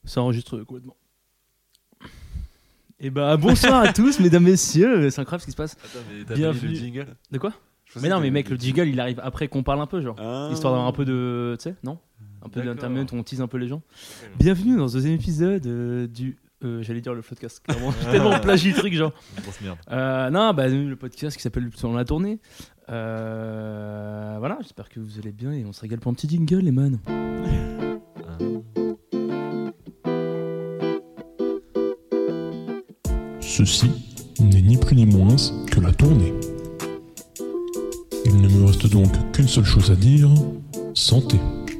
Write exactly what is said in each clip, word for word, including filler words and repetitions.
Ça enregistre complètement. Et bah bonsoir à tous, mesdames, messieurs. C'est incroyable ce qui se passe. Attends, mais t'as Bienvenue. pas mis le jingle? De quoi? Mais non, mais mec, le jingle il arrive après qu'on parle un peu, genre. Ah. Histoire d'avoir un peu de. Tu sais, non? Un peu D'accord. d'intermède où on tease un peu les gens. Bienvenue dans ce deuxième épisode euh, du. Euh, j'allais dire le podcast, clairement. Je suis tellement plagié le truc, genre. Grosse merde. Euh, non, bah, le podcast qui s'appelle Dans la tournée. Euh, voilà, j'espère que vous allez bien et on se régale pour un petit jingle, les man. Ceci n'est ni plus ni moins que la tournée. Il ne me reste donc qu'une seule chose à dire, santé.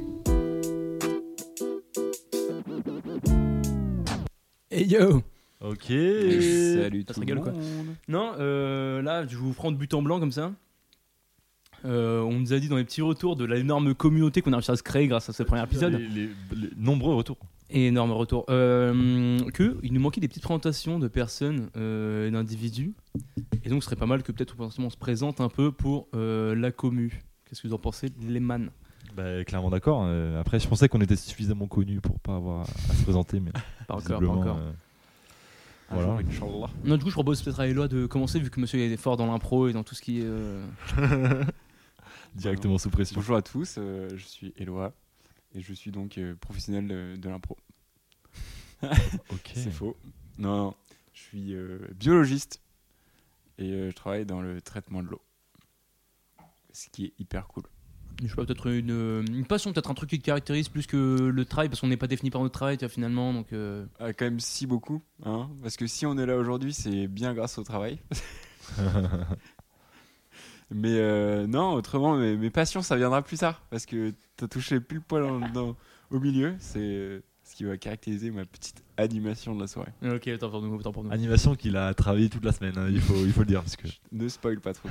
Hey yo! Ok. Salut Ça se tout régale le ou quoi? monde. Non, euh, là, je vous prends de but en blanc comme ça. Euh, on nous a dit dans les petits retours de l'énorme communauté qu'on a réussi à se créer grâce à ce premier épisode. Les, les- les nombreux retours. Et énorme retour. Euh, que il nous manquait des petites présentations de personnes euh, et d'individus. Et donc, ce serait pas mal que peut-être on se présente un peu pour euh, la commu. Qu'est-ce que vous en pensez, les man? Bah, clairement d'accord. Euh, après, je pensais qu'on était suffisamment connus pour pas avoir à se présenter, mais Pas encore, pas visiblement, encore. euh, Un voilà. jour, Inch'Allah. Non, du coup, je propose peut-être à Eloi de commencer, vu que monsieur est fort dans l'impro et dans tout ce qui est. euh, Directement sous pression. Bonjour à tous, euh, je suis Eloi et je suis donc euh, professionnel de, de l'impro. Ok. C'est faux. Non, non, je suis euh, biologiste et euh, je travaille dans le traitement de l'eau. Ce qui est hyper cool. Je sais pas, peut-être une, une passion, peut-être un truc qui te caractérise plus que le travail, parce qu'on n'est pas défini par notre travail, tu vois, finalement. Donc, euh, Ah, quand même si beaucoup, hein, parce que si on est là aujourd'hui, c'est bien grâce au travail. Mais euh, non, autrement, mes, mes passions, ça viendra plus tard, parce que t'as touché pile poil dans- dans- au milieu. C'est euh, ce qui va caractériser ma petite animation de la soirée. Ok, attends pour nous, attends pour nous. Animation qu'il a travaillé toute la semaine, hein, il, faut, il faut le dire. Parce que... Ne spoil pas trop.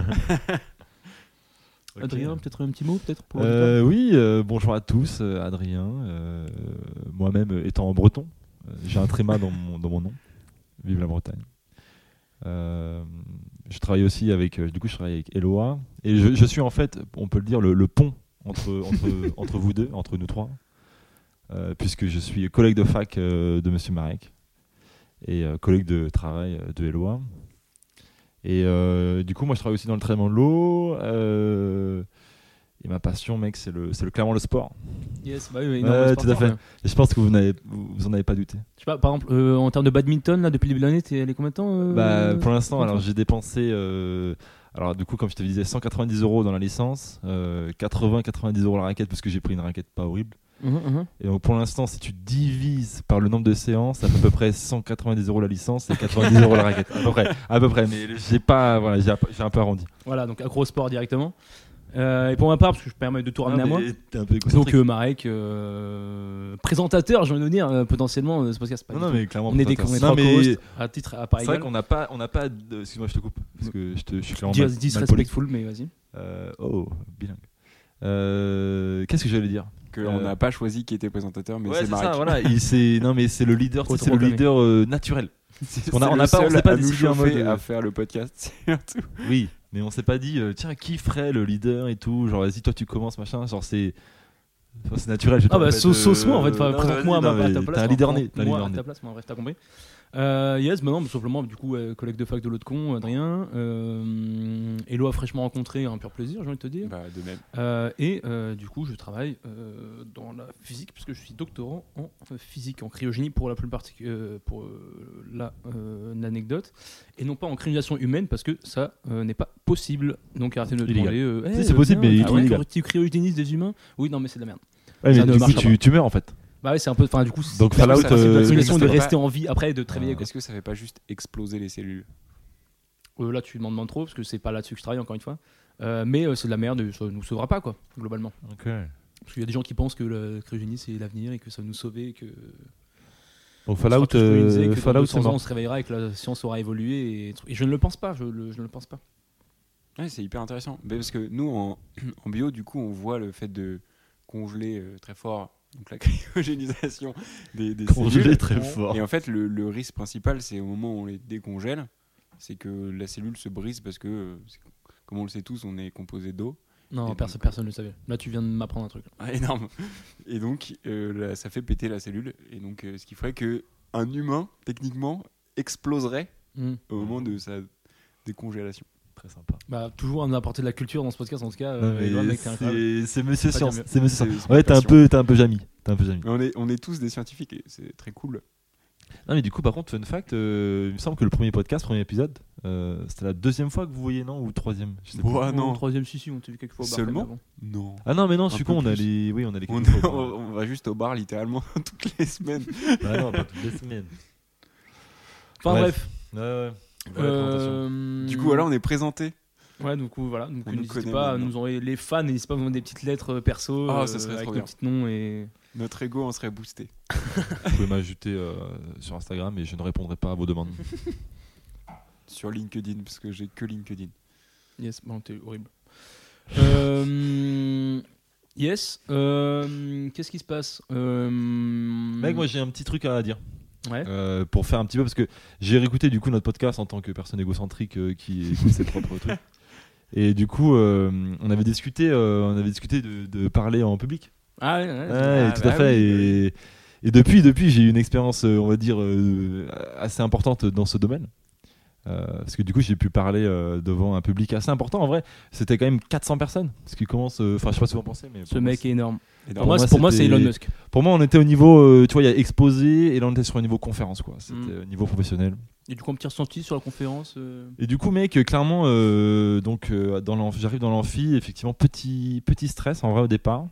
Ok. Adrien, peut-être un petit mot, peut-être pour Euh, oui, euh, bonjour à tous, euh, Adrien. euh, moi-même euh, étant en breton, euh, j'ai un tréma dans mon, dans mon nom. Vive la Bretagne. Euh, je travaille aussi avec, euh, du coup, je travaille avec Eloi et je, je suis en fait, on peut le dire, le, le pont entre entre entre vous deux, entre nous trois, euh, puisque je suis collègue de fac euh, de Monsieur Marek et euh, collègue de travail euh, de Eloi. Et euh, du coup, moi, je travaille aussi dans le traitement de l'eau. euh, Et ma passion, mec, c'est le, c'est le clairement le sport. Yes, bah oui, oui, Ouais, non, c'est tout pas à fait. fort, ouais. Et je pense que vous n'avez, vous, vous en avez pas douté. Je sais pas, par exemple, euh, en termes de badminton, là, depuis le début de l'année, t'es allé combien de temps euh, Bah, pour l'instant, combien de alors temps j'ai dépensé. euh, alors du coup, comme je te disais, cent quatre-vingt-dix euros dans la licence, euh, quatre-vingts à quatre-vingt-dix euros la raquette parce que j'ai pris une raquette pas horrible. Mhm, mhm. Et donc pour l'instant, si tu divises par le nombre de séances, ça fait à peu près cent quatre-vingt-dix euros la licence et quatre-vingt-dix euros la raquette. À peu près, à peu près. Mais j'ai pas, voilà, j'ai, j'ai un peu arrondi. Voilà, donc accro au sport directement. Euh, et pour ma part, parce que je permets de tout ramener à moi. T'es un peu Donc égocentrique. euh, Marek, euh, présentateur, j'ai envie de dire, euh, potentiellement, de ce podcast. Pas non, du non, tout. mais clairement. on est des présentateur. on est Non, trois mais co-hosts à titre à part c'est vrai égal. qu'on n'a pas, on n'a pas. De... Excuse-moi, je te coupe parce que je te, je suis clairement Dis- mal, mal poli. disrespectful, mais vas-y. Euh, oh, bilingue. Euh, qu'est-ce que j'allais dire? Qu'on Euh, n'a pas choisi qui était présentateur, mais Ouais, c'est c'est Marek. ça, voilà. Il, c'est, non, mais c'est le leader, tu sais, c'est le Autoproclamé. leader euh, naturel. C'est On a- on le a pas- on seul s'est pas à nous décidé en chauffer mode, euh, à faire le podcast. surtout. Oui, mais on s'est pas dit, euh, tiens, qui ferait le leader et tout. Genre, vas-y, toi, tu commences, machin. Genre, c'est, enfin, c'est naturel. je Ah bah t'en sauce fait, sauce-moi en fait, euh, enfin, non, présente-moi à, vas-y, ma- non, à ta mais place. T'as un enfin, leader prends- né. t'as un moi leader à né. ta place, moi, bref, t'as compris. Euh, yes, bah non, simplement, du coup, euh, collègue de fac de l'autre con, Adrien. Euh, Eloi a fraîchement rencontré, un pur plaisir, j'ai envie de te dire. Bah, de même. Euh, et euh, du coup, je travaille euh, dans la physique, puisque je suis doctorant en euh, physique, en cryogénie pour la plus partic- euh, pour euh, la, euh, l'anecdote, et non pas en cryonisation humaine, parce que ça euh, n'est pas possible. Donc arrêtez de me Illégal. demander. Euh, Si, hey, c'est possible, tiens, mais tu il est crois illégal. que Tu cryogénises des humains? Oui, non, mais c'est de la merde. Ouais, Ça mais ne du coup, marchera tu, pas. tu meurs en fait. Bah ouais, c'est un peu. Enfin, du coup, c'est Donc, c'est Fallout, le principe de euh, la simulation de est-ce que ça rester va en vie après et de te réveiller. quoi. Est-ce que ça fait pas juste exploser les cellules? Euh, là, tu m'en demandes trop parce que c'est pas là-dessus que je travaille encore une fois. Euh, mais euh, c'est de la merde, et ça nous sauvera pas quoi, globalement. Ok. Parce qu'il y a des gens qui pensent que la cryogénie c'est l'avenir et que ça va nous sauver, et que Donc, on sera Fallout, tous cryonisés, euh, que Fallout, dans c'est deux cents ans mort. on se réveillera et que la science aura évolué. Et, et je ne le pense pas, je, le- je ne le pense pas. Ouais, c'est hyper intéressant. Mais parce que nous, en, en bio, du coup, on voit le fait de congeler euh, très fort, donc la cryogénisation des, des Congelé cellules. très fort. Et en fait, le, le risque principal, c'est au moment où on les décongèle, c'est que la cellule se brise parce que, euh, c'est- comme on le sait tous, on est composé d'eau. Non, Et personne, donc- personne ne le savait. Là, tu viens de m'apprendre un truc. Ah, énorme. Et donc, euh, là, ça fait péter la cellule. Et donc, euh, ce qui ferait que un humain, techniquement, exploserait Mm. au moment de sa décongélation. Très sympa. Bah, toujours on a apporté de la culture dans ce podcast, en tout cas. Non, Euh, mais Eloi, mec, t'es incroyable. c'est c'est Monsieur Pas Science. dire mieux. C'est Monsieur C'est- Science. c'est Ouais, t'es un passion. peu, t'es un peu Jamy. T'es un peu Jamy. Mais on est, on est tous des scientifiques et c'est très cool. Non, mais du coup, par contre, fun fact, euh, il me semble que le premier podcast, premier épisode, euh, c'était la deuxième fois que vous voyez, non, ou troisième. Je sais plus. Ouah, Oh, non. troisième, si, si, on t'a vu quelques fois au bar. Seulement quand même, Non. Ah non, mais non, Un je suis peu con. On plus. allait, oui, on allait. On, quelques fois, on- quoi. on va juste au bar littéralement toutes les semaines. Ah non, pas toutes les semaines. Enfin Bref. bref. Ouais, ouais. Voilà la présentation. Euh, Du coup, voilà, on est présenté. Ouais, donc euh, voilà. Donc On nous n'hésitez connaît pas à maintenant. nous envoyer les fans, n'hésitez pas à nous envoyer des petites lettres euh, perso Ah, euh, ça serait avec trop nos bien. petits noms et. Notre ego en serait boosté. Vous pouvez m'ajouter euh, sur Instagram et je ne répondrai pas à vos demandes. Sur LinkedIn, parce que j'ai que LinkedIn. Yes, bon, t'es horrible. Euh, yes. euh, Qu'est-ce qui se passe euh, Mec, moi j'ai un petit truc à dire. Ouais. Euh, pour faire un petit peu, parce que j'ai réécouté du coup notre podcast en tant que personne égocentrique euh, qui écoute ses propres trucs. Et du coup, euh, on avait discuté, euh, on avait discuté de, de parler en public. Ah ouais, ouais. Ouais, Ah, tout bah à fait. oui, bah et, et depuis, depuis, j'ai eu une expérience, euh, on va dire, euh, assez importante dans ce domaine. Euh, parce que du coup, j'ai pu parler euh, devant un public assez important. En vrai, c'était quand même quatre cents personnes. Ce qui commence, euh, enfin, je sais pas ce que vous en pensez, mais Ce pour moi, mec est énorme. Et Pour dans- moi, moi, c'est- pour moi, c'est c'était- Elon Musk. pour moi, on était au niveau, euh, tu vois, il y a exposé et là, on était sur un niveau conférence, quoi. C'était Mm. euh, niveau professionnel. Et du coup, un petit ressenti sur la conférence. euh, Et du coup, mec, euh, clairement, euh, donc, euh, dans l'amphi- j'arrive dans l'amphi, effectivement, petit, petit stress en vrai au départ.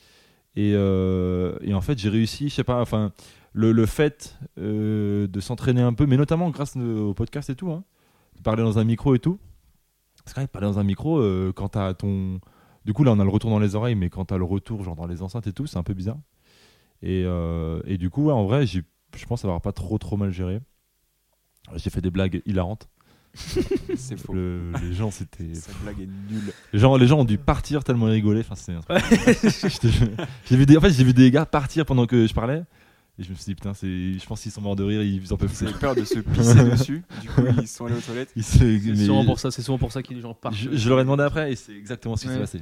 Et, euh, et en fait, j'ai réussi, je sais pas, enfin, le, le fait euh, de s'entraîner un peu, mais notamment grâce euh, au podcast et tout, hein, de parler dans un micro et tout. Parce que quand même, parler dans un micro, euh, quand t'as ton. Du coup, là, on a le retour dans les oreilles, mais quand t'as le retour, genre dans les enceintes et tout, c'est un peu bizarre. Et, euh, et du coup, ouais, en vrai, j'ai- je pense avoir pas trop, trop mal géré. J'ai fait des blagues hilarantes. C'est faux. Le- les gens, c'était. Cette blague est nulle. Les gens, les gens ont dû partir tellement ils rigolaient. Enfin, c'est un truc. Je te jure. J'ai vu des, en fait, j'ai vu des gars partir pendant que je parlais. Et je me suis dit, putain, c'est, je pense qu'ils sont morts de rire, ils en peuvent Ils plus. avaient peur de se pisser dessus. Du coup, ils sont allés aux toilettes. Ils se- C'est mais- souvent pour ça. C'est souvent pour ça que les gens partent. je, je leur ai demandé après et c'est exactement ce qui Ouais. s'est passé.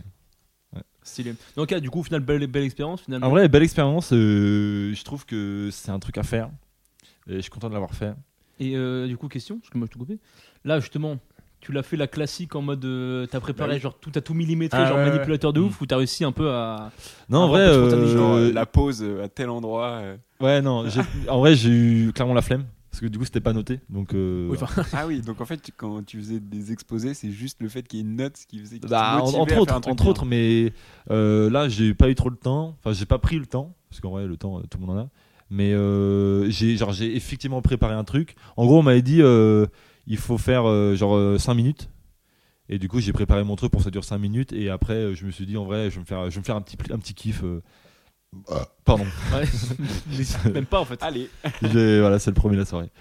Stylé. Donc, ah, du coup, au final, belle, belle expérience. Finalement. En vrai, belle expérience. euh, je trouve que c'est un truc à faire. Et je suis content de l'avoir fait. Et euh, du coup, question, parce que moi je te coupé. Là, justement, tu l'as fait la classique en mode. Euh, t'as préparé, Bah oui. genre, tout, t'as tout millimétré, Ah, genre ouais, manipulateur de ouais. ouf, ou t'as réussi un peu à. Non, en Ah, vrai, un peu euh, spontané, Genre, euh, la pause euh, à tel endroit. euh. ouais, non. j'ai- En vrai, j'ai eu clairement la flemme parce que du coup, c'était pas noté. Donc, euh, Oui, enfin, Ah oui, donc en fait, tu- quand tu faisais des exposés, c'est juste le fait qu'il y ait une note qui faisait que Bah, tu te en- motivais entre à faire autres, un truc entre bien. autres, mais euh, là, j'ai pas eu trop le temps. Enfin, j'ai pas pris le temps parce qu'en vrai, le temps, euh, tout le monde en a. Mais euh, j'ai, genre, j'ai effectivement préparé un truc. En gros, on m'avait dit, euh, il faut faire euh, genre cinq minutes. Et du coup, j'ai préparé mon truc pour que ça dure cinq minutes. Et après, euh, je me suis dit, en vrai, je vais me faire, je vais me faire un petit, pli- un petit kiff. euh. Pardon. ouais. Mais même pas en fait. Allez, J'ai- voilà, c'est le premier de la soirée.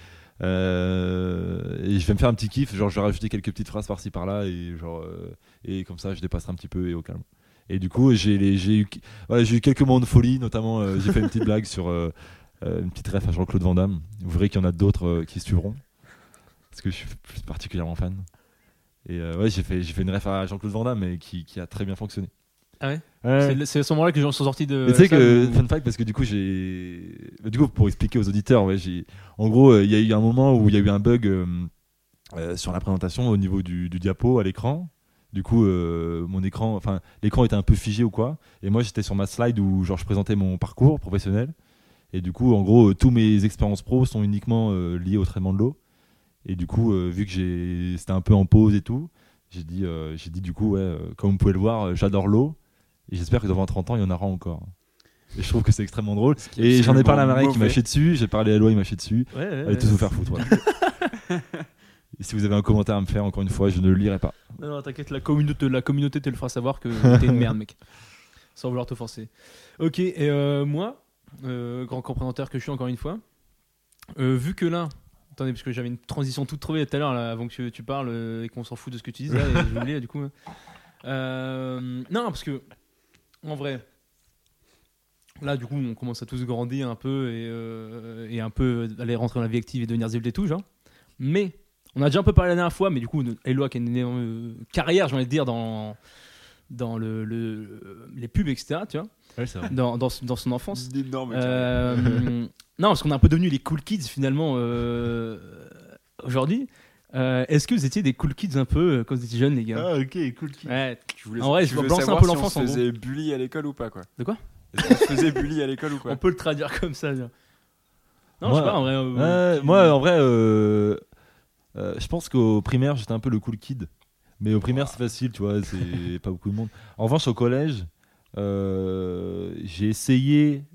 Euh, et je vais me faire un petit kiff, genre je vais rajouter quelques petites phrases par-ci par-là et genre euh, et comme ça je dépasserai un petit peu et au calme. Et du coup j'ai les- j'ai eu voilà, j'ai eu quelques moments de folie, notamment euh, j'ai fait une petite blague sur euh, euh, une petite ref à Jean-Claude Van Damme. Vous verrez qu'il y en a d'autres euh, qui suivront parce que je suis plus particulièrement fan. Et euh, ouais, j'ai fait j'ai fait une ref à Jean-Claude Van Damme et qui, qui a très bien fonctionné. Ah ouais Ouais. C'est le- C'est à ce moment-là que les gens sont sortis de. Mais tu sais la que, salle ou- fun fact, parce que du coup, j'ai. bah, Du coup, pour expliquer aux auditeurs, ouais, j'ai. En gros, euh, il y a eu un moment où il y a eu un bug euh, euh, sur la présentation au niveau du, du diapo à l'écran. Du coup, euh, mon écran, enfin, l'écran était un peu figé ou quoi. Et moi, j'étais sur ma slide où genre, je présentais mon parcours professionnel. Et du coup, en gros, euh, tous mes expériences pro sont uniquement euh, liées au traitement de l'eau. Et du coup, euh, vu que j'ai... c'était un peu en pause et tout, j'ai dit, euh, j'ai dit du coup, ouais, euh, comme vous pouvez le voir, euh, j'adore l'eau. Et j'espère que dans vingt trente ans, il y en aura encore. Et je trouve que c'est extrêmement drôle. Ce qui est Et j'en ai parlé à absolument Marie qui m'a mauvais. chié dessus, j'ai parlé à Eloi, il m'a chié dessus. Ouais, ouais, Allez tous ouais. vous faire foutre. Voilà. Et si vous avez un commentaire à me faire, encore une fois, je ne le lirai pas. Non, non, t'inquiète, la communauté, la communauté te le fera savoir que t'es une merde, mec. Sans vouloir te forcer. Ok, et euh, moi, euh, grand compréhendateur que je suis encore une fois, euh, vu que là, attendez, parce que j'avais une transition toute trouvée tout à l'heure, là, avant que tu, tu parles euh, et qu'on s'en fout de ce que tu dis, là, et j'ai oublié, du coup. Euh, non, parce que, en vrai, là, du coup, on commence à tous grandir un peu et, euh, et un peu aller rentrer dans la vie active et devenir adulte et tout, genre. Mais, on a déjà un peu parlé la dernière fois, mais du coup, Eloi qui a une énorme euh, carrière, j'ai envie de dire, dans, dans le, le, les pubs, et cetera. Tu vois, Ouais, c'est vrai. dans, dans, dans son enfance. D'énormes Euh, non, parce qu'on est un peu devenus les cool kids finalement euh, aujourd'hui. Euh, est-ce que vous étiez des cool kids un peu euh, quand vous étiez jeunes, les gars? Ah, ok, cool. Ouais. Tu voulais, En vrai, tu je veux balance un savoir peu si l'enfance, en on gros. se faisait bully à l'école ou pas, quoi? De quoi? Est-ce qu'on se faisait bully à l'école ou pas? On peut le traduire comme ça. Bien. Non, Moi- je sais pas en vrai. euh, Ouais, qui- moi, en vrai, euh, euh, je pense qu'au primaire, j'étais un peu le cool kid. Mais au primaire, c'est facile, tu vois, c'est pas beaucoup de monde. En revanche, au collège, euh, j'ai essayé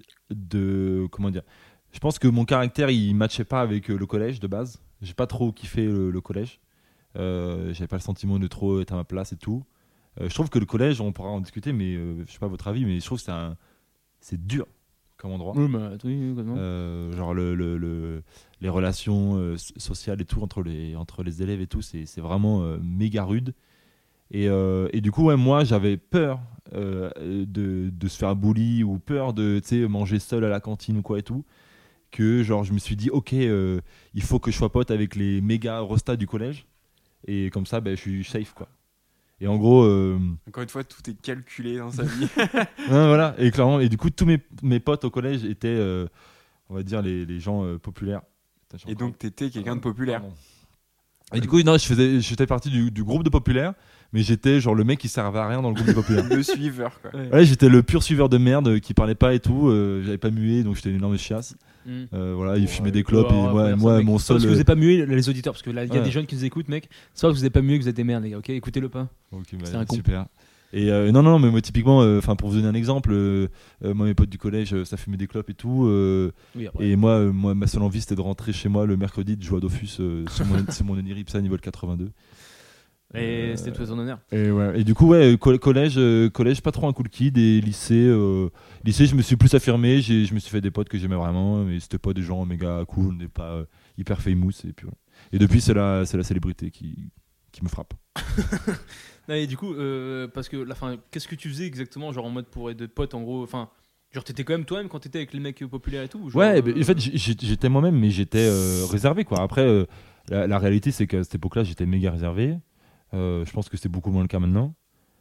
de. Comment dire? Je pense que mon caractère, il matchait pas avec euh, le collège de base. J'ai pas trop kiffé le, le collège. Euh, J'avais pas le sentiment de trop être à ma place et tout. Euh, je trouve que le collège, on pourra en discuter, mais euh, je sais pas votre avis, mais je trouve que c'est un- c'est dur comme endroit. Oui, bah, oui, oui, complètement. Euh, genre le, le- le- les relations euh, so- sociales et tout entre les, entre les élèves et tout, c'est c'est vraiment euh, méga rude. Et, euh, et du coup, ouais, moi, j'avais peur euh, de, de se faire bully ou peur de tu sais, manger seul à la cantine ou quoi et tout. Que genre, je me suis dit, ok, euh, il faut que je sois pote avec les méga rostas du collège. Et comme ça, ben, je suis safe, quoi. Et en gros, euh, Encore une fois, tout est calculé dans sa vie. non, voilà. Et clairement, et du coup, tous mes, mes potes au collège étaient, euh, on va dire, les, les gens euh, populaires. Putain, je suis Et encore- donc, t'étais quelqu'un de populaire. Pardon. Et du coup, non, je faisais, j'étais partie du, du groupe de populaires, mais j'étais genre le mec qui servait à rien dans le groupe de populaires. Le suiveur, quoi. Ouais. Ouais, j'étais le pur suiveur de merde euh, qui parlait pas et tout. euh, J'avais pas mué, donc j'étais une énorme chiasse. Mm. Euh, voilà, il Ouais. fumait des clopes Alors, et on va moi, dire ça, moi mec. mon C'est seul. parce que vous n'êtes pas mués, les auditeurs, parce que là, il y a Ouais. des jeunes qui nous écoutent, mec. C'est pas parce que vous n'êtes pas mués que vous êtes des merdes, les gars, ok? Écoutez-le pas. Ok, bah, C'est un con. super. Et euh, non, non, mais moi, typiquement, enfin, pour vous donner un exemple, euh, euh, moi, mes potes du collège, euh, ça fumait des clopes et tout. euh, Oui, après. et moi, euh, moi, ma seule envie, c'était de rentrer chez moi le mercredi, de jouer à Dofus euh, sur mon, sur mon Oniripsa niveau quatre-vingt-deux. Et Euh, c'était tout à son honneur. Et, ouais. Et du coup, ouais, co- collège, euh, collège, pas trop un cool kid. Et lycée, euh, lycée, je me suis plus affirmé. j'ai- Je me suis fait des potes que j'aimais vraiment, mais c'était pas des gens méga cool, on n'est pas euh, hyper famous. Et puis voilà. Et depuis, c'est la, c'est la célébrité qui, qui me frappe. Non, et du coup, euh, parce que, la fin, qu'est-ce que tu faisais exactement, genre en mode pour être pote, en gros, enfin, genre t'étais quand même toi-même quand t'étais avec les mecs populaires et tout. Genre, Ouais, euh, bah, en fait, j'ai- j'étais moi-même, mais j'étais euh, réservé, quoi. Après, euh, la, la réalité, c'est qu'à cette époque-là, j'étais méga réservé. Euh, je pense que c'est beaucoup moins le cas maintenant.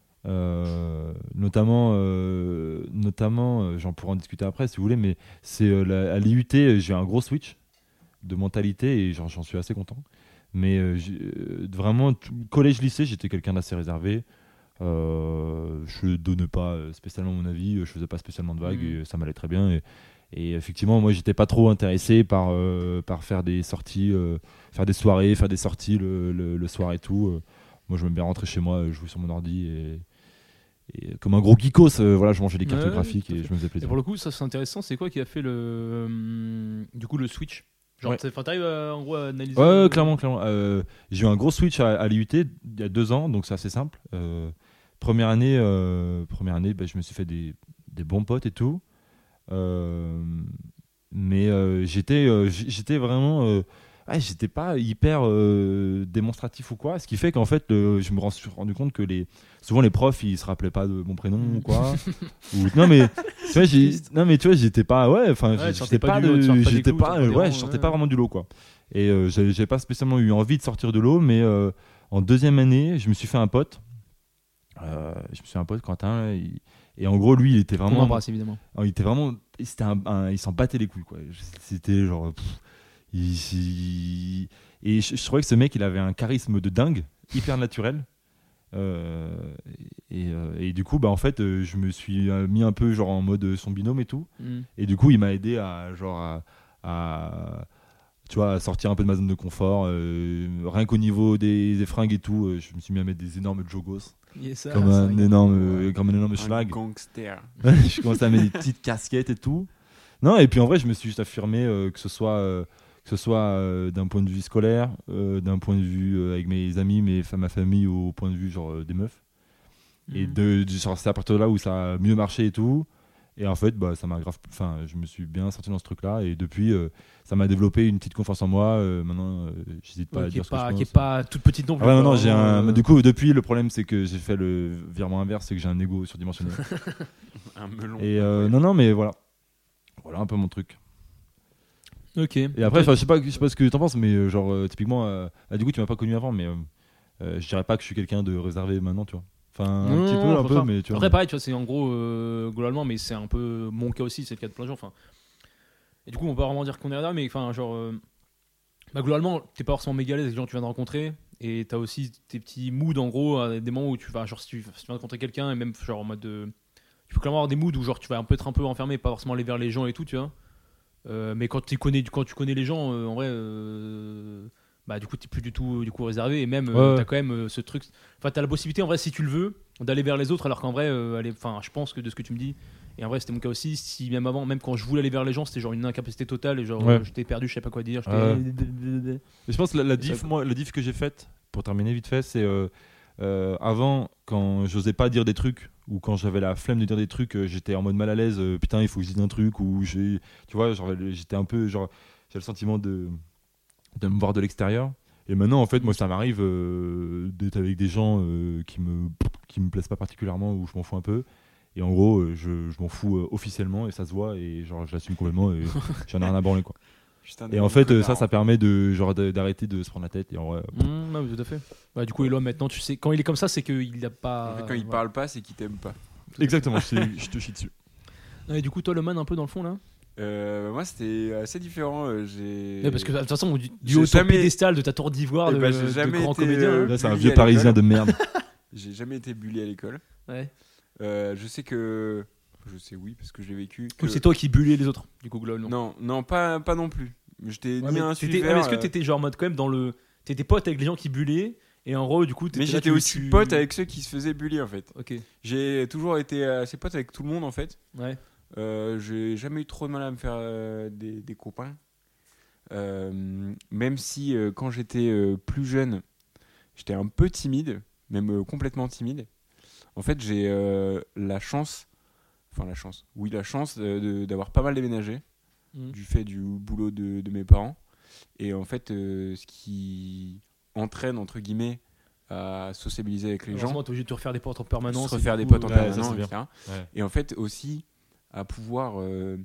Euh, notamment, euh, notamment euh, j'en pourrai en discuter après si vous voulez, mais c'est euh, la- à l'I U T, j'ai un gros switch de mentalité et j'en j'en suis assez content. Mais euh, j'ai- euh, vraiment, tout- collège-lycée, j'étais quelqu'un d'assez réservé. Euh, je donnais pas euh, spécialement mon avis, je faisais pas spécialement de vagues Mhm. et ça m'allait très bien. Et, et effectivement, moi, j'étais pas trop intéressé par, euh, par faire des sorties, euh, faire des soirées, faire des sorties le, le- le soir et tout. Euh, moi, je m'aime bien rentrer chez moi, jouer sur mon ordi et, et comme un gros geekos, euh, voilà, je mangeais des cartes Ouais, graphiques tout à et fait. je me faisais Et plaisir. pour le coup, ça c'est intéressant, c'est quoi qui a fait le. hum, Du coup, le switch? Genre, Ouais. t'sais, enfin, t'arrives à, en gros à analyser. Ouais, le- clairement, clairement. Euh, j'ai eu un gros switch à, à l'I U T il y a deux ans, donc c'est assez simple. Euh, première année, euh, première année, bah, je me suis fait des, des bons potes et tout. Euh, mais euh, j'étais, euh, j- j'étais vraiment, euh, ouais, j'étais pas hyper euh, démonstratif ou quoi. Ce qui fait qu'en fait, le- je me rends- suis rendu compte que les, souvent les profs, ils se rappelaient pas de mon prénom ou quoi. Ou, non mais, tu vois, j'ai, non mais tu vois, j'étais pas, ouais, enfin, Ouais, tu j'étais sortais pas pas, du lot, de- tu sortais pas des j'étais clous, tu pas, sortais pas des ouais, rangs, je sortais ouais. pas vraiment du lot quoi. Et euh, j'avais j'avais pas spécialement eu envie de sortir de l'eau, mais euh, en deuxième année, je me suis fait un pote. Euh, je me suis fait un pote, Quentin. là, il- et en gros, lui, il était On vraiment. embrasse évidemment. Il était vraiment. C'était un, un- il s'en battait les couilles, quoi. C'était genre. pff, il- il- et je, je trouvais que ce mec, il avait un charisme de dingue, hyper naturel. Euh, et, euh, et du coup, bah, en fait, euh, je me suis euh, mis un peu genre en mode son binôme et tout. Hum. Et du coup, il m'a aidé à genre à, à, tu vois, à sortir un peu de ma zone de confort. euh, rien qu'au niveau des, des fringues et tout, euh, je me suis mis à mettre des énormes jogos, Yes, ça, comme ça, un ça, énorme, euh, comme un énorme Un schlag. gangster. Je commençais à mettre des petites casquettes et tout. Non, et puis en vrai, je me suis juste affirmé euh, que ce soit, euh, que ce soit euh, d'un point de vue scolaire, euh, d'un point de vue euh, avec mes amis, mes, fa- ma famille, ou au point de vue genre euh, des meufs. Et Hum. de, de- genre, c'est à partir de là où ça a mieux marché et tout. Et en fait, bah, ça m'a grave. Enfin, je me suis bien sorti dans ce truc-là. Et depuis, euh, ça m'a développé une petite confiance en moi. Euh, maintenant, euh, j'hésite pas Ouais, à qui dire est ce que pas, je qui est pense. pas toute petite non Ah plus. ouais, non, quoi, non, j'ai un. vraiment, Du euh, coup, depuis, le problème, c'est que j'ai fait le virement inverse, c'est que j'ai un ego surdimensionné. Un melon. Et euh, non, non, mais voilà. Voilà un peu mon truc. Ok. Et après, enfin, je sais pas, je sais pas ce que t'en penses, mais euh, genre, euh, typiquement, euh, ah, du coup, tu m'as pas connu avant, mais euh, euh, je dirais pas que je suis quelqu'un de réservé maintenant, tu vois. Enfin, Non, un petit non, peu, non, un faut peu, faire. mais tu vois. Après, pareil, tu vois, c'est en gros, euh, globalement, mais c'est un peu mon cas aussi, c'est le cas de plein de gens. Enfin, et du coup, on peut pas vraiment dire qu'on est là, mais enfin, genre, euh, bah, globalement, t'es pas forcément méga à l'aise avec les gens que tu viens de rencontrer, et t'as aussi tes petits moods, en gros, à des moments où tu vas, genre, si tu, si tu viens de rencontrer quelqu'un, et même, genre, en mode de. Tu peux clairement avoir des moods où, genre, tu vas un peu être un peu enfermé, pas forcément aller vers les gens et tout, tu vois. Euh, mais quand, connais, quand tu connais les gens, euh, en vrai, euh, bah, du coup, t'es plus du tout du coup, réservé. Et même, euh, Ouais, ouais. t'as quand même euh, ce truc. Enfin, t'as la possibilité, en vrai, si tu le veux, d'aller vers les autres, alors qu'en vrai, euh, aller, enfin, je pense que de ce que tu me dis, et en vrai, c'était mon cas aussi. Si même avant, même quand je voulais aller vers les gens, c'était genre une incapacité totale, et genre, Ouais. euh, j'étais perdu, je sais pas quoi dire. J'étais... Ouais. Et je pense que la, la diff, ça- moi, la diff que j'ai faite, pour terminer vite fait, c'est euh, euh, avant, quand j'osais pas dire des trucs, ou quand j'avais la flemme de dire des trucs, euh, j'étais en mode mal à l'aise, euh, putain, il faut que je dise un truc, ou j'ai, tu vois, genre, j'étais un peu, genre, j'ai le sentiment de, de me voir de l'extérieur. Et maintenant, en fait, moi, ça m'arrive euh, d'être avec des gens euh, qui me, qui me plaisent pas particulièrement, ou je m'en fous un peu. Et en gros, euh, je, je m'en fous euh, officiellement, et ça se voit, et genre, je l'assume complètement, et j'en ai rien à branler, quoi. Juste un Et en énorme fait, euh, connard, ça, en ça fait. permet de, genre, de- d'arrêter de se prendre la tête. Et en vrai, Mmh, non, mais tout à fait. Bah, du coup, Eloi, maintenant, tu sais, quand il est comme ça, c'est qu'il a pas. En fait, quand il voilà. parle pas, c'est qu'il t'aime pas. exactement, je, te- je te chie dessus. Et du coup, toi, le man, un peu dans le fond, là Euh, moi, c'était assez différent. euh, J'ai. Ouais, parce que de toute façon, du, du J'ai haut de ton jamais- pédestal de ta tour d'ivoire Eh de, ben, j'ai de jamais grand été, comédien. euh, hein. Là, c'est un bully vieux à parisien de l'école. merde. J'ai jamais été bully à l'école. Ouais. Euh, je sais que. Je sais, oui, parce que je l'ai vécu. que- Ou c'est toi qui bullais les autres, du coup, globalement. Non, non, pas, pas non plus. J'étais Ouais, ni mais un t'étais- suiveur. ouais, mais est-ce que euh, t'étais genre en mode quand même dans le. T'étais pote avec les gens qui bullaient et en gros, du coup, t'étais Mais là, j'étais tu- aussi tu- pote avec ceux qui se faisaient bully en fait. Ok, J'ai toujours été assez pote avec tout le monde en fait. ouais. Euh, j'ai jamais eu trop de mal à me faire euh, des, des copains. Euh, même si euh, quand j'étais euh, plus jeune, j'étais un peu timide, même euh, complètement timide. En fait, j'ai euh, la chance, enfin la chance, oui la chance euh, de- d'avoir pas mal déménagé Mhm. du fait du boulot de, de mes parents. Et en fait, euh, ce qui entraîne entre guillemets à sociabiliser avec les gens, Heureusement, t'es obligé de te refaire des potes en permanence. se refaire et des du coup, potes en euh, ouais, ça, permanence, c'est bien. et cetera. Ouais. Et en fait aussi à pouvoir euh,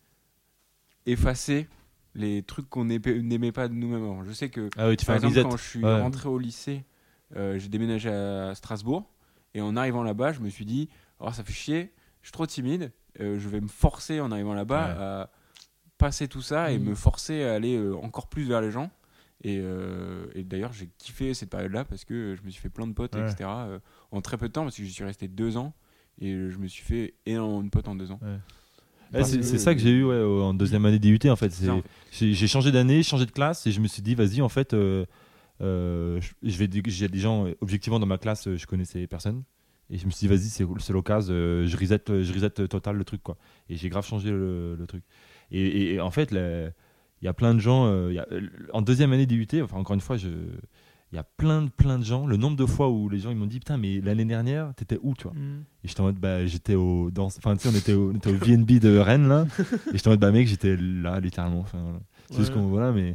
effacer les trucs qu'on n'aimait n'aimait pas de nous-mêmes avant. Je sais que Ah oui, tu fais par un exemple reset. quand je suis Ouais. rentré au lycée, euh, j'ai déménagé à Strasbourg et en arrivant là-bas, je me suis dit oh ça fait chier, je suis trop timide, euh, je vais me forcer en arrivant là-bas Ouais. à passer tout ça et Mhm. me forcer à aller euh, encore plus vers les gens. Et, euh, et d'ailleurs, j'ai kiffé cette période-là parce que je me suis fait plein de potes, Ouais. et cetera. euh, en très peu de temps parce que j'y suis resté deux ans et je me suis fait énormément de potes en deux ans. Ouais. Ouais, Parce c'est que, c'est ça que j'ai eu ouais, en deuxième année d'I U T en fait. C'est ça, en C'est- fait. J'ai j'ai changé d'année, changé de classe et je me suis dit vas-y en fait, euh, euh, je je vais dé- j'ai des gens euh, objectivement dans ma classe, euh, je connaissais personne et je me suis dit vas-y c'est c'est l'occasion, euh, je reset je reset total le truc quoi. Et j'ai grave changé le, le truc. Et, et- et en fait la- il y a plein de gens euh, il y a- en deuxième année d'I U T, enfin encore une fois je il y a plein de plein de gens. Le nombre de fois où les gens ils m'ont dit putain mais l'année dernière t'étais où tu vois. Mhm. Et j'étais en mode, bah, j'étais au. Dans, enfin, tu sais, on était au, on était au V N B de Rennes, là. Et j'étais en mode, bah, mec, j'étais là, littéralement. Enfin, voilà. C'est juste Ouais. qu'on. Voilà, mais.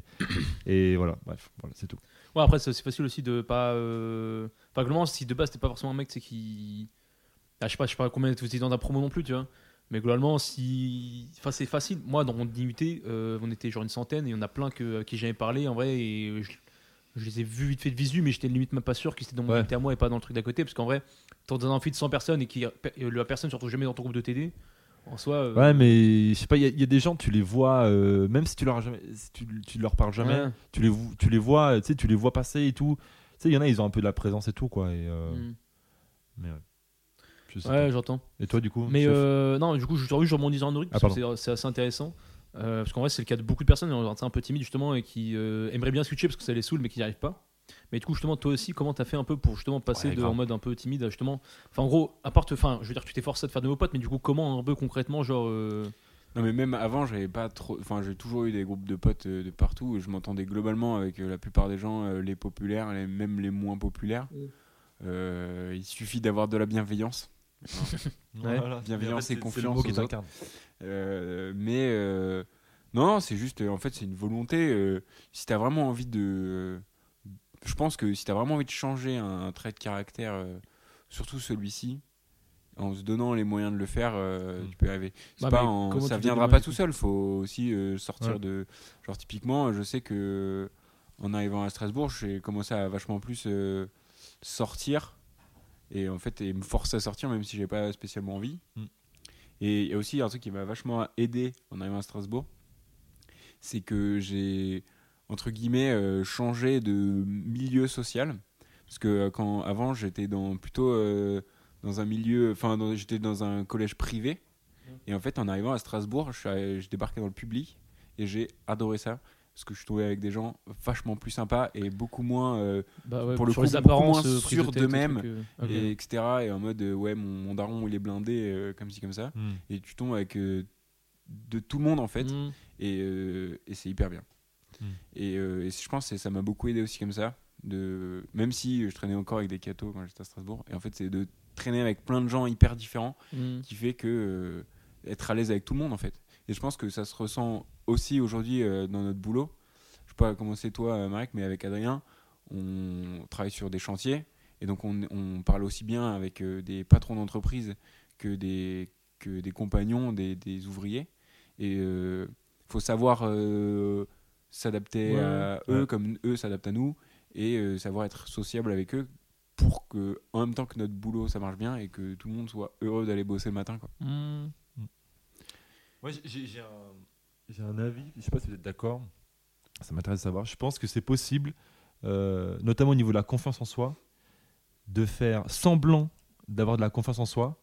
Et voilà, bref, voilà, c'est tout. Ouais, après, c'est c'est facile aussi de pas. euh, Enfin, globalement, si de base, t'es pas forcément un mec, c'est qui. Ah, je sais pas, je sais pas combien vous étiez dans un promo non plus, tu vois. Mais globalement, si. Enfin, c'est facile. Moi, dans mon I U T, euh, on était genre une centaine et il y en a plein que, à qui j'avais parlé en vrai. Et je, je les ai vus vite fait de visu, mais j'étais limite même pas sûr qu'ils étaient dans mon Ouais. I U T à moi et pas dans le truc d'à côté. Parce qu'en vrai, t'es dans un amphi de cent personnes et qui, la personne se retrouve jamais dans ton groupe de T D. En soi. euh, Ouais, mais je sais pas, il y, a- il y a des gens, tu les vois, euh, même si tu leur, as jamais, si tu, tu leur parles jamais, ouais. tu, les, vo- tu les vois, tu sais, tu les vois passer et tout. Tu sais, il y en a, ils ont un peu de la présence et tout, quoi. Et, euh, Mhm. Mais ouais. Je sais Ouais, pas. j'entends. Et toi, du coup Mais chef euh, non, du coup, je, je rebondis sur un truc Ah, parce que pardon. c'est c'est assez intéressant. Euh, parce qu'en vrai, c'est le cas de beaucoup de personnes qui sont un peu timides justement et qui euh, aimeraient bien switcher parce que ça les saoule mais qui n'y arrivent pas. Mais du coup, justement, toi aussi, comment t'as fait un peu pour justement passer Ouais, de, grave. en mode un peu timide à justement. Enfin, en gros, à part, te- enfin, je veux dire, tu t'es forcé à te faire de nouveaux potes, mais du coup, comment un peu concrètement, genre. euh, Non mais même avant j'avais pas trop, enfin j'ai toujours eu des groupes de potes euh, de partout et je m'entendais globalement avec euh, la plupart des gens, euh, les populaires, les, même les moins populaires. Mm. Euh, il suffit d'avoir de la bienveillance. Ouais. Voilà, Bienveillance c'est- et c'est confiance le mot qui aux autres. t'incarne. Euh, mais euh, non, non, c'est juste, euh, en fait, c'est une volonté. euh, si t'as vraiment envie de, euh, je pense que si t'as vraiment envie de changer un, un trait de caractère, euh, surtout celui-ci, en se donnant les moyens de le faire, euh, Mm. tu peux y arriver. C'est Bah, pas mais en- comment ça tu te viendra donnes pas les tout moyens, seul. Faut aussi euh, sortir Ouais. de, genre typiquement, je sais que en arrivant à Strasbourg, j'ai commencé à vachement plus euh, sortir et en fait, et me forcer à sortir même si j'ai pas spécialement envie. Mm. Et il y a aussi un truc qui m'a vachement aidé en arrivant à Strasbourg, c'est que j'ai entre guillemets euh, changé de milieu social, parce que euh, quand avant j'étais dans plutôt euh, dans un milieu, enfin dans- j'étais dans un collège privé, et en fait en arrivant à Strasbourg, je, suis allé- je débarquais dans le public et j'ai adoré ça. Parce que je suis tombé avec des gens vachement plus sympas et beaucoup moins, euh, Bah ouais, pour le sur coup, les beaucoup apparences, moins euh, prise de sûrs tête, d'eux-mêmes, trucs, euh, ok. et etc. Et en mode, euh, ouais, mon, mon daron, il est blindé, euh, comme ci, comme ça. Mm. Et tu tombes avec euh, de tout le monde, en fait, Mm. et, euh, et c'est hyper bien. Mm. Et, euh, et je pense que ça m'a beaucoup aidé aussi comme ça, de, même si je traînais encore avec des cathos quand j'étais à Strasbourg. Et en fait, c'est de traîner avec plein de gens hyper différents Mm. qui fait que euh, être à l'aise avec tout le monde, en fait. Et je pense que ça se ressent aussi aujourd'hui euh, dans notre boulot. Je sais pas comment c'est toi, euh, Marek, mais avec Adrien, on travaille sur des chantiers et donc on, on parle aussi bien avec euh, des patrons d'entreprise que des, que des compagnons, des, des ouvriers. Et il euh, faut savoir euh, s'adapter Ouais, à eux ouais. comme eux s'adaptent à nous, et euh, savoir être sociable avec eux pour que, en même temps que notre boulot ça marche bien et que tout le monde soit heureux d'aller bosser le matin, quoi. Mm. Moi, j'ai- j'ai j'ai un, j'ai un avis, je sais pas si vous êtes d'accord, ça m'intéresse de savoir. Je pense que c'est possible, euh, notamment au niveau de la confiance en soi, de faire semblant d'avoir de la confiance en soi.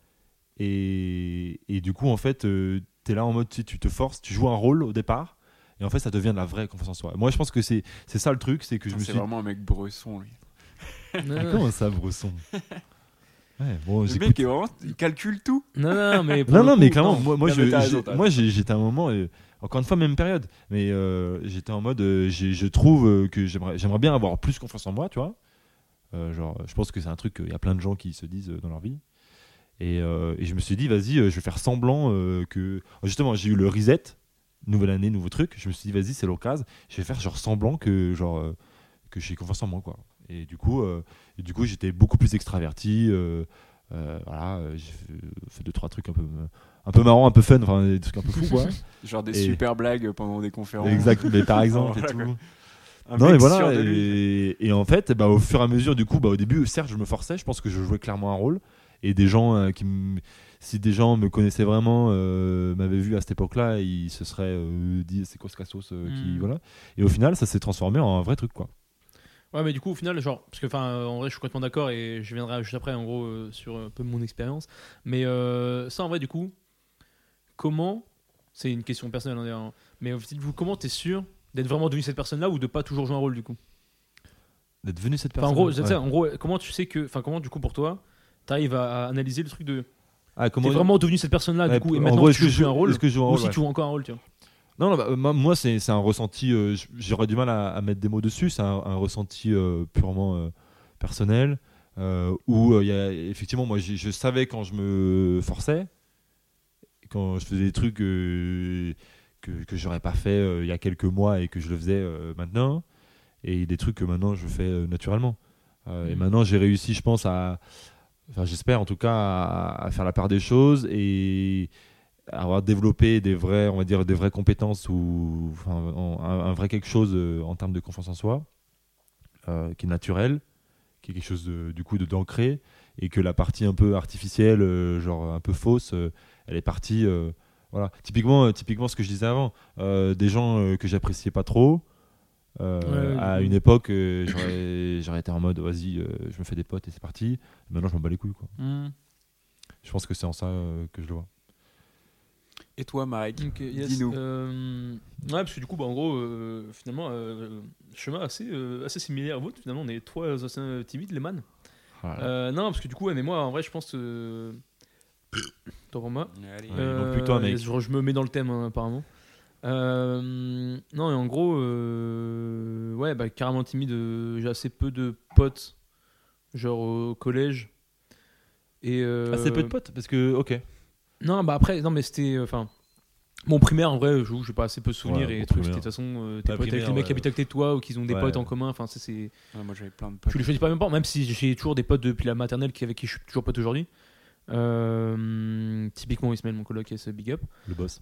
Et, et du coup, en fait, tu es là en mode, tu sais, tu te forces, tu joues un rôle au départ. Et en fait, ça devient de la vraie confiance en soi. Moi, je pense que c'est c'est ça le truc, c'est que je me C'est suis. vraiment un mec bresson, lui. Ah, comment ça, Bresson? Ouais, bon, Le j'écoute. mec est vraiment, il calcule tout. Non, non, mais pour Non, le non, coup, mais clairement, non. moi, moi, Non, je- mais t'as j'ai- raison, t'as moi, j'ai- j'étais à un moment, euh, encore une fois, même période, mais euh, j'étais en mode, euh, j'ai- je trouve euh, que j'aimerais j'aimerais bien avoir plus confiance en moi, tu vois. Euh, genre, je pense que c'est un truc qu'il y a plein de gens qui se disent euh, dans leur vie. Et, euh, et je me suis dit, vas-y, euh, je vais faire semblant euh, que. Justement, j'ai eu le reset, nouvelle année, nouveau truc. Je me suis dit, vas-y, c'est l'occasion. Je vais faire genre semblant que, genre, euh, que j'ai confiance en moi, quoi. Et du coup, euh, et du coup j'étais beaucoup plus extraverti. Euh, euh, voilà, euh, j'ai fait, fait deux, trois trucs un peu, un peu marrants, un peu fun, enfin, des trucs un peu fous, quoi. Genre des Et- super blagues pendant des conférences. Exact, mais par exemple, Voilà, et tout. quoi. Un Non, mec et sûr voilà. de lui. Et, et en fait, bah, au fur et à mesure, du coup, bah, au début, certes, je me forçais. Je pense que je jouais clairement un rôle. Et des gens euh, qui, m- si des gens me connaissaient vraiment, euh, m'avaient vu à cette époque-là, ils se seraient euh, dit c'est quoi ce cassos euh, qui Mm. voilà. Et au final, ça s'est transformé en un vrai truc, quoi. Ouais, mais du coup, au final, genre, parce que, enfin, euh, en vrai, je suis complètement d'accord et je viendrai juste après, en gros, euh, sur un peu mon expérience. Mais euh, ça, en vrai, du coup, comment, c'est une question personnelle, hein, d'ailleurs, hein, mais vous, comment t'es sûr d'être vraiment devenu cette personne-là ou de pas toujours jouer un rôle, du coup? D'être venu cette Enfin, personne. en gros, c'est ouais. ça, en gros, comment tu sais que, enfin, comment, du coup, pour toi, t'arrives à, à analyser le truc de, Ah, comment t'es vraiment devenu cette personne-là, Ouais, du coup, et en maintenant gros, tu est-ce que joues je plus un rôle, est-ce que je joue un ou rôle, si ouais. tu joues encore un rôle, tu vois? Non, non, bah, euh, moi, moi, c'est c'est un ressenti. euh, j- J'aurais du mal à, à mettre des mots dessus. C'est un, un ressenti euh, purement euh, personnel. Euh, où euh, il y a, effectivement, moi, j'ai- je savais quand je me forçais, quand je faisais des trucs euh, que, que j'aurais pas fait euh, il y a quelques mois et que je le faisais euh, maintenant. Et des trucs que maintenant je fais euh, naturellement. Euh, Et Mhm. maintenant, j'ai réussi, je pense, à. Enfin, j'espère en tout cas à, à faire la part des choses et avoir développé des vrais, on va dire, des vraies compétences ou enfin, en- un, un vrai quelque chose euh, en termes de confiance en soi, euh, qui est naturel, qui est quelque chose de, du coup de d'ancré, et que la partie un peu artificielle, euh, genre un peu fausse, euh, elle est partie. Euh, voilà. Typiquement, euh, typiquement ce que je disais avant, euh, des gens euh, que j'appréciais pas trop. Euh, Ouais, à du coup. une époque, euh, j'aurais, j'aurais été en mode vas-y, euh, je me fais des potes et c'est parti. Maintenant, je m'en bats les couilles, quoi. Mhm. Je pense que c'est en ça euh, que je le vois. Et toi, Marek, Ok, yes. dis-nous. Euh, ouais, parce que du coup, bah, en gros, euh, finalement, euh, chemin assez, euh, assez similaire à vous. Finalement, on est trois anciens timides, les man. Voilà. Euh, non, parce que du coup, ouais, mais moi, en vrai, je pense que. Attends pour moi. Allez. Ouais. il manque plus que toi, mec. Je, je me mets dans le thème, hein, apparemment. Euh, non, et en gros, euh, ouais, bah, carrément timide. euh, J'ai assez peu de potes, genre au collège. Et, euh, Assez peu de potes, parce que, ok. Non, bah après, non, mais c'était. Enfin. Mon primaire, en vrai, je j'ai pas assez peu de souvenirs Ouais, et bon, trucs. C'était de primaire. toute façon, euh, t'es Ouais, potes avec primaire, les mecs ouais. qui habitent à côté de toi ou qui ont des Ouais. potes en commun. Enfin, ça, c'est. Ouais, moi, j'avais plein de potes. Tu les choisis pas même pas, même si j'ai toujours des potes depuis la maternelle qui, avec qui je suis toujours pote aujourd'hui. Euh, typiquement, Ismaël, mon coloc, c'est big up. Le boss.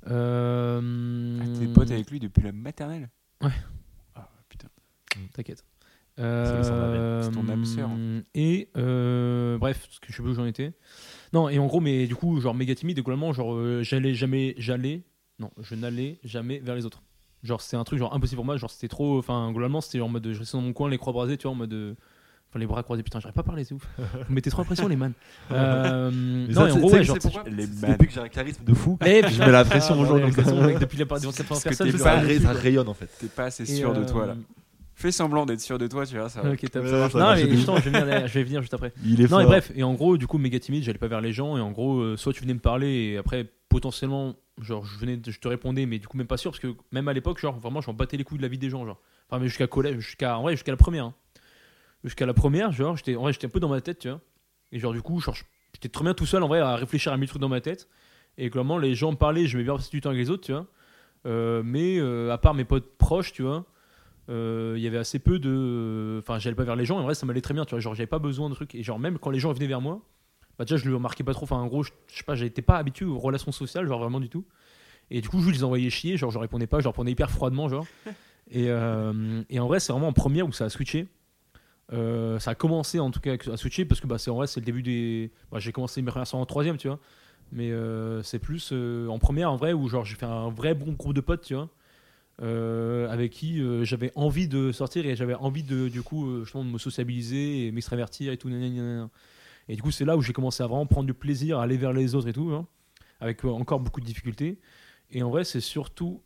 Euh, Ah, t'es pote avec lui depuis la maternelle? Ouais. Ah, putain. T'inquiète. le sang de la veine. Euh, C'est ton âme sœur. Et euh, bref, parce que je sais plus où j'en étais. Non, et en gros, mais du coup, genre méga timide, et globalement, genre euh, j'allais jamais, j'allais, non, je n'allais jamais vers les autres. Genre c'était un truc genre impossible pour moi, genre c'était trop, enfin globalement c'était en mode, je restais dans mon coin, les croix broisées, tu vois, en mode, euh, enfin les bras croisés, putain, j'arrive pas à parler, c'est ouf. Vous mettez trop la pression les man. Euh, Mais non, ça, et en c'est- gros, c'est- ouais, c'est genre pourquoi Les C'est man. depuis que j'ai un charisme de fou. Eh, Je mets la pression aux gens bordel, comme ça. pression, mec, depuis la part des quatre-vingts Parce que personnes, t'es je pas fais Ça, un ré- truc, ça quoi. rayonne en fait. T'es pas assez Et, sûr de toi euh, là. Fais semblant d'être sûr de toi, tu vois, ça va. Ok, top, Ouais, ça marche. ça Non, marche mais de ouf. justement, je vais venir, je vais venir juste après. Il est Non, fort. et bref, et en gros, du coup, méga timide, j'allais pas vers les gens, et en gros, euh, soit tu venais me parler, et après, potentiellement, genre, je venais, je te répondais, mais du coup, même pas sûr, parce que même à l'époque, genre, vraiment, j'en battais les couilles de la vie des gens, genre. Enfin, mais jusqu'à collège, jusqu'à, en vrai, jusqu'à la première. Hein. Jusqu'à la première, genre, j'étais, en vrai, j'étais un peu dans ma tête, tu vois. Et genre, du coup, genre, j'étais très bien tout seul, en vrai, à réfléchir à mille trucs dans ma tête. Et clairement, les gens me parlaient, je m'ai bien passé du temps avec les autres, tu vois. Euh, mais euh, à part mes potes proches, tu vois. Il euh, y avait assez peu de. Enfin, j'allais pas vers les gens, et en vrai, ça m'allait très bien, tu vois. Genre, j'avais pas besoin de trucs. Et genre, même quand les gens venaient vers moi, bah, déjà, je le remarquais pas trop. Enfin, en gros, je, je sais pas, j'étais pas habitué aux relations sociales, genre vraiment du tout. Et du coup, je les envoyais chier, genre, je répondais pas, je leur répondais hyper froidement, genre. Et, euh, et en vrai, c'est vraiment en première où ça a switché. Euh, ça a commencé en tout cas à switcher parce que bah, c'est en vrai, c'est le début des. Bah, j'ai commencé mes premières soirées en troisième, tu vois. Mais euh, c'est plus euh, en première, en vrai, où genre, j'ai fait un vrai bon groupe de potes, tu vois. Euh, avec qui euh, j'avais envie de sortir et j'avais envie de du coup euh, justement de me sociabiliser et m'extravertir et tout nanana. Et du coup c'est là où j'ai commencé à vraiment prendre du plaisir à aller vers les autres et tout hein, avec euh, encore beaucoup de difficultés et en vrai c'est surtout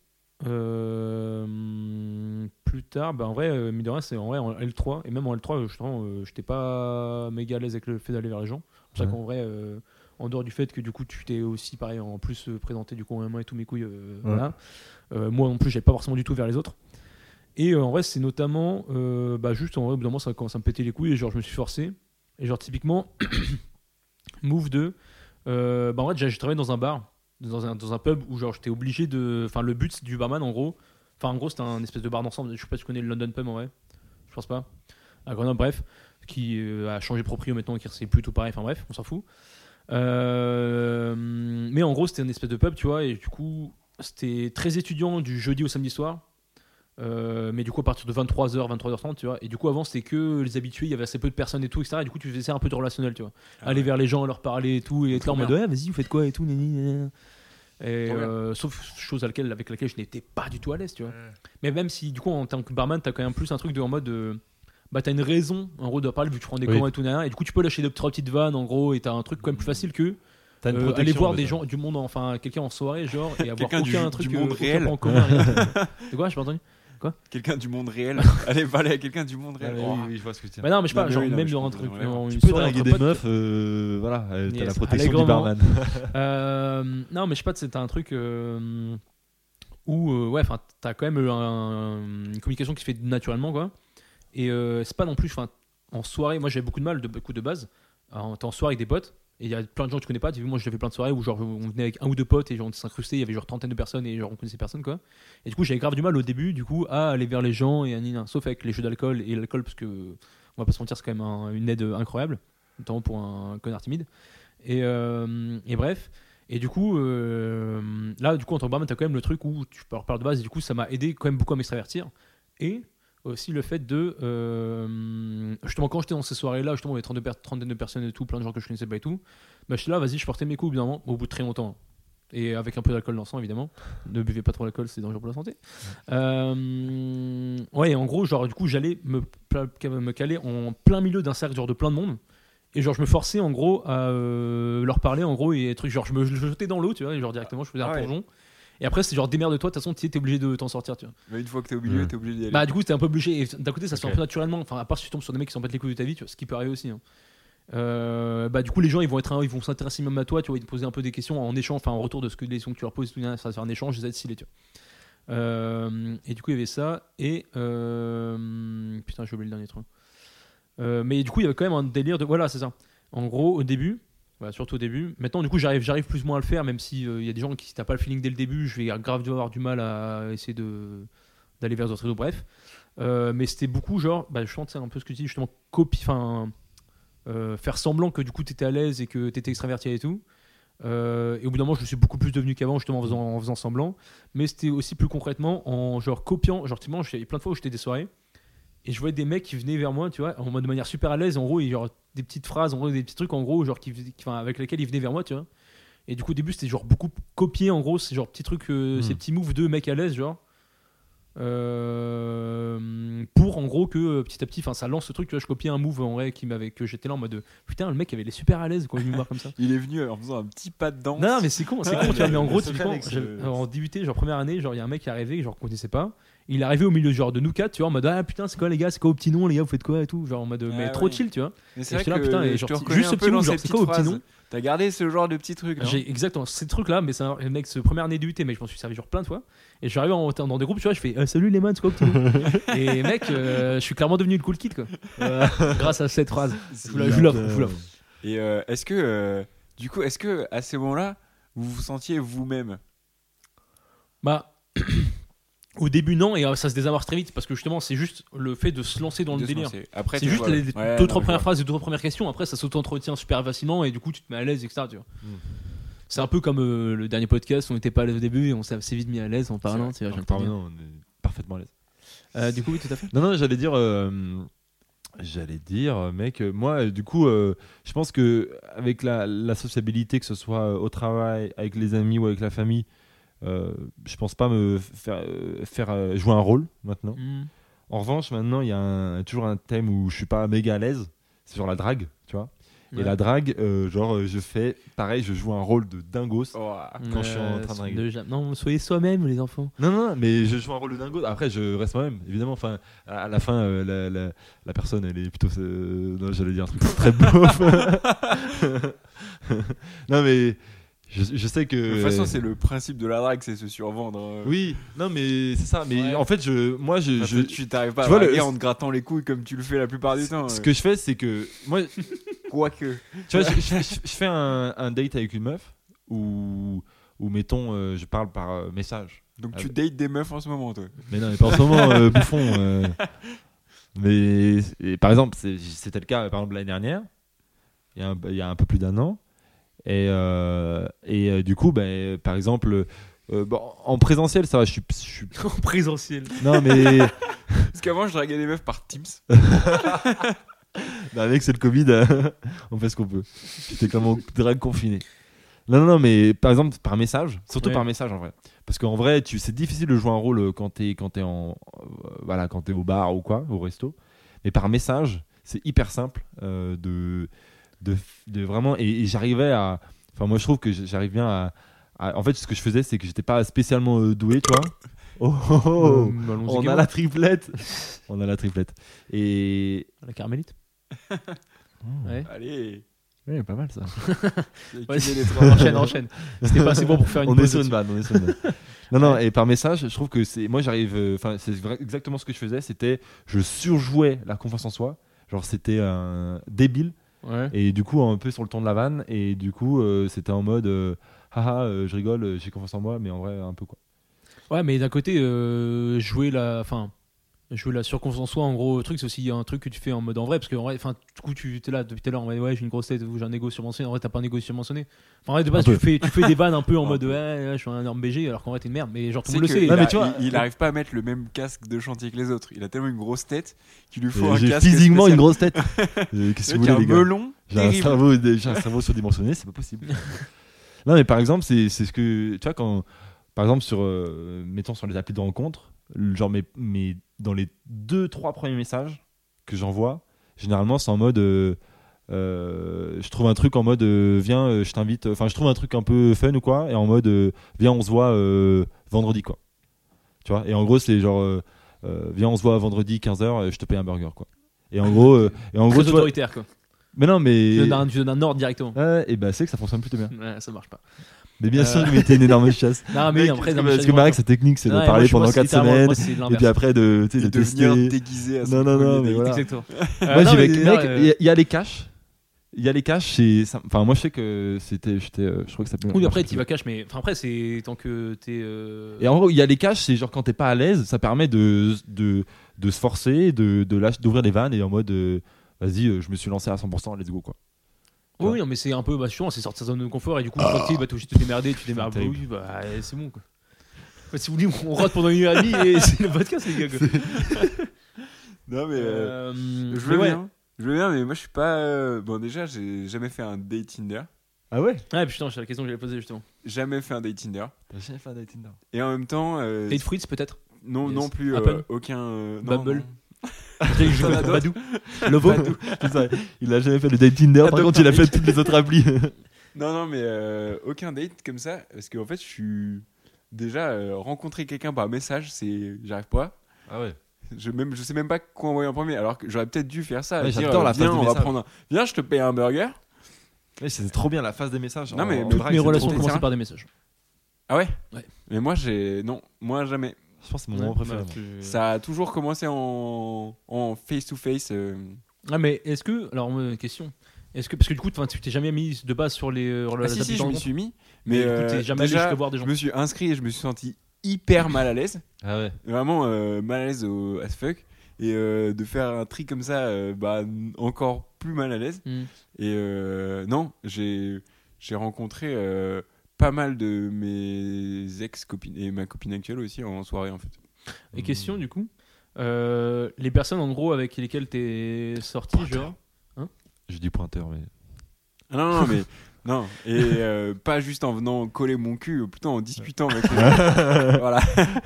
euh, plus tard bah en vrai euh, mine de rien c'est en vrai en L trois et même en L trois justement euh, j'étais pas méga à l'aise avec le fait d'aller vers les gens c'est pour ça Ouais. qu'en vrai euh, en dehors du fait que du coup tu t'es aussi pareil en plus euh, présenté du coup en M un et tous mes couilles euh, voilà. Euh, moi non plus j'allais pas forcément du tout vers les autres et euh, en vrai c'est notamment euh, bah juste en vrai au bout d'un moment ça commence à me péter les couilles et genre je me suis forcé et genre typiquement move de euh, bah en vrai déjà j'ai travaillé dans un bar dans un, dans un pub où genre j'étais obligé de enfin le but du barman en gros enfin en gros c'était un espèce de bar d'ensemble je sais pas si tu connais le London Pub en vrai je pense pas à Grenoble bref qui euh, a changé de proprio maintenant qui c'est plutôt pareil enfin bref on s'en fout euh, mais en gros c'était une espèce de pub tu vois et du coup c'était très étudiant du jeudi au samedi soir euh, mais du coup à partir de vingt-trois heures vingt-trois heures trente tu vois et du coup avant c'était que les habitués il y avait assez peu de personnes et tout etc et du coup tu faisais ça un peu de relationnel tu vois Ah aller ouais. vers les gens leur parler et tout et être là en Trop mode ouais vas-y vous faites quoi et tout nani, nani. Et Trop bien. euh, sauf chose à laquelle, avec laquelle je n'étais pas du tout à l'aise tu vois mais même si du coup en tant que barman t'as quand même plus un truc de en mode euh, bah t'as une raison en gros de parler vu que tu prends des Oui. commandes et tout nana, et du coup tu peux lâcher deux trois petites vannes en gros et t'as un truc quand même plus facile que T'as une euh, protection, aller voir en des fait. gens du monde enfin quelqu'un en soirée genre et avoir Quelqu'un aucun du- truc du monde euh, aucun réel. point en commun rien. C'est quoi j'ai pas entendu Quelqu'un du monde réel. Allez, parler à quelqu'un du monde Ah, réel. mais Oh. oui, oui, je vois ce que tu dis. bah non mais je sais Non, pas mais genre oui, non, même mais je dans un comprends, truc ouais, dans ouais. une Tu peux soirée draguer entre des potes, meufs, euh, voilà, euh, t'as Yes, la protection du allègrement. barman. Euh, non mais je sais pas c'est un truc euh, où euh, ouais enfin t'as quand même euh, un- une communication qui se fait naturellement quoi et euh, c'est pas non plus enfin en soirée moi j'avais beaucoup de mal de beaucoup de base alors, t'es en soirée avec des potes et il y a plein de gens que tu connais pas tu vois, moi j'ai fait plein de soirées où genre on venait avec un ou deux potes et genre on s'incrustait il y avait genre trentaine de personnes et genre on connaissait personne quoi et du coup j'avais grave du mal au début du coup à aller vers les gens et à nina sauf avec les jeux d'alcool et l'alcool parce que on va pas se mentir c'est quand même un- une aide incroyable notamment pour un connard timide et, euh, et bref et du coup euh, là du coup en tant que barman t'as quand même le truc où tu peux reparler de base et du coup ça m'a aidé quand même beaucoup à m'extravertir et aussi le fait de euh, justement quand j'étais dans ces soirées là justement il y avait trente-deux per- trentaine de personnes et tout plein de gens que je connaissais pas et tout bah j'étais là vas-y je portais mes coups évidemment au bout de très longtemps et avec un peu d'alcool dans le sang évidemment ne buvez pas trop d'alcool c'est dangereux pour la santé euh, ouais en gros genre du coup j'allais me, pla- me caler en plein milieu d'un cercle genre de plein de monde et genre je me forçais en gros à euh, leur parler en gros et trucs genre je me je jetais dans l'eau tu vois et genre directement je faisais un Ah ouais. plongeon et après c'est genre démerde-toi de toute façon tu es obligé de t'en sortir tu vois. Mais une fois que t'es au milieu, Mm. t'es obligé d'y aller. Bah du coup t'es un peu obligé et d'un côté ça se fait Ok. un peu naturellement enfin à part si tu tombes sur des mecs qui s'en battent les couilles de ta vie tu vois ce qui peut arriver aussi hein. Euh, bah du coup les gens ils vont être un- ils vont s'intéresser même à toi tu vois ils te poser un peu des questions en échange enfin en retour de ce que les questions que tu leur poses tout ça va faire un échange ça va être stylé tu vois. Euh, et du coup il y avait ça et euh, putain j'ai oublié le dernier truc euh, mais du coup il y avait quand même un délire de voilà c'est ça en gros au début voilà, surtout au début maintenant du coup j'arrive j'arrive plus ou moins à le faire même si il y a des gens qui si t'as pas le feeling dès le début je vais grave avoir du mal à essayer de d'aller vers d'autres réseaux bref euh, mais c'était beaucoup genre bah je pense c'est un peu ce que tu dis justement copie enfin euh, faire semblant que du coup t'étais à l'aise et que t'étais extraverti et tout euh, et au bout d'un moment je suis beaucoup plus devenu qu'avant justement en faisant, en faisant semblant mais c'était aussi plus concrètement en genre copiant genre typiquement il y a plein de fois où j'étais des soirées Et je voyais des mecs qui venaient vers moi, tu vois, en mode de manière super à l'aise, en gros, et genre des petites phrases, en gros, des petits trucs, en gros, genre qui, qui, enfin, avec lesquels ils venaient vers moi, tu vois. Et du coup, au début, c'était genre beaucoup copié, en gros, c'est genre petits trucs, euh, Mm. ces petits moves de mecs à l'aise, genre. Euh, pour en gros que euh, petit à petit, enfin, ça lance ce truc, tu vois, je copiais un move en vrai qui m'avait, que j'étais là en mode de, putain, le mec avait les super à l'aise quand il me voir comme ça. Il est venu en faisant un petit pas de danse. Non, non, mais c'est con, c'est con, tu vois, mais en gros, Ça fait typiquement, avec ce- j'avais- en D U T, genre première année, genre il y a un mec qui est arrivé, genre qu'on connaissait pas. Il est arrivé au milieu genre de nous quatre, tu vois, en mode ah putain, c'est quoi les gars, c'est quoi au petit nom, les gars, vous faites quoi et tout, genre en mode mais Ah trop ouais. chill, tu vois. Mais Et c'est vrai j'étais là, que putain, et je genre, te juste reconnais ce un petit peu move, dans genre, ces c'est petites quoi au petit phrases. nom. T'as gardé ce genre de petits trucs. non J'ai exactement ces trucs là, mais c'est un mec, ce première année D U T, mais je m'en suis servi genre plein de fois. Et je suis arrivé en- dans des groupes, tu vois, je fais ah, salut les man, c'est quoi au petit nom. Et mec, euh, je suis clairement devenu le cool kid quoi. Grâce à cette phrase. Je vous la- je vous l'offre, je vous l'offre. Et euh, est-ce que, euh, du coup, est-ce que à ces moments-là, vous vous sentiez vous-même? Bah. Au début non, et euh, ça se désamorce très vite parce que justement c'est juste le fait de se lancer dans le De se délire. lancer. Après, C'est tu juste vois, les ouais, deux non, trois je premières vois. phrases et deux trois premières questions. Après ça s'auto-entretient super facilement et du coup tu te mets à l'aise, et cetera. Tu vois. Mm. C'est un peu comme euh, le dernier podcast, on n'était pas à l'aise au début et on s'est assez vite mis à l'aise en parlant. Tu vois, En j'aime pas bien. parlant, on est parfaitement à l'aise. Euh, du coup oui tout à fait. Non, non, j'allais dire, euh, j'allais dire, euh, mec, euh, moi, euh, du coup, euh, je pense que avec la, la sociabilité, que ce soit euh, au travail, avec les amis ou avec la famille, euh, je pense pas me faire, euh, faire euh, jouer un rôle maintenant. Mm. En revanche, maintenant, il y a un- toujours un thème où je suis pas méga à l'aise, c'est genre la drague, tu vois. Ouais. Et la drague, euh, genre, euh, je fais pareil, je joue un rôle de dingos. Oh, quand je suis en Euh, train de draguer. de ja- Non, soyez soi-même les enfants. Non, non, mais je joue un rôle de dingo. Après, je reste moi-même, évidemment. Enfin, à à la fin, euh, la, la, la personne, elle est plutôt. euh, non, j'allais dire un truc très beauf. Non, mais je, je sais que. De toute façon, c'est le principe de la drague, c'est se survendre. hein. Oui, non, mais c'est ça. Mais Ouais. en fait, je, moi, je. Enfin, je tu t'arrives pas tu à vois, draguer le- en te grattant les couilles comme tu le fais la plupart du temps. ce euh. que je fais, c'est que. Moi, Quoique. tu vois, je, je- je- je fais un, un date avec une meuf où, où mettons, euh, je parle par euh, message. Donc Ah tu bah. dates des meufs en ce moment, toi. Mais non, mais pas en ce moment, euh, bouffon. euh. Mais et par exemple, c'est- c'était le cas par exemple l'année dernière, il y a un, il y a un peu plus d'un an. Et, euh, et euh, du coup, ben, par exemple, euh, bon, en présentiel, ça va, je suis. je suis- En présentiel. Non, mais. Parce qu'avant, je draguais des meufs par Teams. bah, mec, c'est le Covid, euh, on fait ce qu'on peut. J'étais comme en drague confiné. Non, non, non, mais par exemple, par message, surtout Ouais. par message en vrai. Parce qu'en vrai, tu, c'est difficile de jouer un rôle quand t'es, quand t'es en, euh, voilà, quand t'es au bar ou quoi, au resto. Mais par message, c'est hyper simple euh, de, de, de vraiment. Et, et j'arrivais à. Enfin, moi, je trouve que j'arrive bien à, à- En fait, ce que je faisais, c'est que j'étais pas spécialement euh, doué, tu vois. Oh, oh, oh. Euh, allons-y On a gaiement. la triplette. On a la triplette. Et. La carmélite. Ouais. Allez. Oui, pas mal ça. Ouais, Accuser les trois. enchaîne, enchaîne. C'était pas assez bon pour faire une On pause est sur une là-dessus. vanne, on est sur une vanne. Non, non, et par message, je trouve que c'est. Moi, j'arrive. Enfin, c'est vrai- exactement ce que je faisais. C'était. Je surjouais la confiance en soi. Genre, c'était un débile. Ouais. Et du coup, un peu sur le ton de la vanne. Et du coup, euh, c'était en mode. euh, Haha, euh, je rigole, euh, j'ai confiance en moi, mais en vrai, un peu quoi. Ouais, mais d'un côté, euh, jouer la, enfin, jouer la surconfiance en soi, en gros, truc, c'est aussi un truc que tu fais en mode en vrai, parce que en vrai, enfin, du coup, tu es là depuis tout à l'heure, en mode, ouais, j'ai une grosse tête, ou j'ai un ego surmentionné. En vrai, t'as pas un ego surmentionné. Enfin, en vrai, de base, Un tu peu. fais, tu fais des vannes un peu en Un mode, peu. ouais, ouais, je suis un énorme B G, alors qu'en vrai, t'es une merde. Mais genre, tout C'est le monde le que sait. il, Non, mais a- tu vois, il, il arrive pas à mettre le même casque de chantier que les autres. Il a tellement une grosse tête qu'il lui faut Et un J'ai casque. physiquement spécial. une grosse tête. Euh, Qu'est-ce que Le vous mec a voulez, un les gars melon J'ai un, terrible. cerveau, j'ai un cerveau surdimensionné, c'est pas possible. Non, mais par exemple, c'est c'est ce que. Tu vois, quand. Par exemple, sur. euh, mettons sur les applis de rencontre, le- genre, mes, mes, dans les deux, trois premiers messages que j'envoie, généralement, c'est en mode. euh, euh, je trouve un truc en mode. euh, viens, euh, je t'invite. Enfin, je trouve un truc un peu fun ou quoi, et en mode. euh, viens, on se voit euh, vendredi, quoi. Tu vois, et en gros, c'est genre. euh, euh, viens, on se voit vendredi, quinze heures, je te paye un burger, quoi. Et en gros, euh, et en gros Très tu vois, autoritaire, quoi. mais non, mais. Tu donnes un, tu donnes un ordre directement. Ouais, et bah c'est que ça fonctionne plutôt bien. Ouais, ça marche pas. Mais bien Euh. sûr, je mettais une énorme chasse. Non, mais Mec, après, parce non, que, mais parce que j'allais Marek, voir. sa technique, c'est de Ouais, moi, parler je- moi, pendant c'est quatre littéralement- semaines. moi, c'est Et l'inverse. puis après, de, tu sais, Et de devenir tester. déguisé à son Non, non, non, premier mais date. voilà. Exactement. Moi, Euh, non, j'y vais. mais Mec, là, il euh, y a- il y, a les caches. Il y a les caches. c'est- ça- Enfin, moi, je sais que c'était. j'étais, euh, Je crois que ça peut. Oui, après, tu vas cash, mais enfin, après, c'est tant que t'es. euh, Et en gros, il y a les caches, c'est genre quand t'es pas à l'aise, ça permet de, de, de se forcer, de, de lâcher- d'ouvrir des vannes et en mode euh, vas-y, euh, je me suis lancé à cent pour cent, let's go quoi. Oui, oui, non, mais c'est un peu, bah, chiant, c'est sortir de sa zone de confort et du coup, une fois que t'es, bah, t'es obligé de te démerder, tu démerdes. Bah, terrible. oui, bah, euh, c'est bon quoi. Bah, si vous voulez, on rate pendant une heure et demie et c'est le podcast, les gars. Quoi. Non, mais. euh, Euh, je mais veux ouais. bien. Je veux bien, mais moi, je suis pas. euh, Bon, déjà, j'ai jamais fait un date Tinder. Ah ouais? Ouais, putain, c'est la question que j'allais poser justement. Jamais fait un date Tinder. T'as jamais fait un date Tinder? Et en même temps. euh, Date Fritz peut-être. non, Yes. non plus. euh, Apple. aucun. euh, non, Bumble. non. J'ai joué T'en as avec Badou. Lovo. Badou. C'est ça, il a jamais fait le date Tinder, par Attends, contre il a attends, fait toutes les autres applis. Non, non, mais euh, aucun date comme ça. Parce qu'en fait, je suis. Déjà, euh, rencontrer quelqu'un par message, c'est. J'arrive pas. Ah ouais. Je, même, je sais même pas quoi envoyer en premier. Alors que j'aurais peut-être dû faire ça. Ouais, dire, j'adore euh, la viens, phase de on va message. prendre un... Viens, je te paye un burger. Ouais, c'est trop bien la phase des messages. Non, en- mais en toutes drague, Mes c'est relations trop- commencent commencent par des messages. Ah ouais Ouais. Mais moi, j'ai. Non, moi, jamais. Je pense que c'est mon moment préféré. Ouais, moi. tu- Ça a toujours commencé en, en face-to-face. euh. Ah, mais est-ce que. Alors, euh, question. Est-ce que. Parce que du coup, enfin, tu t'es jamais mis de base sur les. euh, Ah les si, si, applis de je m'y rencontre. suis mis. Mais Mais du coup, euh, t'es jamais allé déjà, jusqu'à voir des gens. je me suis inscrit et je me suis senti hyper mal à l'aise. Ah ouais. Vraiment euh, mal à l'aise au as fuck. Et euh, de faire un tri comme ça, euh, bah, encore plus mal à l'aise. Hmm. Et euh, non, j'ai j'ai rencontré euh, pas mal de mes ex-copines et ma copine actuelle aussi en soirée en fait. Et question du coup. euh, les personnes en gros avec lesquelles t'es sorti, genre. J'ai du pointeur, mais. Ah non, non, mais non. Et euh, pas juste en venant coller mon cul, plutôt en discutant avec les gens. Voilà.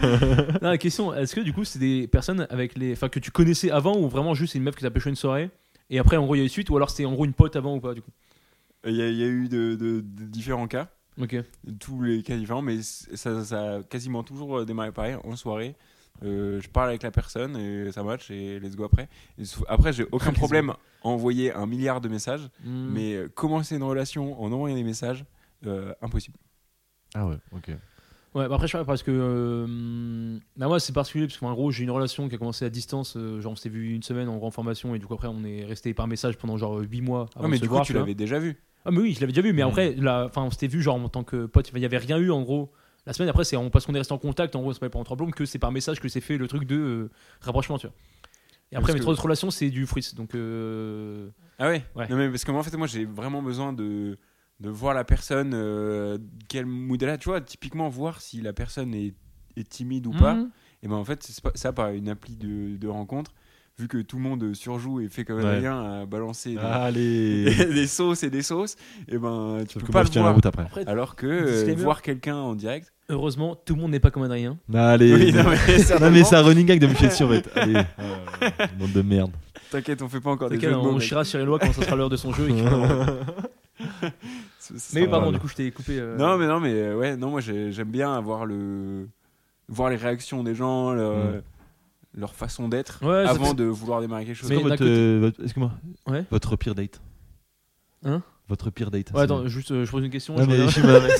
Non, la question, est-ce que du coup c'est des personnes avec les, enfin que tu connaissais avant ou vraiment juste c'est une meuf qui t'a pêché une soirée et après en gros il y a eu suite ou alors c'était en gros une pote avant ou pas du coup. Il y, a- il y a eu de, de- de différents cas, Ok. tous les cas différents, mais c- ça, ça a quasiment toujours démarré pareil, en soirée. Euh, je parle avec la personne et ça match et let's go après. Et sou- après, j'ai aucun Let's go. problème à envoyer un milliard de messages, Hmm. mais euh, commencer une relation en envoyant des messages, euh, impossible. Ah ouais, ok. Ouais, bah après je sais pas parce que euh, bah moi c'est particulier parce qu'en gros j'ai une relation qui a commencé à distance, euh, genre on s'était vu une semaine en grande formation et du coup après on est resté par message pendant genre huit mois avant Non, mais de se du coup, voir, tu vois. l'avais déjà vu. Ah mais oui, je l'avais déjà vu, mais Mm. après, là, enfin, on s'était vu genre en tant que pote. Il y avait rien eu en gros. La semaine après, c'est en- parce qu'on est resté en contact. En gros, c'est pas pendant trois plombes que c'est par message que c'est fait le truc de euh, rapprochement, tu vois. Et après, Parce mes que- trois autres relations, c'est du fruits. Donc, euh, Ah ouais, Ouais. Non, mais parce que moi, en fait, moi, j'ai vraiment besoin de, de voir la personne, euh, quel mood elle a. Tu vois, typiquement, voir si la personne est, est timide ou pas. mhm. Et ben en fait, c'est pas, ça, par une appli de, de rencontre, vu que tout le monde surjoue et fait comme Ouais. rien à balancer des, Allez. des, des sauces et des sauces, et ben tu Sauf peux que pas moi, le je tiens la voir. route après. Après, Alors que euh, Disclaimer. voir quelqu'un en direct. heureusement, tout le monde n'est pas comme Adrien. Allez. Oui, non, mais Non, mais certainement. c'est un running gag de me chier dessus en fait. Allez. Oh, monde de merde. T'inquiète, on fait pas encore des T'inquiète, jeux de mots. on mec. chira Cyrilois quand ça sera l'heure de son jeu. Et qu'il fera- Ce- ce mais sera- pardon, mal. du coup, je t'ai coupé. euh, Non, mais non, mais euh, ouais, non, moi j'ai- j'aime bien avoir le voir les réactions des gens, leur, Mm. leur façon d'être, Ouais, ça avant fait- de vouloir démarrer quelque chose. Mais C'est quoi d'un votre, côté- euh, votre- excuse-moi. Ouais. Votre pire date. Hein Votre pire date. Ouais, c'est- attends, juste, euh, je pose une question. Non, je mais reviens. je suis mal.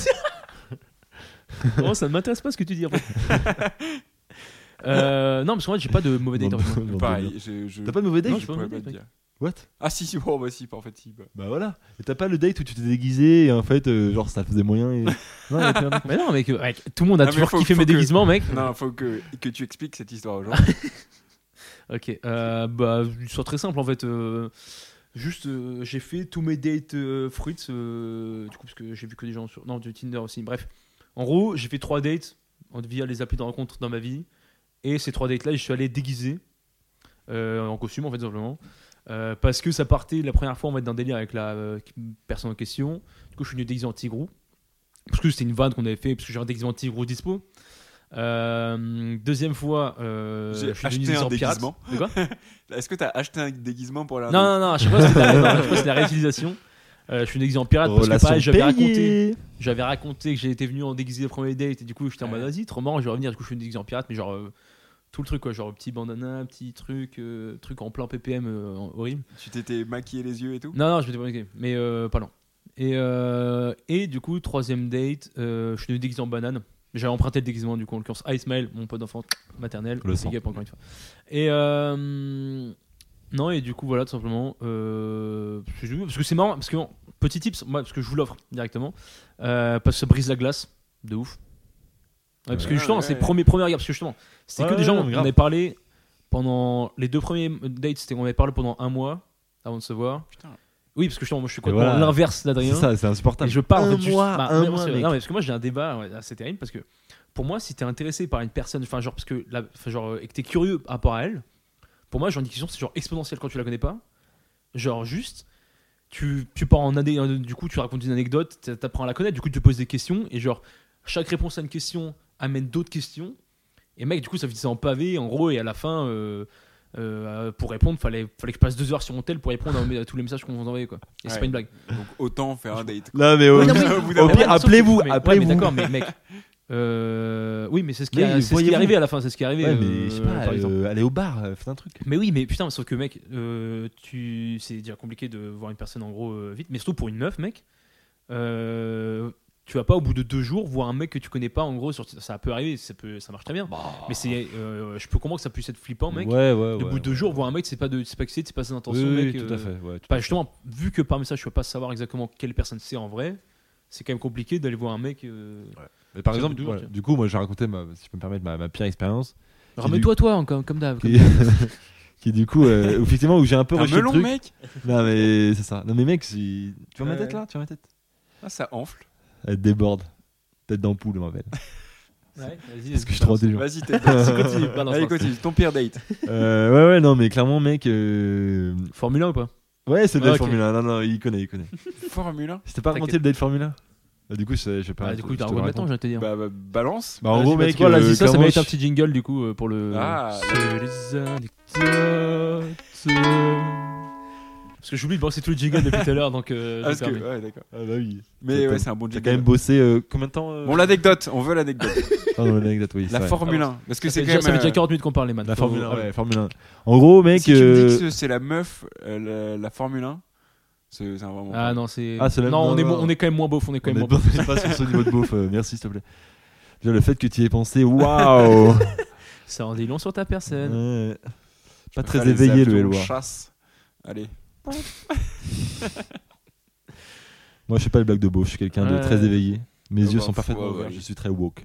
Oh, ça ne m'intéresse pas ce que tu dis. En fait. Euh, non, parce qu'en fait, j'ai pas de mauvais date. en fait, moi. Pareil, je, je, T'as pas de mauvais date Non, je j'ai pas de pourrais mauvais pas te date, dire. What? Ah si, si, oh, bah si, en fait, si. Bah. Bah voilà. Et t'as pas le date où tu t'es déguisé et en fait, euh, genre ça faisait moyen et. Non, y a plein de- Mais non, mec, mec, tout le monde a Ah, mais toujours faut- kiffé faut mes que- déguisements, mec. Non, faut que, que tu expliques cette histoire aux gens. Ok, euh, bah, une histoire très simple en fait. euh, juste, euh, j'ai fait tous mes dates euh, fruits, euh, du coup, parce que j'ai vu que des gens sur. Non, du Tinder aussi. Bref, en gros, j'ai fait trois dates en- via les applis de rencontre dans ma vie. Et ces trois dates là, je suis allé déguisé, euh, en costume en fait, simplement. Euh, parce que ça partait la première fois, on va être d'un délire avec la euh, personne en question. Du coup, je suis venu déguisé en tigrou. Parce que c'était une vanne qu'on avait fait, parce que j'ai un déguisement en tigrou dispo. Euh, deuxième fois, euh, J'ai je suis acheté venu un en pirate. déguisement. De quoi Est-ce que t'as acheté un déguisement pour la Non, non, non, à chaque fois c'était la, non, à chaque fois, c'était la réutilisation. Euh, je suis déguisé en pirate parce que Relation pareil, j'avais raconté, payée. j'avais raconté que j'étais venu en déguisé le premier date et du coup j'étais en mode Ouais. vas-y, trop marrant, je vais revenir. Du coup, je suis déguisé en pirate, mais genre euh, tout le truc quoi, genre petit bandana, petit truc, euh, truc en plein P P M euh, horrible. Tu t'étais maquillé les yeux et tout. Non, non, je m'étais pas maquillé, mais euh, pas loin. Et, euh, et du coup, troisième date, euh, je suis venu déguisé en banane. J'avais emprunté le déguisement du coup, en l'occurrence Ismail, mon pote d'enfant maternel, Le big sang. up encore une fois. Et euh, non, et du coup, voilà, tout simplement. Euh, parce que parce que c'est marrant, parce que bon, petit tips, moi, parce que je vous l'offre directement, euh, parce que ça brise la glace, de ouf. Ouais, parce que Ouais, justement, ouais, c'est ouais. premier, premier regard, parce que justement, c'était Ouais, que des ouais, gens, ouais, on grave. avait parlé pendant les deux premiers dates, c'était on avait parlé pendant un mois avant de se voir. Putain. Oui, parce que justement, moi je suis Et complètement voilà. l'inverse C'est d'Adrien. ça, c'est Et insupportable. je parle Un de mois, bah, un ouais, mois, c'est- mec. non, mais parce que moi j'ai un débat ouais, assez terrible parce que pour moi si t'es intéressé par une personne, enfin genre parce que la, enfin, genre et que t'es curieux par rapport à elle, Pour moi, genre une discussion, c'est genre exponentiel quand tu la connais pas. Genre juste, tu, tu pars en ané- du coup, tu racontes une anecdote, tu apprends à la connaître, du coup, tu te poses des questions et genre chaque réponse à une question amène d'autres questions. Et mec, du coup, ça finissait en pavé, en gros, et à la fin, euh, euh, pour répondre, fallait, fallait que je passe deux heures sur mon tel pour répondre à, à tous les messages qu'on vous envoyait, quoi. Et Ouais. c'est pas une blague. Donc autant faire un date. Non, mais au, Ouais, non, mais- Au bout d'un au moment, pire, Ouais, sauf que- appelez-vous, mais- appelez-vous. Ouais, mais d'accord, mais mec. euh, oui, mais c'est ce qui, Mais a- c'est ce qui est voyez-vous. arrivé à la fin, c'est ce qui est arrivé. Ouais, euh, mais je sais pas, par exemple. euh, allez au bar, euh, faites un truc. Mais oui, mais putain, sauf que mec, euh, tu... c'est déjà compliqué de voir une personne en gros euh, vite, mais surtout pour une meuf, mec. Euh, tu vas pas au bout de deux jours voir un mec que tu connais pas en gros. Sur... Ça peut arriver, ça, peut... ça marche très bien. Mais c'est, euh, je peux comprendre que ça puisse être flippant, mec. Ouais, ouais, Au ouais. bout de deux jours, voir un mec, c'est pas de, c'est pas que c'est, c'est pas ses intentions, Oui, oui, mec. tout euh, à fait. Ouais, tout Bah, à fait. justement, vu que par message, je peux pas savoir exactement quelle personne c'est en vrai. C'est quand même compliqué d'aller voir un mec. Euh... Mais par Ça exemple, peut voilà, toujours, du coup, moi j'ai raconté, ma, si je peux me permettre, ma, ma pire expérience. Ramène-toi, toi, hein, comme, comme d'hab. comme Qui, d'hab. qui du coup, euh, effectivement, où j'ai un peu Un rushé le melon, truc. mec. Non, mais c'est ça. Non, mais mec, si... tu vois ma Ouais. tête là Tu vois ma tête Ah, ça enfle. Elle déborde. Tête d'ampoule, on m'appelle. Ouais, vas-y, Parce que je suis trop intelligent. Vas-y, t'es Continue, balance, Allez, balance. continue. Ton pire date. Euh, ouais, ouais, non, mais clairement, mec. euh, Formule un ou pas? Ouais, c'est le Ah, date ok. Formule un. Non, non, il connaît, il connaît. Formule un. C'était pas T'inquiète. remonté le date Formule un Bah, du coup, je je sais pas. Bah, du coup, je t'as te un le gros maintenant, raconte. je vais te dire. Bah, bah, balance. Bah, en Vas-y, gros, bah, mec. tu vois, là, euh, ça, ça clairement, mérite un je- petit jingle du coup euh, pour le. Ah, c'est les anecdotes. Parce que j'oublie de balancer tous les jingles depuis tout à l'heure, donc. Euh, Ah, je parce que, me permets. ouais, d'accord. Ah, bah oui. Mais Attends, ouais, c'est un bon T'as jingle. quand même bossé euh, combien de temps euh Bon, l'anecdote. On veut l'anecdote. Pardon, l'anecdote, oui. c'est La vrai. Formule un. Parce que Ça c'est fait quand déjà- même. ça fait déjà euh, quarante minutes qu'on parle, les man. La Faut- Formule un, ah, ouais, Formule un. En gros, mec. Si tu me euh, dis que c'est la meuf, euh, la, la Formule un, c'est c'est un vraiment. Ah non, c'est. Ah, c'est la- non, non, on, est, non. mo- on est quand même moins beauf, on est quand On même est moins beauf. pas- pas sur ce niveau de beauf, euh, merci s'il te plaît. Déjà le fait que tu y aies pensé, waouh. Ça en dit long sur ta personne. Ouais. Je Pas peux très faire les éveillé le avions Eloi. chasse. Allez. Moi je fais pas les blagues de beauf, je suis quelqu'un de Ouais. très éveillé. Mes Ah yeux bah, sont faut- parfaitement ouais, ouverts, ouais. je suis très woke.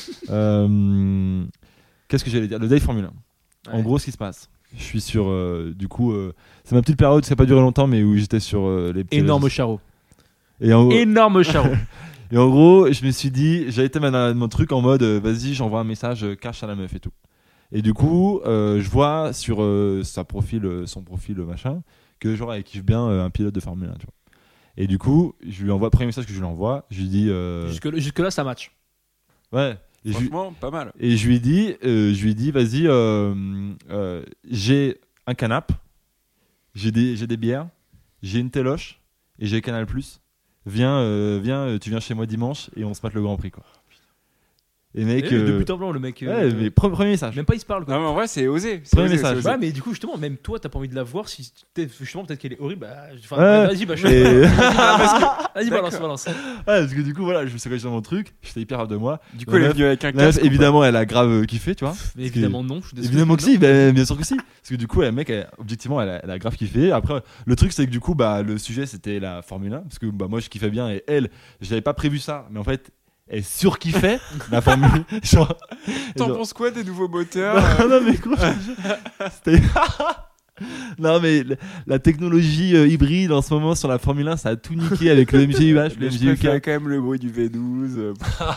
Euh, Qu'est-ce que j'allais dire? Le Dave Formule un. En Ouais. gros, ce qui se passe, je suis sur. euh, du coup, euh, c'est ma petite période, ça n'a pas duré longtemps, mais où j'étais sur euh, les petits. Énorme réseaux. charreau. Et en, gros- Énorme charreau. et en gros, je me suis dit, j'ai été ma- mon truc en mode, euh, vas-y, j'envoie un message euh, cash à la meuf et tout. Et du coup, euh, je vois sur euh, sa profil, euh, son profil euh, machin, que genre elle kiffe bien euh, un pilote de Formule un, tu vois. Et du coup, je lui envoie le premier message que je lui envoie, je lui dis, euh, Jusque, jusque-là, ça match. ouais. Et je, lui- Franchement, pas mal. et je lui dis, euh, je lui dis, vas-y, euh, euh, j'ai un canap, j'ai des, j'ai des bières, j'ai une téloche et j'ai Canal Plus. Viens, euh, viens, euh, tu viens chez moi dimanche et on se mate le Grand Prix, quoi. Et mec, Et euh, de but en blanc, le mec. ouais, euh, mais pre- premier message. Même pas, il se parle. Quoi. Non, mais en vrai, c'est osé. C'est Premier osé, message. c'est osé. Ouais, mais du coup, justement, même toi, t'as pas envie de la voir. Si t'es- justement, peut-être qu'elle est horrible. Bah, enfin, Ouais. vas-y, bah, je Et- Vas-y, balance, D'accord. balance. Ouais, parce que du coup, voilà, je me suis engagé dans mon truc, j'étais hyper fier de moi. Du coup, elle est La venue avec un La meuf, casque. ou pas évidemment, elle a grave euh, kiffé, tu vois. Mais évidemment, non. Je suis désolé. Évidemment que Non. si, ben, bien sûr que si. Parce que du coup, la mec, elle- objectivement, elle a, elle a grave kiffé. Après, le truc, c'est que du coup, bah, le sujet, c'était la Formule un. Parce que bah, moi, je kiffais bien et elle, j'avais pas prévu ça. Mais en fait, elle surkiffait la Formule. Genre, T'en genre- penses quoi des nouveaux moteurs non, non, mais gros, je te jure, c'était. Non, mais la, la technologie euh, hybride en ce moment sur la Formule un, ça a tout niqué avec le M G U H, le Mais M je G U K. préférais quand même le bruit du V douze. euh,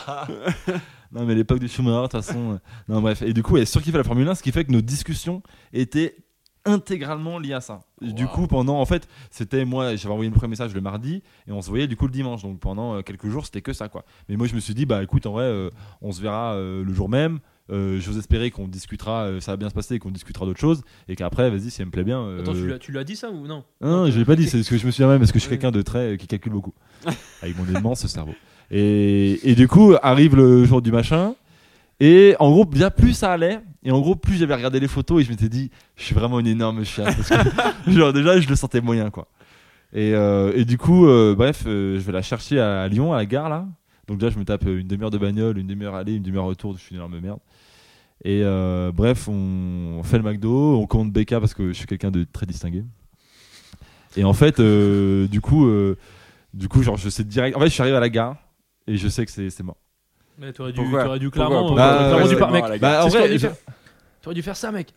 Non, mais l'époque de Schumacher, de toute façon. euh, Non, bref. Et du coup, elle surkiffait la Formule un, ce qui fait que nos discussions étaient intégralement liées à ça. Et Du Wow. coup, pendant, en fait, c'était moi, j'avais envoyé le premier message le mardi et on se voyait du coup le dimanche. Donc pendant euh, quelques jours, c'était que ça, quoi. Mais moi, je me suis dit, bah écoute, en vrai, euh, on se verra euh, le jour même. Euh, J'ose espérer qu'on discutera, euh, ça va bien se passer et qu'on discutera d'autres choses. Et qu'après, vas-y, si elle me plaît bien. euh, Attends, tu lui as- tu lui as dit ça ou non? non, non, je l'ai pas dit, c'est ce que je me suis dit même parce que je suis Ouais. quelqu'un de très qui calcule beaucoup avec mon immense cerveau. Et, et du coup, arrive le jour du machin et en gros, bien plus ça allait et en gros, plus j'avais regardé les photos et je m'étais dit, je suis vraiment une énorme chiasse parce que genre déjà, je le sentais moyen quoi. Et, euh, et du coup, euh, bref, euh, je vais la chercher à, à Lyon à la gare là. Donc là, je me tape une demi-heure de bagnole, une demi-heure aller, une demi-heure retour, je suis une énorme merde. Et euh, bref, on, on fait le McDo, on commande B K parce que je suis quelqu'un de très distingué. Et en fait, euh, du coup, euh, du coup, genre, je sais direct. En fait, je suis arrivé à la gare et je sais que c'est c'est mort. Mais t'aurais dû, Pourquoi t'aurais dû Pourquoi clairement. Pourquoi euh, Bah, clairement ouais, dû c'est par- mort mec. à la gare. Bah, en C'est ce que vrai, t'aurais dû je- faire. T'aurais dû faire ça, mec.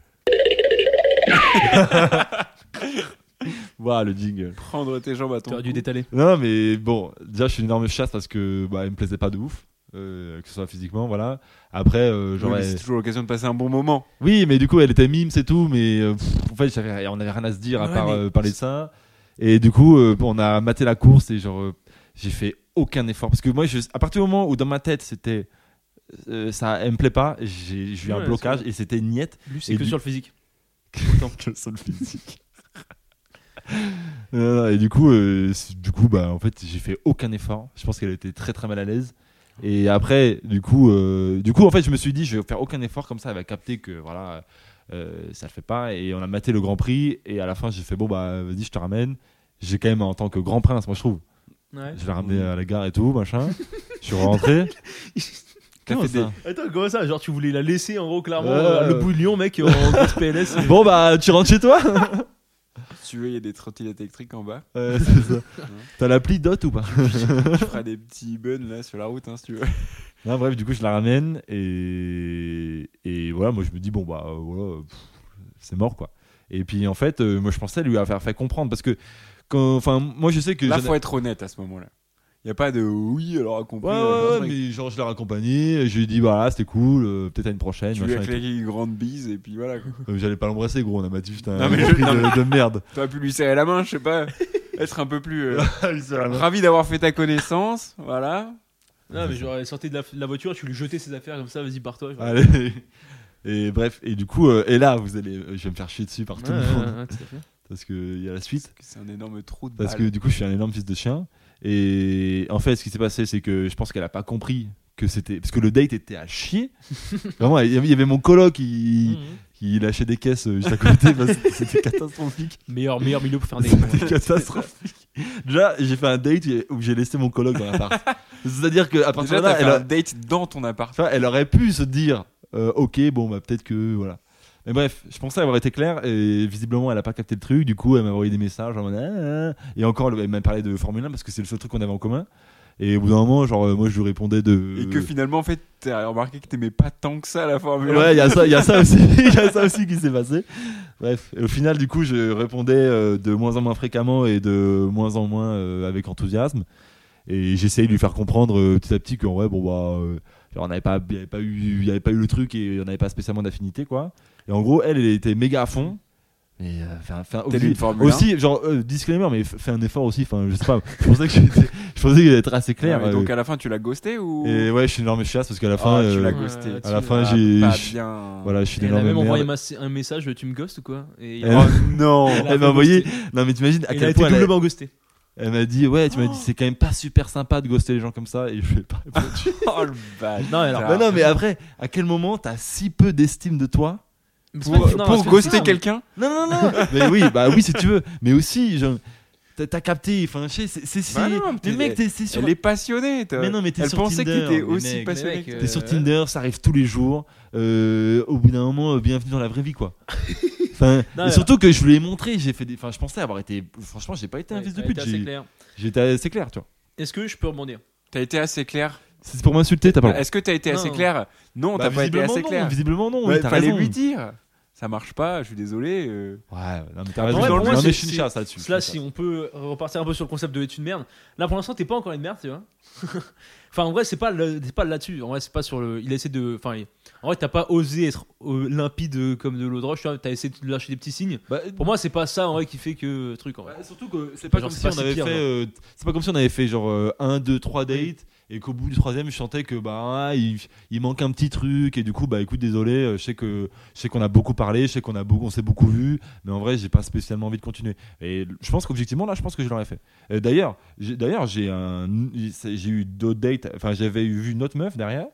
Voilà le jingle. Prendre tes jambes à ton T'aurais dû cou. détaler. Non, mais bon, déjà, je suis une énorme chasse parce que bah, elle me plaisait pas de ouf. euh, que ce soit physiquement, voilà. Après, euh, Oui, j'aurais. mais c'est toujours l'occasion de passer un bon moment. Oui, mais du coup, elle était mime, c'est tout. Mais euh, pff, en fait, j'avais- on avait rien à se dire à Ouais, part mais- euh, parler de ça. Et du coup, euh, on a maté la course et genre, euh, j'ai fait aucun effort parce que moi, je, à partir du moment où dans ma tête, c'était euh, ça, elle me plaît pas, j'ai j'ai eu un Ouais, blocage c'est et c'était niette. Lui, c'est Et que du- sur le physique. que sur le physique. Non, non, et du coup, euh, c'est- du coup, bah, en fait, j'ai fait aucun effort. Je pense qu'elle était très très mal à l'aise. Et après, du coup, euh, du coup, en fait, je me suis dit, je vais faire aucun effort comme ça. Elle va capter que voilà, euh, ça le fait pas. Et on a maté le Grand Prix. Et à la fin, j'ai fait bon bah, vas-y, je te ramène. J'ai quand même en tant que grand prince, moi je trouve. Ouais. Je l'ai ramené à la gare et tout, machin. Je suis rentré. T'as Comment fait ça Attends, comment ça? Genre, tu voulais la laisser en gros, clairement, Ouais. euh, le bouillon, mec, en grosse P L S. Bon bah, tu rentres chez toi. Si tu veux, il y a des trottinettes électriques en bas. Ouais, c'est ça. T'as l'appli Dot ou pas? Tu feras des petits buns là sur la route, hein, si tu veux. Non, bref, du coup, je la ramène et, et voilà, moi je me dis, bon, bah euh, voilà, pff, c'est mort quoi. Et puis en fait, euh, moi je pensais lui avoir fait comprendre parce que, quand, enfin, moi je sais que. Là, j'en ai- faut être honnête à ce moment-là. Il y a pas de oui, alors a compris. Ouais, euh, ouais, ouais, mais genre je l'ai raccompagné, je lui ai dit, voilà, c'était cool, euh, peut-être à une prochaine. Tu lui as machin et claqué une grande bise et puis voilà. quoi. tout. Euh, J'allais pas l'embrasser, gros, on a battu juste un Non, mais Grand je- Prix non, de, de merde. T'aurais pu lui serrer la main, je sais pas. Être un peu plus euh, C'est la main. ravi d'avoir fait ta connaissance, voilà. Non, mais j'aurais sorti de la, de la voiture, tu lui jetais ses affaires comme ça, vas-y, pars-toi. genre. Allez. Et bref, et du coup, euh, et là, vous allez, je vais me faire chier dessus par tout Ouais, le ouais, monde. ouais, tout à fait. Parce qu'il y a la suite. C'est un énorme trou de Parce balle. que du coup, je suis un énorme fils de chien. Et en fait, ce qui s'est passé, c'est que je pense qu'elle a pas compris que c'était. Parce que le date était à chier. Vraiment, il y avait- il y avait mon coloc qui, Mhm. qui lâchait des caisses euh, juste à côté. Parce que c'était catastrophique. Meilleur, meilleur milieu pour faire des. C'était catastrophique. Déjà, j'ai fait un date où j'ai laissé mon coloc dans l'appart. C'est-à-dire qu'à partir Déjà, de là, t'as fait elle, a- un date dans ton appart. enfin, elle aurait pu se dire euh, ok, bon, bah peut-être que. Voilà. Mais bref, je pensais avoir été clair et visiblement elle a pas capté le truc. Du coup, elle m'a envoyé des messages en mode, ah, ah. Et encore, elle m'a parlé de Formule un parce que c'est le seul truc qu'on avait en commun. Et au bout d'un moment, genre, euh, moi je lui répondais de. Et que finalement, en fait, t'as remarqué que t'aimais pas tant que ça la Formule un. Ouais, il y a ça, il y a ça aussi, il y a ça aussi qui s'est passé. Bref, et au final, du coup, je répondais euh, de moins en moins fréquemment et de moins en moins euh, avec enthousiasme. Et j'essayais de lui faire comprendre euh, petit à petit qu'en vrai, bon bah, euh, genre, on n'avait pas, il y avait pas eu, il y avait pas eu le truc et on n'avait pas spécialement d'affinité quoi. Et en gros, elle, elle était méga à fond. Et euh, fait un- fait un- T'as lu aussi, une Formule un aussi, genre euh, disclaimer, mais f- fais un effort aussi. Enfin, je sais pas. Je pensais que j'étais- je pensais qu'il allait être assez clair. Ouais, mais donc euh, à la fin, tu l'as ghosté ou et ouais, je suis une énorme chiasse parce qu'à la Ah, fin, tu euh, l'as Ouais, ghosté. tu à la fin, Ah, j'ai, pas je- bien. voilà, je suis une Elle a énorme même envoyé merde. ma- un message, tu me ghostes ou quoi? Et il Elle- a- Oh non. Elle a Elle m'a envoyé. ghosté. Non, mais t'imagines à il a quel été point elle, a- doublement ghosté. elle m'a dit, ouais, tu m'as Oh. dit, c'est quand même pas super sympa de ghoster les gens comme ça. Et je vais pas répondre. Oh le bâtard. Non, alors- Bah non, mais après, à quel moment t'as si peu d'estime de toi C'est Pour, pas- non, pour parce que ghoster c'est ça, quelqu'un Non, non, non. Mais oui, bah oui, si tu veux. Mais aussi, genre, t'as, t'as capté. Enfin, je sais, c'est, c'est, c'est- Bah non, mais t'es- mec, t'es, c'est sur. Elle est passionnée. t'as- Mais non, mais t'es Elle sur pensait Tinder, que t'étais mais aussi mec, passionné. mais mec, que- euh, T'es sur Tinder, ça arrive tous les jours. Euh, au bout d'un moment, euh, bienvenue dans la vraie vie, quoi. Enfin, Non, et surtout que je lui ai montré, j'ai fait des. Enfin, je pensais avoir été. Franchement, j'ai pas été un Ouais, fils de t'as pute. été assez J'ai, clair. j'ai été assez clair, tu vois. Est-ce que je peux rebondir? T'as été assez clair. C'est pour m'insulter, t'as pas le droit. Est-ce que t'as été assez Non. clair Non, Bah, t'as pas été visiblement assez non, clair. Visiblement non, Ouais, oui, t'as fallait raison. lui dire. Ça marche pas, je suis désolé. euh. Ouais, non, mais t'as En raison. vrai, pour moi, non, c'est- mais je suis une c'est- chasse là-dessus. Là, je suis si une chasse. on peut repartir un peu sur le concept de être une merde. Là, pour l'instant, t'es pas encore une merde, tu vois. Enfin, en vrai, c'est pas, le- c'est pas là-dessus. En vrai, c'est pas sur le. Il a essayé de. Enfin, il- en vrai, t'as pas osé être euh, limpide euh, comme de l'eau de roche. Tu vois. T'as essayé de lâcher des petits signes. Bah, Pour moi, c'est pas ça en vrai qui fait que truc en vrai. Ouais, surtout que c'est pas Genre, comme c'est si pas on si avait pire, fait genre. euh, c'est pas comme si on avait fait genre un deux trois dates et qu'au bout du troisième je sentais que bah il, il manque un petit truc et du coup bah écoute désolé, euh, je sais que je sais qu'on a beaucoup parlé, je sais qu'on a beaucoup on s'est beaucoup vu, mais en vrai j'ai pas spécialement envie de continuer. Et je pense qu'objectivement là je pense que je l'aurais fait. Euh, d'ailleurs j'ai, d'ailleurs j'ai un j'ai eu d'autres dates, enfin j'avais vu une autre meuf derrière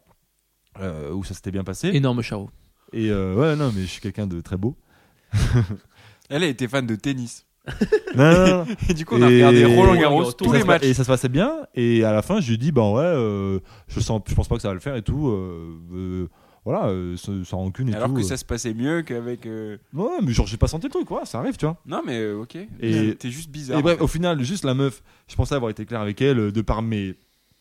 euh, où ça s'était bien passé. Énorme charo. Et euh, ouais non mais je suis quelqu'un de très beau. Elle, elle était fan de tennis. Non, non, non. Et du coup, on a Et- regardé Roland Garros Roland tous Ça les se pa- matchs. Et ça se passait bien. Et à la fin, je lui dis, bah ouais, euh, je sens, je pense pas que ça va le faire et tout. euh, euh, voilà, euh, sans, sans rancune et Alors tout. que euh. ça se passait mieux qu'avec. euh, Ouais, mais genre, j'ai pas senti le truc, quoi. Ça arrive, tu vois. Non, mais euh, ok. Et- T'es juste bizarre. Et bref, en fait. au final, juste la meuf, je pensais avoir été clair avec elle euh, de par mes,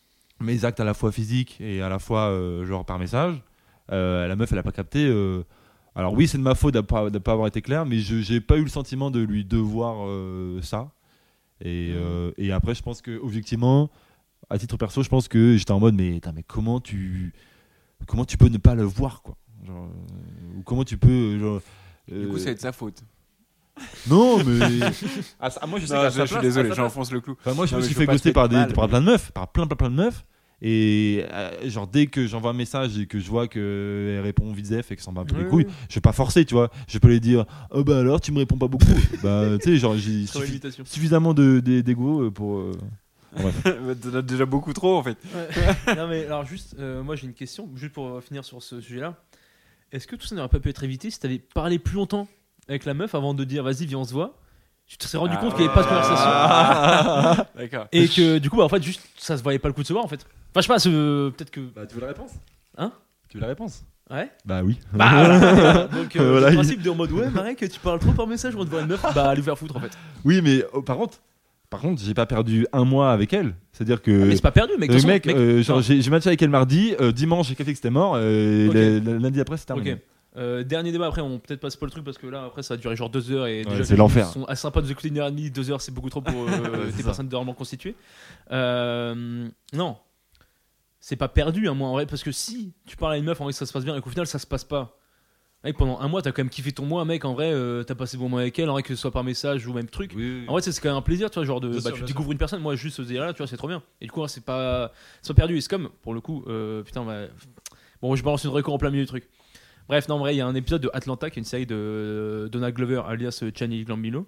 mes actes à la fois physiques et à la fois euh, genre par message. Euh, la meuf, elle a pas capté. euh, Alors oui, c'est de ma faute de pas, de pas avoir été clair, mais je j'ai pas eu le sentiment de lui devoir euh, ça. Et, euh, et après, je pense que objectivement, à titre perso, je pense que j'étais en mode mais, attends, mais comment tu comment tu peux ne pas le voir quoi, genre, euh, ou comment tu peux genre, euh, Du coup, ça va être sa faute. non mais ah, ça, moi je sais Non, qu'à je, sa je suis place, désolé, à sa place- j'enfonce le clou. Enfin, moi, je Non, me mais suis je fait veux pas ghoster te par, mettre des, mal, par mais- plein de meufs, par plein, plein, plein de meufs. Et euh, genre, dès que j'envoie un message et que je vois qu'elle répond vite et que s'en bat un peu les Oui, couilles, oui. je vais pas forcer, tu vois. Je peux lui dire, oh bah alors, tu me réponds pas beaucoup. Bah, tu sais, genre, j'ai Sur suffi- l'imitation. suffisamment de, de- d'ego pour. euh, Bref. T'en as déjà beaucoup trop en fait. Ouais. Non mais alors juste, euh, moi j'ai une question, juste pour euh, finir sur ce sujet-là. Est-ce que tout ça n'aurait pas pu être évité si t'avais parlé plus longtemps avec la meuf avant de dire vas-y viens on se voit? Tu te serais rendu compte qu'il n'y avait pas de conversation Ah. D'accord. et que du coup bah en fait juste ça se voyait pas le coup de se voir en fait. Enfin je sais pas, ce- peut-être que Bah, tu veux la réponse Hein Tu veux la réponse ouais. Bah oui. Bah voilà. Donc euh, Voilà, le il- principe de en mode ouais Marek tu parles trop par message on te voit une meuf bah allez vous faire foutre en fait. Oui, mais oh, par contre, par contre, j'ai pas perdu un mois avec elle. C'est-à-dire que. Ah, mais c'est pas perdu mec. de le toute mec, façon, euh, genre, non. j'ai, j'ai matché avec elle mardi, euh, dimanche j'ai capté que c'était mort, euh, Ok. le- le- lundi après c'était terminé. Ok. Euh, dernier débat après on peut-être pas spoil le truc parce que là après ça a duré genre deux heures et Ouais, déjà c'est que l'enfer. ils sont assez sympas de nous écouter une heure et demie, deux heures c'est beaucoup trop pour euh, C'est des ça. personnes normalement constituées. Euh, non, c'est pas perdu un mois en vrai parce que si tu parles à une meuf en vrai que ça se passe bien et qu'au final ça se passe pas. Mec, pendant un mois t'as quand même kiffé ton mois mec en vrai euh, t'as passé bon moment avec elle en vrai que ce soit par message ou même truc. Oui, oui. En vrai c'est c'est quand même un plaisir tu vois genre de Bien bah, sûr, tu bien découvres une personne moi juste ce délire là tu vois c'est trop bien et du coup hein, c'est pas c'est pas perdu et c'est comme pour le coup euh, putain bah, bon je balance une reco en plein milieu du truc. Bref, non, en vrai, il y a un épisode de Atlanta qui est une série de Donald Glover alias Childish Gambino.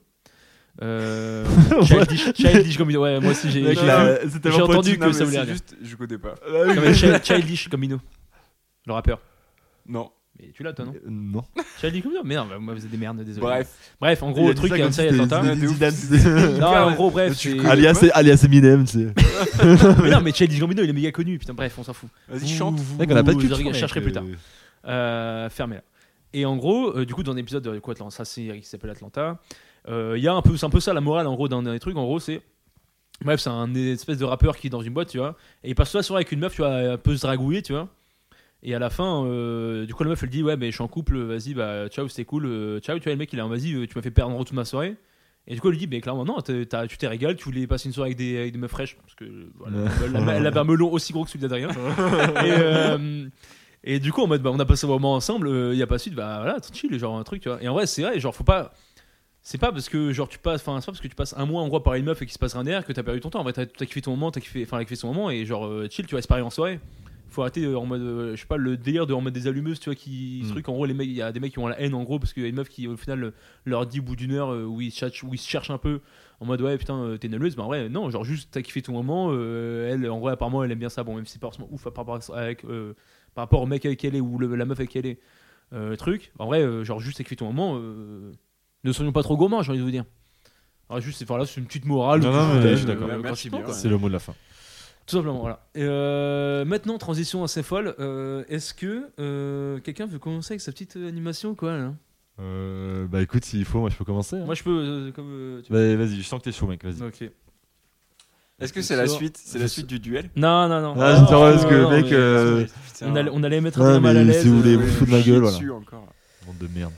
Euh, Childish, Childish Gambino, ouais, moi aussi j'ai, Mec, j'ai, là, vu- c'était j'ai mon entendu pote. que Non, ça mais voulait c'est dire. juste, je connais pas. Non, mais Chil- Childish Gambino, le rappeur. Non. Mais tu l'as toi, non Euh, Non. Childish Gambino Mais non, bah, moi vous êtes des merdes, désolé. Bref. Bref, en gros, le truc, il y a une série Atlanta. Non, en gros, bref, Tu c'est. connais alias, pas alias Eminem, tu sais. Mais non, mais Childish Gambino, il est méga connu, putain, bref, on s'en fout. Vas-y, chante. Vous- Mec, on a pas de vous- culture, je mec, chercherai plus tard. euh. Euh, fermez-la. Et en gros, euh, du coup, dans un épisode de quoi, Atlanta, ça c'est qui s'appelle Atlanta, euh, il y a un peu, c'est un peu ça la morale en gros d'un des trucs. En gros, c'est bref, c'est un espèce de rappeur qui est dans une boîte, tu vois, et il passe toute la soirée avec une meuf, tu vois, un peu se dragouiller, tu vois. Et à la fin, euh, du coup, la meuf elle dit ouais, mais je suis en couple, vas-y, bah ciao, c'était cool, euh, ciao, tu vois, le mec il est en vas-y, euh, tu m'as fait perdre toute ma soirée. Et du coup, elle lui dit, mais clairement, non, t'es- t'as- tu t'es régalé, tu voulais passer une soirée avec des, avec des meufs fraîches, parce que voilà, elle, elle avait un melon aussi gros que celui d'Adrien. et, euh, et du coup, en mode, bah, on a passé un moment ensemble, il n'y a pas de suite, bah voilà, chill, genre un truc, tu vois. Et en vrai, c'est vrai, genre, faut pas. C'est pas parce que genre tu passes, enfin c'est pas parce que tu passes un mois en gros par une meuf et qu'il se passe rien derrière que t'as perdu ton temps. En vrai, t'as, t'as kiffé ton moment, t'as kiffé, enfin, elle a kiffé son moment et genre euh, chill, tu vas se parier en soirée. Faut arrêter euh, en mode, euh, je sais pas, le délire de en mode des allumeuses, tu vois, qui Mm. ce truc en gros les mecs, il y a des mecs qui ont la haine en gros parce qu'il y a une meuf qui au final euh, leur dit au bout d'une heure euh, où ils cherchent, où ils se cherchent un peu en mode ouais putain euh, t'es une allumeuse, bah en vrai non, genre juste t'as kiffé ton moment, euh, elle en vrai apparemment elle aime bien ça, bon même si c'est pas forcément ouf par rapport à- avec euh, par rapport au mec avec qui elle est ou le- la meuf avec qui elle est, euh, le truc, en vrai euh, genre juste t'as kiffé ton moment. Euh, ne soyons pas trop gourmands, j'ai envie de vous dire. Alors juste, c'est, enfin, là, c'est une petite morale. Non, ou non, quelque chose, mais euh, je suis d'accord. euh, Merci gratuitement, bien. quoi. C'est le mot de la fin. Tout simplement, voilà. Et euh, maintenant, transition assez folle. Euh, est-ce que euh, quelqu'un veut commencer avec sa petite animation ou quoi là Euh, bah écoute, s'il faut, moi je peux commencer. hein. Moi, je peux. euh, comme, euh, tu Bah, vas-y, je sens que t'es chaud, mec, vas-y. veux. Ok. Est-ce que c'est la Sur- suite C'est la suite du duel Non, non, non. Ah, Non, j'étais heureux parce non, que, non, mec, mais- euh, Putain. on, allait, on allait mettre Ouais, un mal à mais l'aise. si vous voulez euh, vous Ouais, foutre de ma chier gueule, voilà. dessus encore. Bande de merde.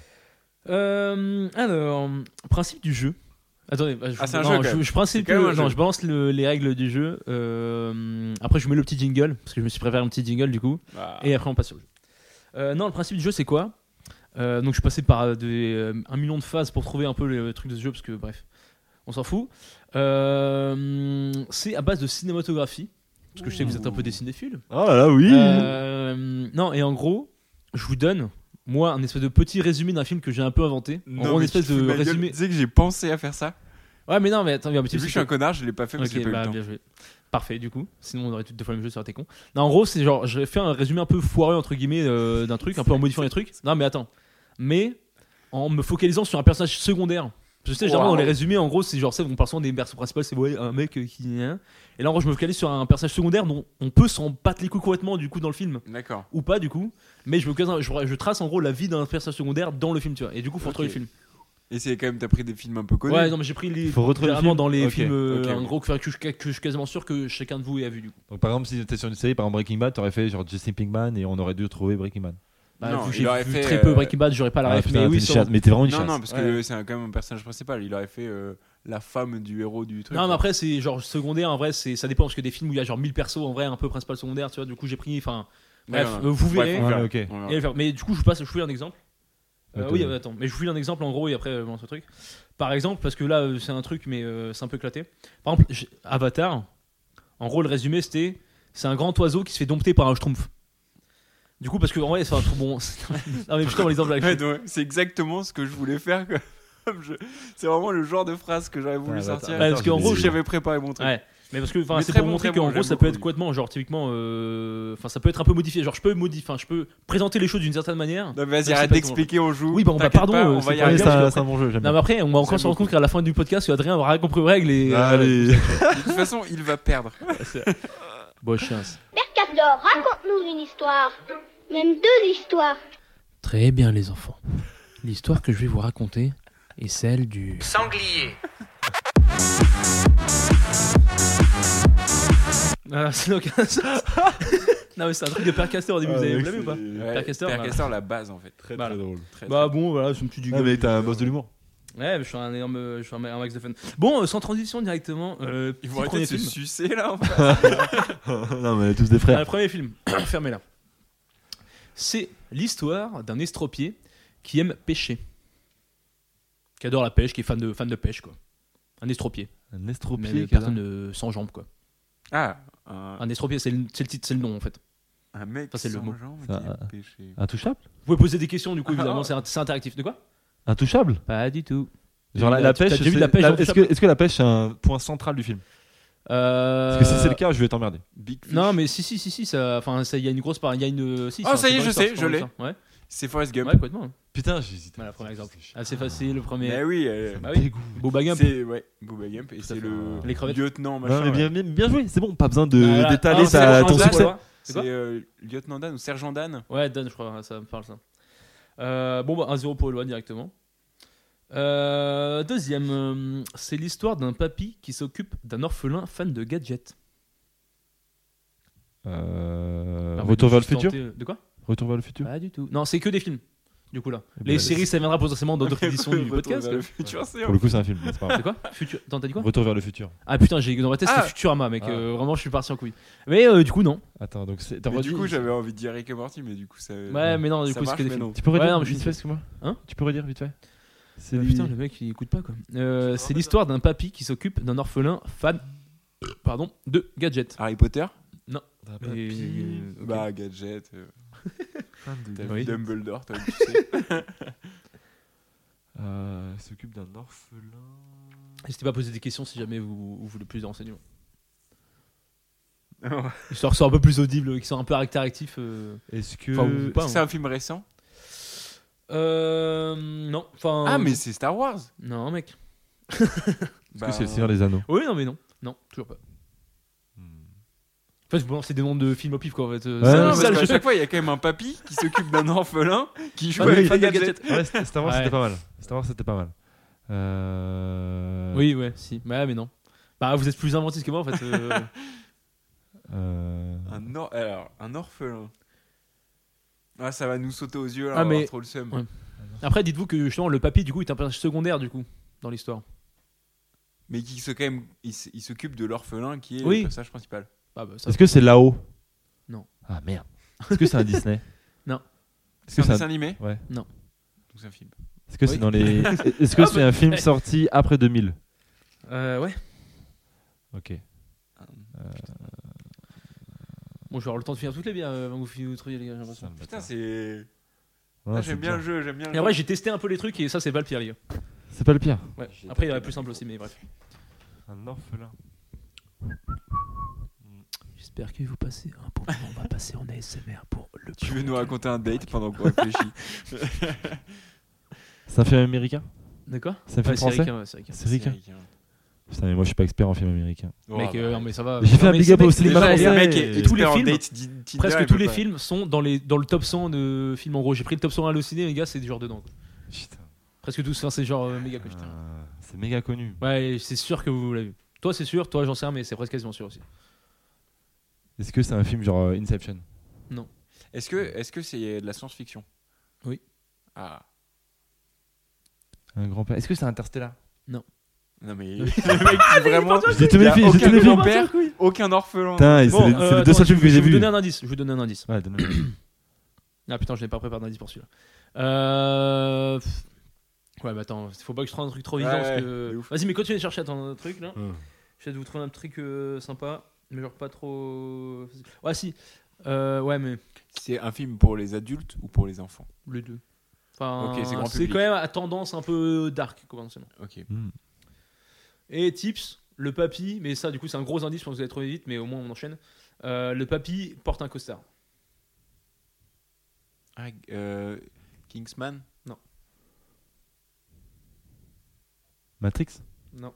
Euh, alors, principe du jeu. Attendez, bah, je, Ah, c'est un non, jeu, quand je, même. je principe C'est quand même le- un non, jeu. je balance le- les règles du jeu. Euh, après, je mets le petit jingle parce que je me suis préparé un petit jingle du coup. Bah, Et après, on passe sur le jeu. Euh, non, le principe du jeu, c'est quoi Euh, Donc, je suis passé par euh, des, euh, un million de phases pour trouver un peu les trucs de ce jeu parce que, bref, on s'en fout. Euh, c'est à base de cinématographie parce que je sais que vous êtes un peu des cinéphiles. Oh là là, oui. Euh, non, et en gros, je vous donne, moi, un espèce de petit résumé d'un film que j'ai un peu inventé. En non, gros, une mais espèce tu te fous de ma gueule. résumé. Tu sais que j'ai pensé à faire ça. Ouais, mais non, mais attends, mais Vu que je suis un connard, je l'ai pas fait parce que Ok, j'ai pas eu bah, le temps. bien joué. Parfait, du coup. Sinon, on aurait tout deux fois le même jeu, ça aurait été con. Non, en gros, c'est genre, j'ai fait un résumé un peu foireux, entre guillemets, euh, d'un truc, un peu en modifiant les trucs. Non, mais attends. Mais en me focalisant sur un personnage secondaire. Parce que tu sais, généralement, Wow. dans les résumés, en gros, c'est genre, ça, on parle souvent des persos principaux, c'est ouais, un mec euh, qui. hein. Et là, en gros, je me focalise sur un personnage secondaire dont on peut s'en battre les couilles complètement, du coup, dans le film. D'accord. Ou pas, du coup. Mais je, me focalise- je, je trace en gros la vie d'un personnage secondaire dans le film, tu vois. Et du coup, faut retrouver Ok. le film. Et c'est quand même, t'as pris des films un peu connus. Ouais, non, mais j'ai pris les. Faut retrouver le Vraiment film. dans les Ok, films, euh, ok, en ok. gros, que, que, je- que je suis quasiment sûr que chacun de vous ait vu, du coup. Donc par exemple, si t'étais sur une série, par exemple Breaking Bad, t'aurais fait genre Jesse Pinkman et on aurait dû trouver Breaking Bad. Bah, Non, vu que il j'ai aurait vu fait, très peu euh, Breaking Bad, j'aurais pas la Ah, ref, putain, mais t'es oui, une sur- chatte, mais t'es vraiment une Non, chatte. non, parce que Ouais. c'est un- quand même un personnage principal. Il aurait fait euh, la femme du héros du truc. Non, mais après, c'est genre secondaire, en vrai, c'est, ça dépend, parce que des films où il y a genre mille persos, en vrai, un peu principal, secondaire, tu vois, du coup, j'ai pris, enfin, bref, Ouais, euh, vous bref, verrez. on verra. Ouais, ok. On verra. Et, mais du coup, je vous passe, je vous fais un exemple. Euh, Attends. oui, euh, attends, mais je vous file un exemple en gros et après, euh, bon, ce truc. Par exemple, parce que là, euh, c'est un truc, mais euh, c'est un peu éclaté. Par exemple, j'ai- Avatar, en gros, le résumé, c'était c'est un grand oiseau qui se fait dompter par un schtroumpf. Du coup, parce que en vrai, c'est un truc bon. Non, mais putain, l'exemple avec Ouais, donc, c'est exactement ce que je voulais faire. quoi. Je- C'est vraiment le genre de phrase que j'aurais voulu Ah, sortir. Avatar, Ouais, parce qu'en j'ai gros, vu. j'avais préparé mon truc. Ouais. Mais parce que enfin, Mais c'est très pour bon, montrer très qu'en bon, gros j'aime ça peut être beaucoup, complètement genre typiquement euh, enfin ça peut être un peu modifié, genre je peux modifier, enfin je peux présenter les choses d'une certaine manière. Non, mais Même vas-y, si arrête c'est pas d'expliquer, on joue. Oui, bon, bah, T'inquiète pardon, pas, euh, on c'est va y pas Ouais, arriver. bien, c'est parce un, que c'est un bon jeu, j'aime Non mais bien. après on va encore J'aime se rendre compte beaucoup. qu'à la fin du podcast Adrien aura rien compris aux règles et Ah, euh, allez. De toute façon, il va perdre. bon chien. Mercator, raconte-nous une histoire. Même deux histoires. Très bien les enfants. L'histoire que je vais vous raconter est celle du Sanglier. Ah, c'est donc... Non mais c'est un truc de Père Castor au début, Ah, vous avez mec, vous l'avez ou pas c'est- Père Castor, Père voilà. Castor, la base en fait. Très Voilà. très drôle. Très, Bah bon voilà, je me suis dit Ah, mais t'es un boss de l'humour. Ouais, mais je suis un énorme je suis un, un max de fun. Bon, euh, sans transition directement, euh, Ils petit vont arrêter premier de se film. sucer là en fait. Non, mais tous des Ah, frères. le premier film, fermez-la. C'est l'histoire d'un estropié qui aime pêcher. Qui adore la pêche, qui est fan de, fan de pêche, quoi. Un estropié. Un Mais estropié. une personne euh, sans jambes, quoi. Ah, un, Un estropié, c'est le, c'est le titre, c'est le nom, en fait. un mec Ça, c'est le sans mot. jambes Ça, qui a ah. pêché. Intouchable. Vous pouvez poser des questions, du coup, évidemment, Ah. c'est, un- c'est interactif. De quoi Intouchable. Pas du tout. Genre la, T'as la déjà pêche. vu de c'est- la pêche la- dans Est-ce que, est-ce que la pêche c'est un point central du film? Euh... Parce que si c'est le cas, je vais t'emmerder. Big Fish. Non, mais si, si, si, si, ça. Enfin, il y a une grosse part. Il y a une. Si, Oh, c'est- ça y c'est est, dans je l'histoire, sais, c'est je dans l'ai. l'histoire. Ouais, C'est Forrest Gump. ouais, complètement. Putain, j'hésite. Voilà, premier exemple. Assez facile, le premier. Mais oui, euh, Bah oui. Boba Gump. c'est ouais, Booba Gump et Tout à c'est fait. le Les crevettes. lieutenant machin. Non, mais bien, ouais. bien, bien joué, c'est bon, pas besoin de, Voilà. d'étaler Ah, ta- c'est ton Sergent succès. Dan, c'est C'est quoi euh, lieutenant Dan ou sergent Dan. Ouais, Dan, je crois, ça me parle ça. Euh, bon, bah, un zéro pour Eloi directement. Euh, deuxième, euh, c'est l'histoire d'un papy qui s'occupe d'un orphelin fan de gadgets. Euh, Ah, Retour mais vers le juste futur tenter- De quoi Retour vers le futur Pas du tout. Non, c'est que des films. Du coup, là. Eh ben, Les c'est- séries, ça viendra potentiellement dans d'autres éditions du Retour podcast. vers le futur, c'est Pour le coup, c'est un film, mais c'est pas grave. C'est quoi Futur... Attends, t'as dit quoi Retour vers le futur. Ah putain, j'ai dans ma tête, Ah. c'était Futurama, mec. Ah. Euh, vraiment, je suis parti en couille. Mais euh, du coup, non. Attends, donc c'est. t'as Mais redit- du coup, j'avais envie de dire Rick et Morty, mais du coup, ça. Ouais, mais non, du ça coup, c'est marche, que des mais films. non. Tu peux redire Ouais, non, mais je vite suis- fait, excuse-moi Hein Tu peux redire vite fait C'est Ah, lui- putain, le mec, il écoute pas quoi. Euh, c'est l'histoire d'un papy qui s'occupe d'un orphelin fan pardon, de gadgets. Harry Potter. Ah, Et- papy. ok. Bah, gadget. euh, Fan de- T'as vu Oui. Dumbledore, toi, tu sais. Euh, il s'occupe d'un orphelin. N'hésitez pas à poser des questions si jamais vous, vous voulez plus de renseignements. Histoire que ce soit un peu plus audible, qui soit un peu interactif. Euh... Est-ce que. Enfin, ou pas, C'est hein. un film récent. Euh, non, enfin. Ah, mais c'est Star Wars. Non, mec. Est-ce que c'est le Seigneur des Anneaux Oui, non, mais non. Non, toujours pas. Hmm. En fait, bon, c'est des noms de films au pif, quoi. En fait. Euh, Ouais, ça- Non, non, parce ça, qu'à je- chaque fois, il y a quand même un papy qui s'occupe d'un orphelin qui joue Ah, mais avec fan les de gadgets. gadgets. Ouais, c'était- Star Wars, Ouais. c'était pas mal. Star Wars, c'était pas mal. Euh... Oui, ouais, si. Ouais, mais non. Bah, vous êtes plus inventif que moi, en fait. euh. Euh... Un, or- alors, un orphelin. Ah, ça va nous sauter aux yeux, là, Ah, on va mais- avoir trop le seum. Ouais. Après, dites-vous que justement, le papy, du coup, est un personnage secondaire, du coup, dans l'histoire. Mais qui se, quand même, il, s- il s'occupe de l'orphelin qui est Oui. le personnage principal. Ah, bah, ça. Est-ce que c'est là-haut? Non. Ah merde. Est-ce que c'est un Disney? Non. Est-ce C'est que un c'est dessin un... animé. Ouais. Non. Donc c'est un film. Est-ce que Oui. c'est dans les. Est-ce que Ah, c'est bah, un film ouais. sorti après deux mille? Euh, ouais. Ok. Bon, je vais avoir le temps de finir toutes les bières euh, avant que vous finissez vous trouviez, les gars, j'ai l'impression. Putain, c'est. Ouais, Ah, c'est j'aime bien dur. le jeu, j'aime bien le Et jeu. en vrai, j'ai testé un peu les trucs et ça, c'est pas le pire, les gars. C'est pas le pire. Ouais. J'ai Après, il y tapé a plus simple aussi, mais bref. Un orphelin. J'espère que vous passez un bon moment. On va passer en A S M R pour le. Tu veux nous raconter un date pendant qu'on réfléchit? C'est un film américain? D'accord. C'est un film Ouais, c'est français? ricain, ouais, c'est ricain. C'est ricain. ricain. Putain, mais moi je suis pas expert en film américain. Oh, Mec, bah, euh, non, mais ça va. J'ai fait Non, un mais big c'est- up au mec, cinéma déjà, Le les- mec français. est Et tous les expert en films, date, Ti- Tinder, Presque il tous peut les pas. films sont dans, les, dans le top cent de films en gros. J'ai pris le top cent halluciné, les gars, c'est genre dedans. quoi. Putain. Presque tous, enfin, c'est genre euh, méga connu. Ah, c'est méga connu. Ouais, c'est sûr que vous l'avez vu. Toi, c'est sûr, toi, j'en sais rien, mais c'est presque quasiment sûr aussi. Est-ce que c'est un film genre euh, Inception? Est-ce que est-ce que c'est de la science-fiction? Oui. Ah. Un grand père. Est-ce que c'est Interstellar? Non mais le mec dit vraiment. J'ai tous Il y mes a films, j'ai aucun tous mes films. grand-père, aucun orphelin. Putain, et c'est Bon, les- euh, c'est les deux attends, seuls films je- que je j'ai vais vous vus. donner un indice. Je vais vous donner un indice. Ouais, donne-le. Ah putain, je n'ai pas préparé d'indice pour celui-là. Euh... pff. Ouais, mais attends, faut pas que je trouve un truc trop évident. Ouais, parce ouais, que... de ouf. Vas-y, mais continuez de chercher attends, un truc là. Hum. J'essaie de vous trouver un truc euh, sympa, mais genre pas trop. Ouais, si. Euh, ouais, mais C'est un film pour les adultes ou pour les enfants? les deux. Enfin, Ok, c'est grand c'est public. quand même à tendance un peu dark, conventionnellement. Ok. Hmm. Et tips, le papy, mais ça du coup c'est un gros indice, je pense que vous allez trouver vite, mais au moins on enchaîne. Euh, le papy porte un costard. Ah, euh, Kingsman? Matrix. Non.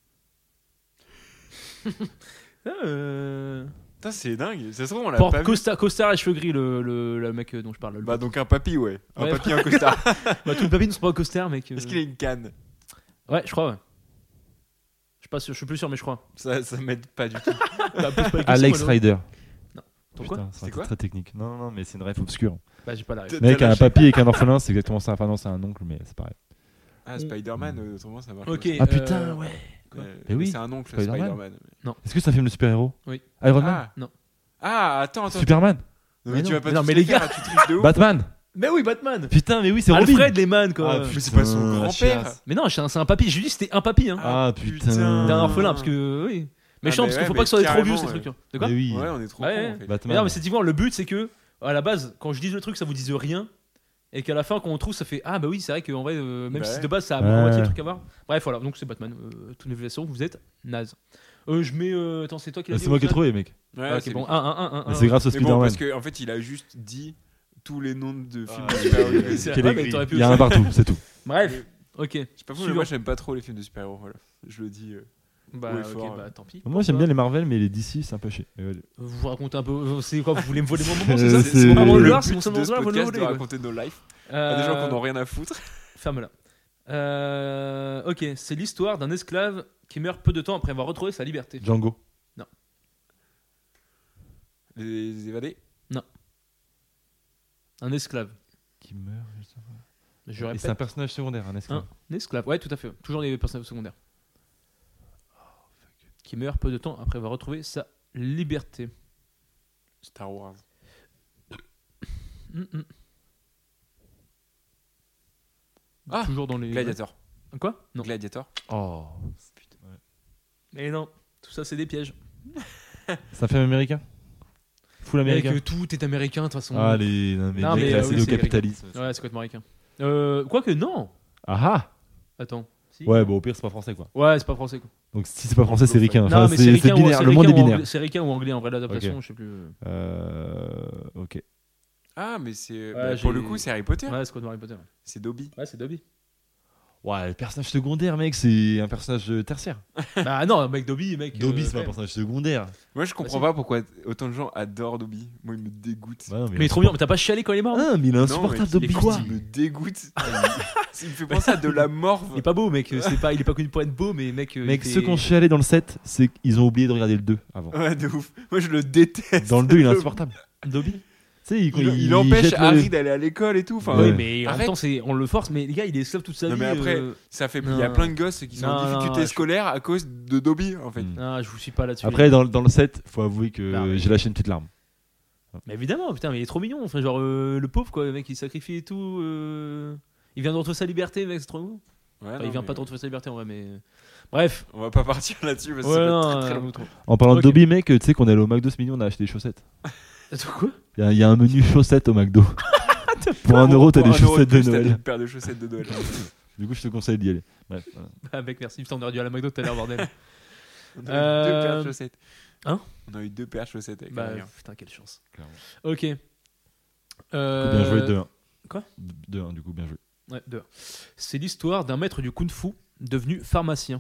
Ah, euh... Putain, c'est dingue. Ça se trouve, on l'a Porte pas vu. costard, costard et cheveux gris, le, le, le mec dont je parle. Le Bah, donc un papy, ouais. Un Ouais. papy, un costard. bah, tout le papy ne sont pas au costard, mec. euh. Est-ce qu'il a une canne? Ouais, je crois, ouais. Je suis pas sûr, je suis plus sûr, mais je crois. Ça, ça m'aide pas du tout. Bah, pose pas les questions, Alex alors. Rider. Ton quoi Putain, C'est c'est quoi très technique. Non, non, non, mais c'est une ref obscure. Bah, j'ai pas la ref. T'as Mec, un lâché. papy et un orphelin, c'est exactement ça. Enfin, non, c'est un oncle, mais c'est pareil. Ah, Spider-Man, euh, autrement, ça marche. Ok. aussi. Ah putain, euh, ouais. Quoi Euh, Mais oui, C'est un oncle, Spider-Man. Spider-Man. Est-ce que c'est un film de super-héros? Oui. Iron Man? Ah. Non. Ah, attends, attends. Superman? Non, Mais mais tu non. vas pas Mais non, tous mais les les faire, gars. tu triches de ouf. Batman? Mais oui, Batman. Putain, mais oui, c'est Robin. Alfred Lehman, quoi. Ah, Mais putain, c'est pas son la grand-père. chiasse. Mais non, c'est un, c'est un papy. Je lui dis c'était un papy, hein. Ah, putain. putain. D'un orphelin, parce que oui. Mais Ah, chiant, mais parce qu'il ouais, faut mais pas que ça soit trop vieux carrément, ces ouais. trucs. hein. De quoi Mais oui. Ouais, on est trop Ouais, cons, ouais. en fait. Batman. Mais non, mais c'est typiquement le but, c'est que à la base, quand je dis le truc, ça vous dise rien. Et qu'à la fin, quand on trouve, ça fait ah bah oui, c'est vrai qu'en vrai, euh, même Bah si ouais. de base ça a Ouais. à moitié le truc à voir. Bref, voilà, donc c'est Batman. Euh, toutes mes versions, vous êtes naze. Euh, je mets. euh, Attends, c'est toi qui l'as dit. C'est moi qui ai au final trouvé, mec. Ouais, Ah, ok, c'est bon, lui. un, un, un, un, Mais un. c'est grâce au Mais bon, Spider-Man. parce qu'en fait, il a juste dit tous les noms de films Ah, de super-héros. c'est- Je Quel Ouais, est mais gris. t'aurais pu Il y a aussi. un partout, c'est tout. Bref, ok. sais pas vous, mais Suivant. moi j'aime pas trop les films de super-héros. Voilà. Je le dis. euh. Bah, Ouais, ok, fort, bah ouais. tant pis. Moi, j'aime bien les Marvel, mais les D C, c'est un peu chier. Mais ouais. Vous vous racontez un peu. C'est quoi Vous voulez me voler mon moment C'est Euh, ça c'est- C'est mon moment de le gloire, but c'est mon moment de de ce gloire, vous le podcast de voulez, ouais. raconter nos lives à Euh, des gens qui n'ont rien à foutre. Ferme-la. Euh, ok, c'est l'histoire d'un esclave qui meurt peu de temps après avoir retrouvé sa liberté. Django. Les évadés. Un esclave. Qui meurt. je sais pas. Je Et c'est un répète. personnage secondaire, un esclave. Un esclave. Ouais, tout à fait. Toujours des personnages secondaires. Qui meurt peu de temps après avoir retrouvé sa liberté. Star Wars. Hum, hum. Ah, Toujours dans les. Gladiator. Quoi Non. Gladiator. Oh. Mais non. Tout ça, c'est des pièges. C'est un film américain? Full américain? Mec, tout est américain de toute façon. Ah, les. Non, mais, Non, mec, mais, là, euh, c'est oui, le c'est capitalisme. Ouais, c'est quoi américain euh, Quoique, non. Ah ah! Attends. Si. Ouais, bon, au pire, c'est pas français, quoi. Ouais, c'est pas français quoi. Donc, si c'est pas français, c'est ricain. non, Enfin, mais c'est ricain c'est ou- binaire. c'est Le monde est ricain ou binaire. anglais- C'est ricain ou anglais en vrai, l'adaptation, Ok. je sais plus. Euh. Ok. Ah, mais c'est. Ouais, bah, pour j'ai- le coup, c'est Harry Potter. Ouais, c'est quoi de Harry Potter C'est Dobby. Ouais, c'est Dobby. Ouais, le personnage secondaire, mec, c'est un personnage euh, tertiaire. Bah non, mec, Dobby, mec. Dobby, euh, c'est pas un ouais. personnage secondaire. Moi, je comprends Bah, pas pourquoi autant de gens adorent Dobby. Moi, il me dégoûte. Ouais, non, Mais il est trop bien, mais t'as pas chialé quand il est mort Ah, mais il est Non, insupportable, mec, Dobby. écoute, Quoi Il me dégoûte. Il me fait penser à de la morve. Il est pas beau, mec. C'est pas, il est pas connu pour être beau, mais mec. euh, Mec, il ceux fait- qui ont chialé dans le set, c'est qu'ils ont oublié de regarder le deux avant. Ouais, de ouf. Moi, je le déteste. Dans le deux, il est insupportable. Dobby. Tu sais, il, Il, il empêche jette le- Harry d'aller à l'école et tout. Enfin, Ouais. Oui, mais en même Arrête. temps, c'est, on le force, mais les gars, il est esclave toute sa Non, vie. mais après, euh, ça fait. Il non. y a plein de gosses qui sont Non, en non, difficulté je- scolaire à cause de Dobby, en fait. Mm. Ah, je vous suis pas là-dessus. Après, dans, dans le set, faut avouer que Non, mais- j'ai lâché une petite larme. Mais évidemment, putain, mais il est trop mignon. Enfin, genre, euh, le pauvre, quoi, le mec, il sacrifie et tout. euh, Il vient de retrouver sa liberté, mec, c'est trop beau. Ouais, Enfin, non, il vient mais pas de retrouver sa liberté en vrai, mais. Bref. On va pas partir là-dessus parce que Ouais, ça va non, être très très euh, long. trop. En parlant Ok. de Dobby, mec, tu sais qu'on est allé au McDo ce midi, on a acheté des chaussettes. Attends, quoi Il y, a- il y a un menu chaussettes au McDo. Pour un euro, t'as Pour des un euro chaussettes de plus, t'as Noël. Une paire de chaussettes de Noël. Du coup, je te conseille d'y aller. Bref. voilà. Ah, mec, merci. Putain, on aurait dû aller à la McDo tout à l'heure, bordel. On a eu Euh, deux paires de chaussettes. Hein On a eu deux paires de chaussettes avec Bah, Adrien. putain, quelle chance. Clairement. Ok. Du coup, Euh... bien joué, deux un. Quoi deux un, du coup, bien joué. Ouais, deux. C'est l'histoire d'un maître du kung-fu devenu pharmacien.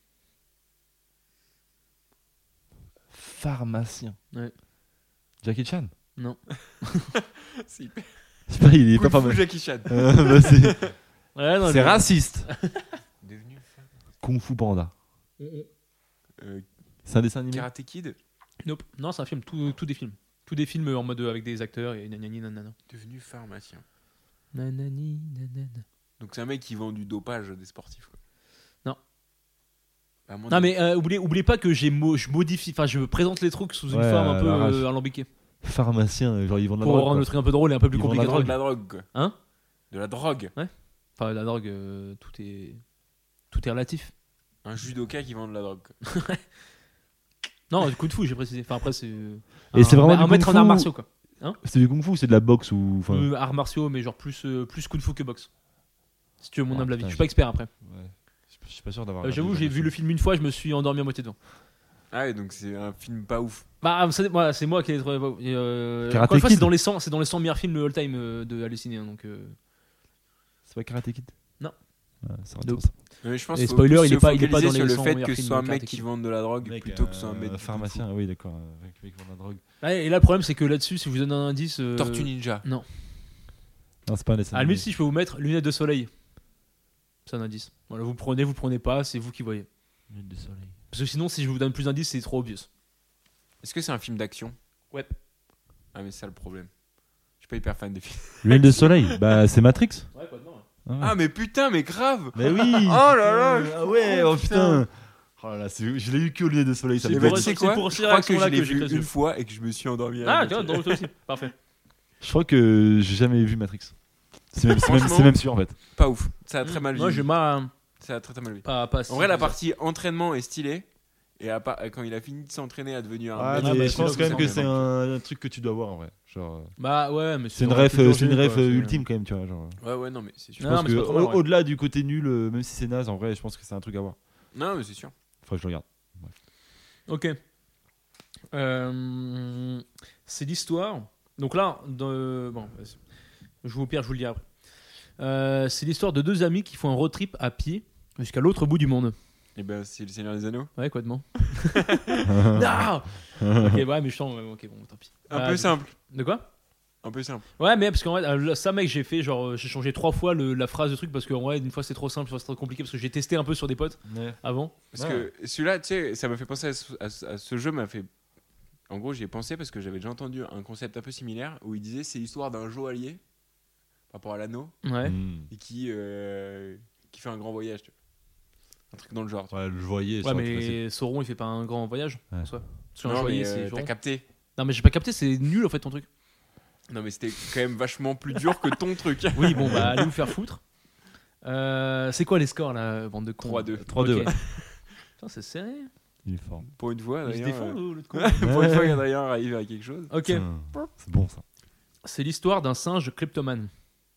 Pharmacien. Ouais. Jackie Chan. Non. C'est hyper- Je sais pas, il est Kung pas Fu pharmacien. Jackie Chan. Euh, bah, c'est Ouais, non, c'est le- raciste. Devenu Kung Fu Panda. euh, C'est un dessin animé. Karate Kid. Nope. Non, c'est un film, tout, tout des films. Tous des films en mode euh, avec des acteurs et nanani nanana. Devenu pharmacien. Nanani nanana. Donc c'est un mec qui vend du dopage des sportifs. Quoi. À mon Non, avis. mais euh, oubliez, oubliez pas que j'ai mo- je modifie, enfin, je présente les trucs sous une Ouais, forme un à peu l'arrache. euh, alambiquée. Pharmacien, genre ils vendent de la Pour drogue. rendre quoi. le truc un peu drôle et un peu plus Ils vendent compliqué. la de la drogue, quoi. Hein De la drogue. Enfin, la drogue, euh, tout est. Tout est relatif. Un judoka qui vend de la drogue. quoi. Non, du coup de fou, j'ai précisé. Enfin, après, c'est. euh, Et c'est vraiment un, du un maître en kung-fu arts martiaux, quoi. C'est du kung fu ou c'est de la boxe ou. Enfin, Euh, arts martiaux, mais genre plus, euh, plus kung fu que boxe. Si tu veux mon Oh, humble avis. putain, Je suis pas expert après. ouais. Je suis pas sûr d'avoir. Euh, regardé J'avoue, le j'ai genre de vu le film. film une fois, je me suis endormi à moitié devant. Ah ouais, donc c'est un film pas ouf. Bah, ça- moi, c'est moi qui ai trouvé. Euh, Karate encore une fois, Kid. c'est dans les cent, c'est dans les cent meilleurs films all time euh, de halluciné. Hein, donc. euh, C'est pas Karate Kid. Non. Ouais, ça Nope. retrouve Mais je pense Et qu'il faut spoiler, plus il est se pas- il est pas focaliser dans sur les le cent fait meilleurs que ce films soit un de mec Karate qui Kid. vende de la drogue Mec, plutôt que ce soit un euh, mec de pharmacien, oui, d'accord. euh, mec- mec qui vend de la drogue. Ouais, et là, le problème, c'est que là-dessus, si je vous donne un indice. euh, Tortue Ninja. Non, c'est pas un dessin. À la animé. limite, si je peux vous mettre lunettes de soleil. C'est un indice. Voilà, vous prenez, vous prenez pas, c'est vous qui voyez. Lunettes de soleil. Parce que sinon, si je vous donne plus d'indices, c'est trop obvious. Est-ce que c'est un film d'action? Ouais. Ah, mais c'est ça le problème. Je suis pas hyper fan des films. Lunettes de soleil, bah c'est Matrix. Ouais, quoi de non. Ah, mais putain, mais grave! Mais oui. Oh là là, Ah ouais, oh putain. Oh là là, c'est- je l'ai eu que aux lunettes de soleil. Ça Et me bah, pour- tu sais c'est quoi? pour Je ces crois que je réactions-là l'ai que j'ai vu classé. une fois et que je me suis endormi. à la Ah, moitié. tu vois, dans toi aussi. Parfait. Je crois que j'ai jamais vu Matrix. C'est même, c'est même- Franchement, c'est même sûr en fait. Pas ouf. Ça a très mal Moi, vieilli. je m'a. Ça a très très mal vieilli. Pas, pas En vrai, la partie entraînement est stylée. Et à part- quand il a fini de s'entraîner à devenir un Ah, mec, mais mais c'est je pense là quand où même que ça c'est en un, un truc que tu dois voir en vrai. Genre, euh, Bah ouais, mais c'est une dans ref, la euh, culture c'est une G, ref quoi, euh, c'est- ultime quand même, tu vois. Genre. Ouais, ouais, non, mais c'est Je sûr. Non, pense mais c'est que pas trop mal, au- ouais. au-delà du côté nul, euh, même si c'est naze, en vrai, je pense que c'est un truc à voir. Non, mais c'est sûr. Faudrait que je le regarde. Ok. Euh, c'est l'histoire. Donc là, de... bon, je vous au pire, je vous le dis après. Euh, c'est l'histoire de deux amis qui font un road trip à pied jusqu'à l'autre bout du monde. Et ben, c'est le Seigneur des Anneaux. Ouais, quoi de non Non. Ok, ouais, mais je sens. ouais, Ok, bon, tant pis. Un Ah, peu je- simple. De quoi? Un peu simple. Ouais, mais parce qu'en fait, euh, ça, mec, j'ai fait genre, euh, j'ai changé trois fois le- la phrase de truc parce que en vrai, une fois c'est trop simple, une fois c'est trop compliqué parce que j'ai testé un peu sur des potes avant. Parce Ouais. que celui-là, tu sais, ça m'a fait penser à ce, à ce- à ce jeu, m'a fait. En gros, j'y ai pensé parce que j'avais déjà entendu un concept un peu similaire où il disait c'est l'histoire d'un joaillier par rapport à l'anneau Ouais. Hmm. et qui, euh, qui fait un grand voyage. Tu vois. Un truc dans le genre. tu vois. Ouais, le voyais. Ouais, mais Sauron, il fait pas un grand voyage Ouais. en soi. Parce qu'un Non, joaillier, mais c'est euh, t'as genre- capté. Non, mais j'ai pas capté, c'est nul en fait ton truc. Non, mais c'était quand même vachement plus dur que ton truc. Oui, bon, bah, allez vous faire foutre. Euh, c'est quoi les scores là, bande de cons trois deux. trois deux, Ok. ouais. Putain, c'est serré. Il est fort. Pour une fois, Il se Adrien, défend, euh, l'autre con. pour une fois, Adrien arrive à quelque chose. Ok. Putain, c'est bon ça. C'est l'histoire d'un singe kleptomane.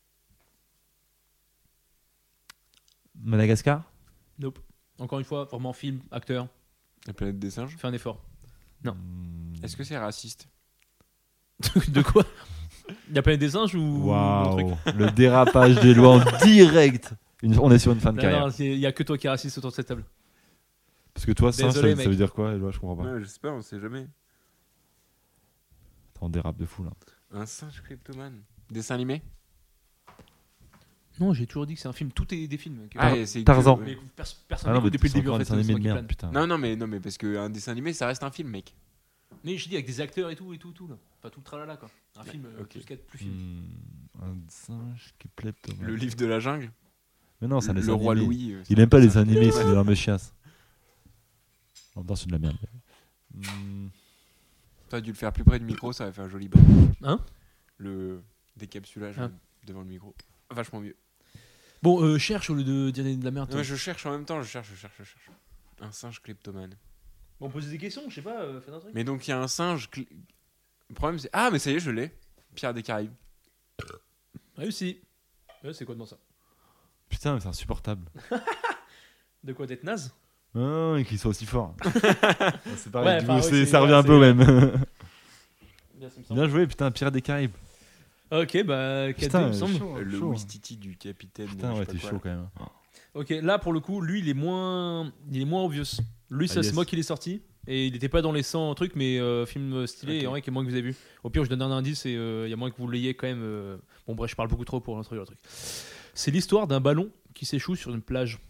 Madagascar. Nope. Encore une fois, vraiment film, acteur, La planète des singes. fais un effort. Non. Hmm. Est-ce que c'est raciste? De quoi? Il y a pas des singes ou un truc? Waouh, le dérapage des lois en direct. Une- on est sur une fin de Non, carrière. non, il y a que toi qui es raciste autour de cette table. Parce que toi, singe, ça, Désolé, ça mec. veut dire quoi, les lois, je comprends pas. Ouais, je sais pas, on sait jamais. Attends, on dérape de fou là. Un singe kleptomane. Dessin animé? Non, j'ai toujours dit que c'est un film. Tout est des films. mec. Ah, et c'est Tarzan. que- Mais pers- personne Ah non, mais n'écoute depuis le c'est début encore en un fait. dessin c'est animé moi de qui merde, plane. putain. Non, non, mais, non, mais parce qu'un dessin animé, ça reste un film, mec. Mais je dis avec des acteurs et tout et tout, tout là. Enfin tout le tralala quoi. Un film, euh, ok. tout ce qu'il y a de plus film. Hmm, un singe qui plaît Le livre de la jungle. Mais non, c'est un Le dessin roi animé. Louis. euh, c'est Il un aime pas les dessin animés, animé. c'est une énorme chiasse. En même temps, c'est de la merde. Hmm, T'aurais dû le faire plus près du micro, ça aurait fait un joli bain. Hein? Le décapsulage Ah. devant le micro. Vachement mieux. Bon, euh, cherche au lieu de dire de la merde. Non, mais je cherche en même temps, je cherche, je cherche, je cherche. Un singe kleptomane. Bon, posez des questions, je sais pas, euh, faites un truc. Mais donc il y a un singe. clé- Le problème c'est. Ah, mais ça y est, je l'ai. Pierre des Caraïbes. Réussi. Ouais, c'est quoi de ça? Putain, mais c'est insupportable. De quoi d'être naze? Ah, et qu'il soit aussi fort. c'est Ouais, pareil, du enfin, coup, oui, c'est- c'est- ça revient ouais, un peu au c'est- même. Bien, ça me semble. Bien joué, putain, Pierre des Caraïbes. Ok, bah, quatre Putain, il me semble. chaud, le chaud. Wistiti du capitaine. Putain, je sais ouais, pas t'es quoi, chaud là. quand même. Ok, là pour le coup, lui il est moins, il est moins obvious. Lui, Ah, ça yes. se moque qu'il est sorti et il était pas dans les cent trucs, mais euh, film stylé Ok. et en vrai qu'il y a moins que vous avez vu. Au pire, je donne un indice et euh, il y a moins que vous l'ayez quand même. euh, Bon, bref, je parle beaucoup trop pour l'introduire le truc. C'est l'histoire d'un ballon qui s'échoue sur une plage.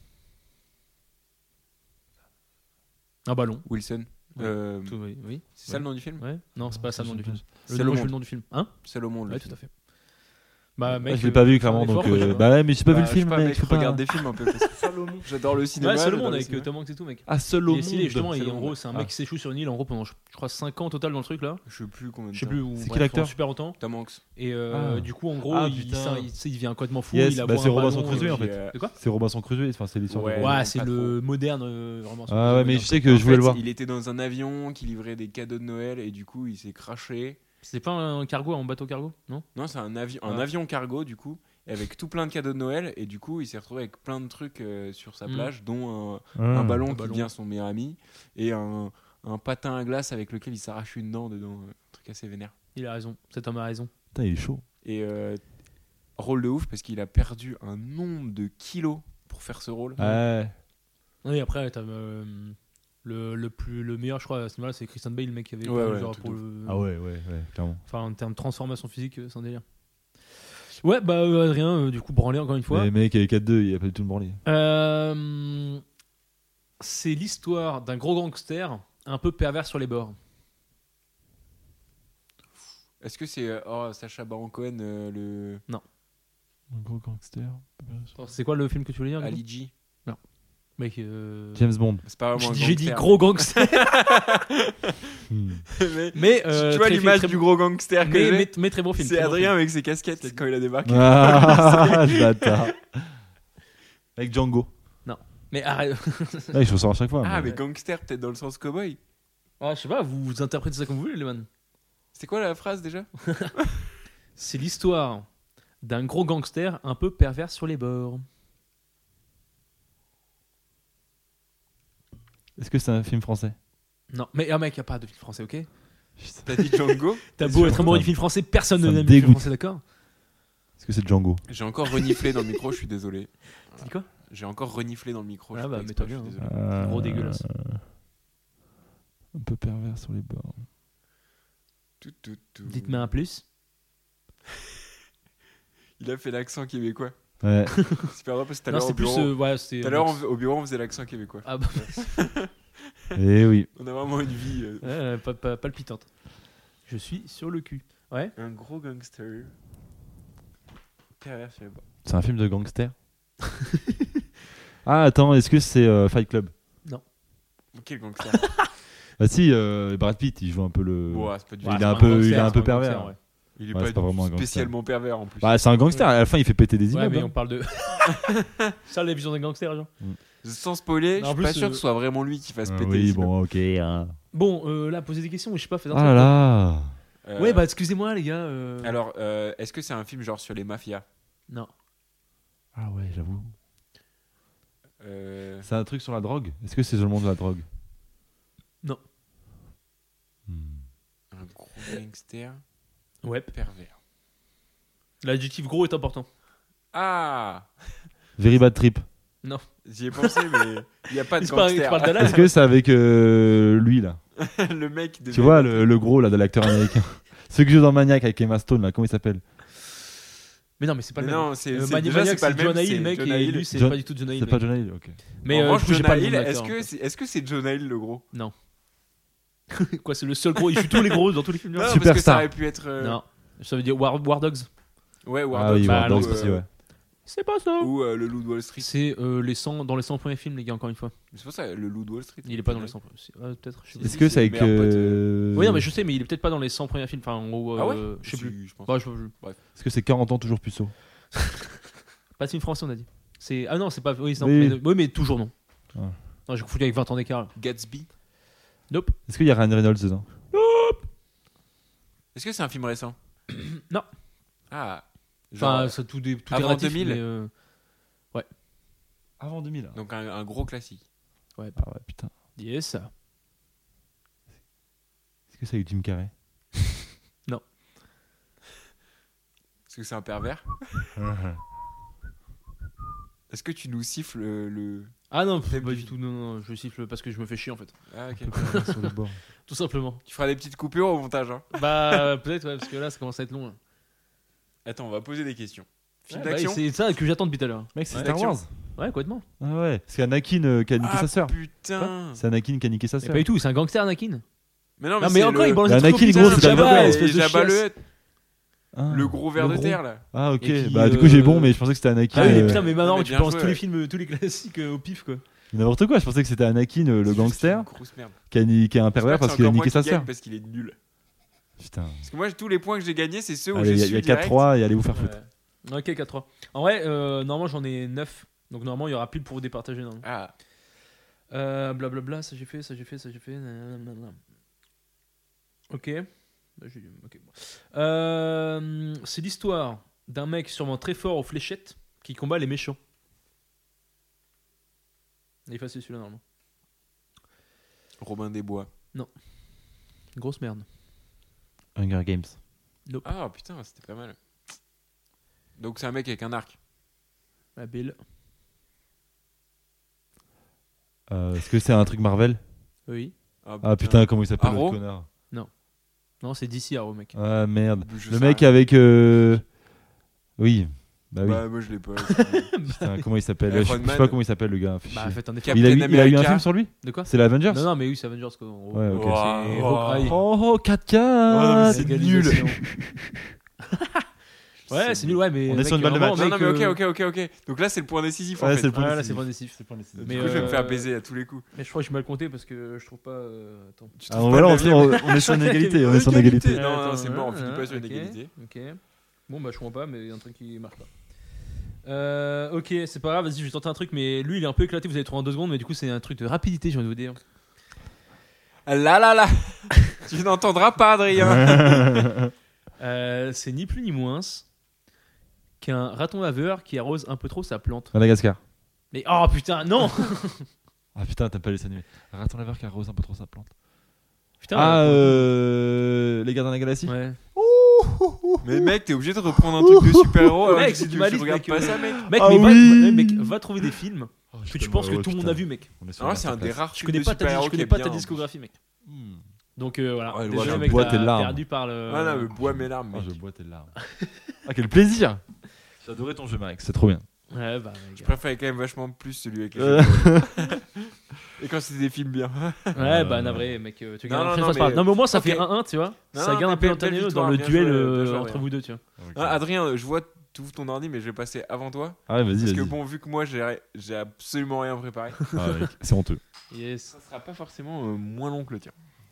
Un ballon. Wilson. Ouais. Euh, Tout- oui. oui. c'est ça le nom du film? Ouais. Non, c'est pas ça le nom du film. Le C'est nom, le je veux le monde. nom du film. Hein? C'est le monde. le Ouais, film. tout à fait. Bah, mec, Ah, je l'ai pas euh, vu faire clairement un donc. effort, euh, quoi, bah ouais, mais j'ai pas Bah, vu le je sais film, pas, mec. mec, je peux pas- regarde des films un peu. Parce que j'adore le cinéma. Ouais, seul j'adore monde le avec cinéma. euh, Tom Hanks et tout, mec. Ah, seul Il au est monde. stylé, justement, et Seul au en monde. gros, c'est un mec Ah. qui s'échoue sur une île en gros pendant, je je crois, cinq ans au total dans le truc là. Je sais plus combien de Je sais temps. plus où. C'est qui bref, l'acteur pendant super longtemps. Tom Hanks. Et euh, Ah. du coup, en gros, Ah, il, putain. ça, il, tu sais, il devient complètement fou. Yes, il a bah, voit c'est un Robinson ballon, Crusoe, et en puis, fait. euh, De quoi C'est Robinson Crusoe, enfin c'est l'histoire Ouais. de. Ouais, non, c'est pas le moderne. euh, vraiment. c'est Ah le ouais, mais moderne. je sais que En je voulais fait, le voir. Il était dans un avion qui livrait des cadeaux de Noël et du coup il s'est crashé. C'est pas un cargo, un bateau cargo, non? Non, c'est un, avi- un Ah. avion cargo du coup, avec tout plein de cadeaux de Noël et du coup il s'est retrouvé avec plein de trucs euh, sur sa Mm. plage, dont un, Ah. un ballon Un qui ballon. devient son meilleur ami et un, un patin à glace avec lequel il s'arrache une dent dedans, euh, un truc assez vénère. Il a raison. Cet homme a raison. Putain, il est chaud. Et euh, rôle de ouf parce qu'il a perdu un nombre de kilos pour faire ce rôle. Ouais. Oui, après, t'as euh, le, le, plus, le meilleur, je crois, à ce niveau-là, c'est Christian Bale, le mec qui avait Ouais, perdu, ouais, genre, truc pour de le. Ah ouais, ouais, ouais, clairement. Enfin, en termes de transformation physique, euh, c'est un délire. Ouais, bah, euh, Adrien, euh, du coup, branlé encore une fois. Mais mec, avec quatre deux, il a pas du tout le branlé. Euh, c'est l'histoire d'un gros gangster un peu pervers sur les bords. Est-ce que c'est euh, oh, Sacha Baron Cohen, euh, le Un gros gangster. C'est quoi le film que tu voulais dire du coup Ali G? Mec, euh, James Bond. C'est pas vraiment un j'ai j'ai dit gangster. gros gangster. Hmm. mais, Mais euh, tu vois très- l'image très- du gros gangster que mais, j'ai mais, mais très bon film. C'est très bon Adrien film. avec ses casquettes quand il a débarqué. Ah, le bâtard. Avec Django. Mais arrête. Ouais, je ressors à chaque fois. Ah, mais- mais gangster, peut-être dans le sens cowboy. Ah, je sais pas, vous, vous interprétez ça comme vous voulez, les man. C'était quoi la phrase déjà? C'est l'histoire d'un gros gangster un peu pervers sur les bords. Est-ce que c'est un film français? Non, mais un mec, y a pas de film français, ok? T'as dit Django? T'as beau être amoureux ça du film français, personne ça ne me aime le film dégoûte. français, d'accord? Est-ce que c'est Django? J'ai encore reniflé dans le micro, je suis désolé. Tu dis quoi? J'ai encore reniflé dans le micro. Ah je fais bah, pas mets-toi exprès, bien, je suis hein. désolé. Euh, Gros dégueulasse. Un peu pervers sur les bords. Tout, tout, tout. Dites-moi un plus. Il a fait l'accent québécois. Ouais. Super drôle parce que tout à Non, l'heure c'est au plus. bureau, euh, ouais, c'est. tout à l'heure, on- au bureau on faisait l'accent québécois. Ah bah, Et oui. On a vraiment une vie. euh, ouais, pas, pas- palpitante. Je suis sur le cul. Ouais. Un gros gangster. Pervers sur les bords. C'est un film de gangster. Ah, attends, est-ce que c'est euh, Fight Club? Quel gangster? Bah si, euh, Brad Pitt, il joue un peu le. Bon, c'est pas du Il tout. est un c'est peu- gangster, il est un c'est peu gangster, pervers. ouais. Il est Ouais, pas, c'est pas vraiment un gangster. spécialement pervers en plus. Bah, c'est un gangster. À la fin, il fait péter des Ouais, immeubles. mais hein. on parle de. Ça, la vision d'un gangster, genre. Sans spoiler, Non, je en suis plus, pas sûr euh, que ce soit vraiment lui qui fasse Ah péter. oui, les bon, ok. hein. Bon, euh, là, poser des questions, je sais pas, faites un Oh truc, là quoi. là. Euh, Ouais, bah, excusez-moi, les gars. euh, Alors, euh, est-ce que c'est un film genre sur les mafias? Non. Ah ouais, j'avoue. Euh, C'est un truc sur la drogue? Est-ce que c'est sur le monde de la drogue? Non. Hmm. Un gros gangster Ouais. pervers. L'adjectif gros est important. Ah, Very Bad Trip. j'y ai pensé, mais il n'y a pas de Tu parles, tu gangster. parles d'Alan. Est-ce que c'est avec euh, lui là? Le mec de Tu vois, le, le gros là de l'acteur américain. Celui qui joue dans Maniac avec Emma Stone là, comment il s'appelle? Mais non, mais c'est pas Mais le même. non, c'est Euh, c'est- Mani- déjà, Maniac, c'est pas le c'est même. Jonah Hill, c'est mec, Jonah et Hill. lui, c'est John- pas du tout Jonah Hill. C'est mec. pas Jonah Hill, ok. Mais en euh, revanche, du coup, j'ai Jonah pas le nom Hill, de est-ce l'acteur, que en c'est est-ce que c'est Jonah Hill le gros? fait. Quoi, c'est le seul gros. Il tue tous les gros dans tous les films. Non, genre. parce que ça Superstar. aurait pu être. euh, Non. Ça veut dire War, War Dogs. Ouais, War Ah oui, Dogs, Bah, War alors, Dogs ou, aussi, euh, ouais. C'est pas ça. Ou euh, le Loup de Wall Street. C'est euh, les cent, dans les cent premiers films, les gars, encore une fois. C'est pour ça, le Loup de Wall Street. Il est pas dans les cent premiers. c'est- ouais, peut-être. Je sais Si. plus. Est-ce que c'est avec. le meilleur pote, euh, Oui, non, mais je sais, mais il est peut-être pas dans les cent premiers films. Enfin, en gros, Ah ouais euh, je sais Si, plus. je pense. Bah, je- je- Est-ce que c'est quarante ans toujours puceau? Pas de film français, on a dit. C'est ah non, c'est pas. Oui, c'est Oui. mais, oui, mais toujours non. Ah. Non, j'ai confondu avec vingt ans d'écart. là. Gatsby. Nope. Est-ce qu'il y a Ryan Reynolds dedans? Est-ce que c'est un film récent? Non. Ah. Genre, Enfin, ça, tout, des, tout est avant relatif, deux mille. mais, euh, Avant deux mille. donc un, un gros classique. Ah ouais, putain. yes. Est-ce que c'est avec Jim Carrey? Est-ce que c'est un pervers? Est-ce que tu nous siffles le. le- Ah non, pff, Thème pas du du tout. film. Non, non, je siffle parce que je me fais chier en fait. Ah, ok. Un peu pervers sur les bords. Tout simplement. Tu feras des petites coupures au montage. Hein. Bah, peut-être, ouais, parce que là, ça commence à être long. là. Attends, on va poser des questions. Film Ouais, bah, d'action? c'est ça que j'attends depuis tout à l'heure. Mec, c'est Ouais, Star d'action. Wars. Ouais, complètement. Ah ouais. C'est Anakin euh, qui a niqué Ah sa sœur. putain! C'est Anakin qui a niqué sa Mais sœur. pas du tout, c'est un gangster Anakin. Mais non, Non, mais, mais c'est encore, le... il balance Mais des trucs Anakin, au gros, putain, c'est Jabba, Jabba, espèce de Jabba chiasse. le Hutt. Ah. Le gros ver Le de gros. terre là. Ah ok, Et qui, bah du euh, coup j'ai bon, mais je pensais que c'était Anakin. Ah oui, euh, putain, mais maintenant Non, mais tu bien penses joué, tous les ouais. films, tous les classiques euh, au pif quoi. N'importe quoi, je pensais que c'était Anakin, euh, le C'est juste gangster, une grosse merde. qui, a, ni- qui est un pervers J'espère que parce c'est qu'il a encore moi niqué sa qui gagne sœur. parce qu'il est nul. Putain. Parce que moi tous les points que j'ai gagnés c'est ceux où Allez, j'ai il y a- su il y a direct. quatre trois et allez vous faire foutre. Ouais. Ok, quatre trois. En vrai, euh, normalement j'en ai neuf. Donc normalement il y aura pile pour vous départager. Non Ah, euh, blablabla, ça j'ai fait, ça j'ai fait, ça j'ai fait. Nanana. Ok. Bah, j'ai- ok, bon. Euh, c'est l'histoire d'un mec sûrement très fort aux fléchettes qui combat les méchants. Il est facile celui-là normalement. Robin des Bois. Grosse merde. Hunger Games. Ah putain, c'était pas mal. Donc c'est un mec avec un arc. La Bill. Euh, Est-ce que c'est un truc Marvel? Oui. Ah putain, comment il s'appelle Arrow le connard? Non, c'est D C Arrow, mec. Ah merde. Je Le sais mec rien. avec. euh, Oui. Bah oui. Bah moi je l'ai pas. Putain, comment il s'appelle? Iron Je sais Man. pas comment il s'appelle le gars. Bah, faites un effort. Cap- Il a, eu, Captain il a eu un America. film sur lui? De quoi C'est l'Avengers? Non, non, mais oui, c'est Avengers quoi. en gros. Ouais, ok. Wow. C'est Oh. Hawkeye. Oh, oh quatre Ouais, non, mais quatre. c'est Égalisation. nul. Ouais, c'est nul, ouais, mais. On est mec, sur une balle de vraiment, match. Non, non, mec, mais euh, ok, ok, ok, ok. Donc là, c'est le point décisif en Ouais, fait. c'est le point Ouais, là, décisif. c'est pas décisif. C'est le point décisif. Du Mais, coup, je vais me euh, faire baiser à tous les coups. Mais je crois que je vais mal compter parce que je trouve pas. euh, Attends. Tu Ah, trouves voilà, pas on, le neuvième on est sur une égalité. On est sur une égalité. Non, non, Attends, c'est mort, on hein, finit pas sur une ok, égalité. Ok. Bon, bah, je comprends pas, mais il y a un truc qui marche pas. Euh, ok, c'est pas grave, vas-y, je vais tenter un truc, mais lui il est un peu éclaté, vous allez trouver en deux secondes, mais du coup c'est un truc de rapidité, j'ai envie de vous dire. Là, là, là. Tu n'entendras pas, Adrien. Euh, c'est ni plus ni moins qu'un raton laveur qui arrose un peu trop sa plante. Madagascar. Mais oh putain, non. Ah putain, t'as pas les animés. Raton laveur qui arrose un peu trop sa plante. Putain. Ah, euh, euh. Les Gardiens de la Galaxie? Ouais. Mais mec, t'es obligé de reprendre un truc de super-héros. alors Mec, que c'est tu- du tu malice, regardes mec, pas euh, ça, mec. Mec, Ah mais va, oui. ouais, mec, va trouver des films Oh, que tu penses que tout le monde a vu, mec. Ah, c'est un des rares Je films connais de pas ta, super-héros je qui connais est pas bien, ta en plus. discographie, mec. Donc euh, voilà. Ouais, je Désolé, vois, je mec, bois t'as tes larmes. perdu par le. Ah non, mais bois mes larmes, Ah, mec. je bois tes larmes. Ah, quel plaisir! J'ai adoré ton jeu, Max, c'est trop bien. Ouais, bah, Je mec. préférais quand même vachement plus celui avec les Euh. jeux. Et quand c'était des films bien. Ouais, bah navré, mec. euh, Tu Non, gagnes non, après, non, c'est pas grave. mais- Non, mais au moins ça ok. fait un un, tu vois. Non, Ça non, garde un mais peu belle- l'entanné belle dans victoire, le bien duel joué, euh, bien joué, entre Adrien. vous deux, tu vois. Ah, Adrien, je vois tout ton ordi, mais je vais passer avant toi. Ah ouais, vas-y, Parce vas-y. que bon, vu que moi j'ai j'ai absolument rien préparé, Ah, mec, c'est honteux. Yes. ça sera pas forcément euh, moins long que le tien.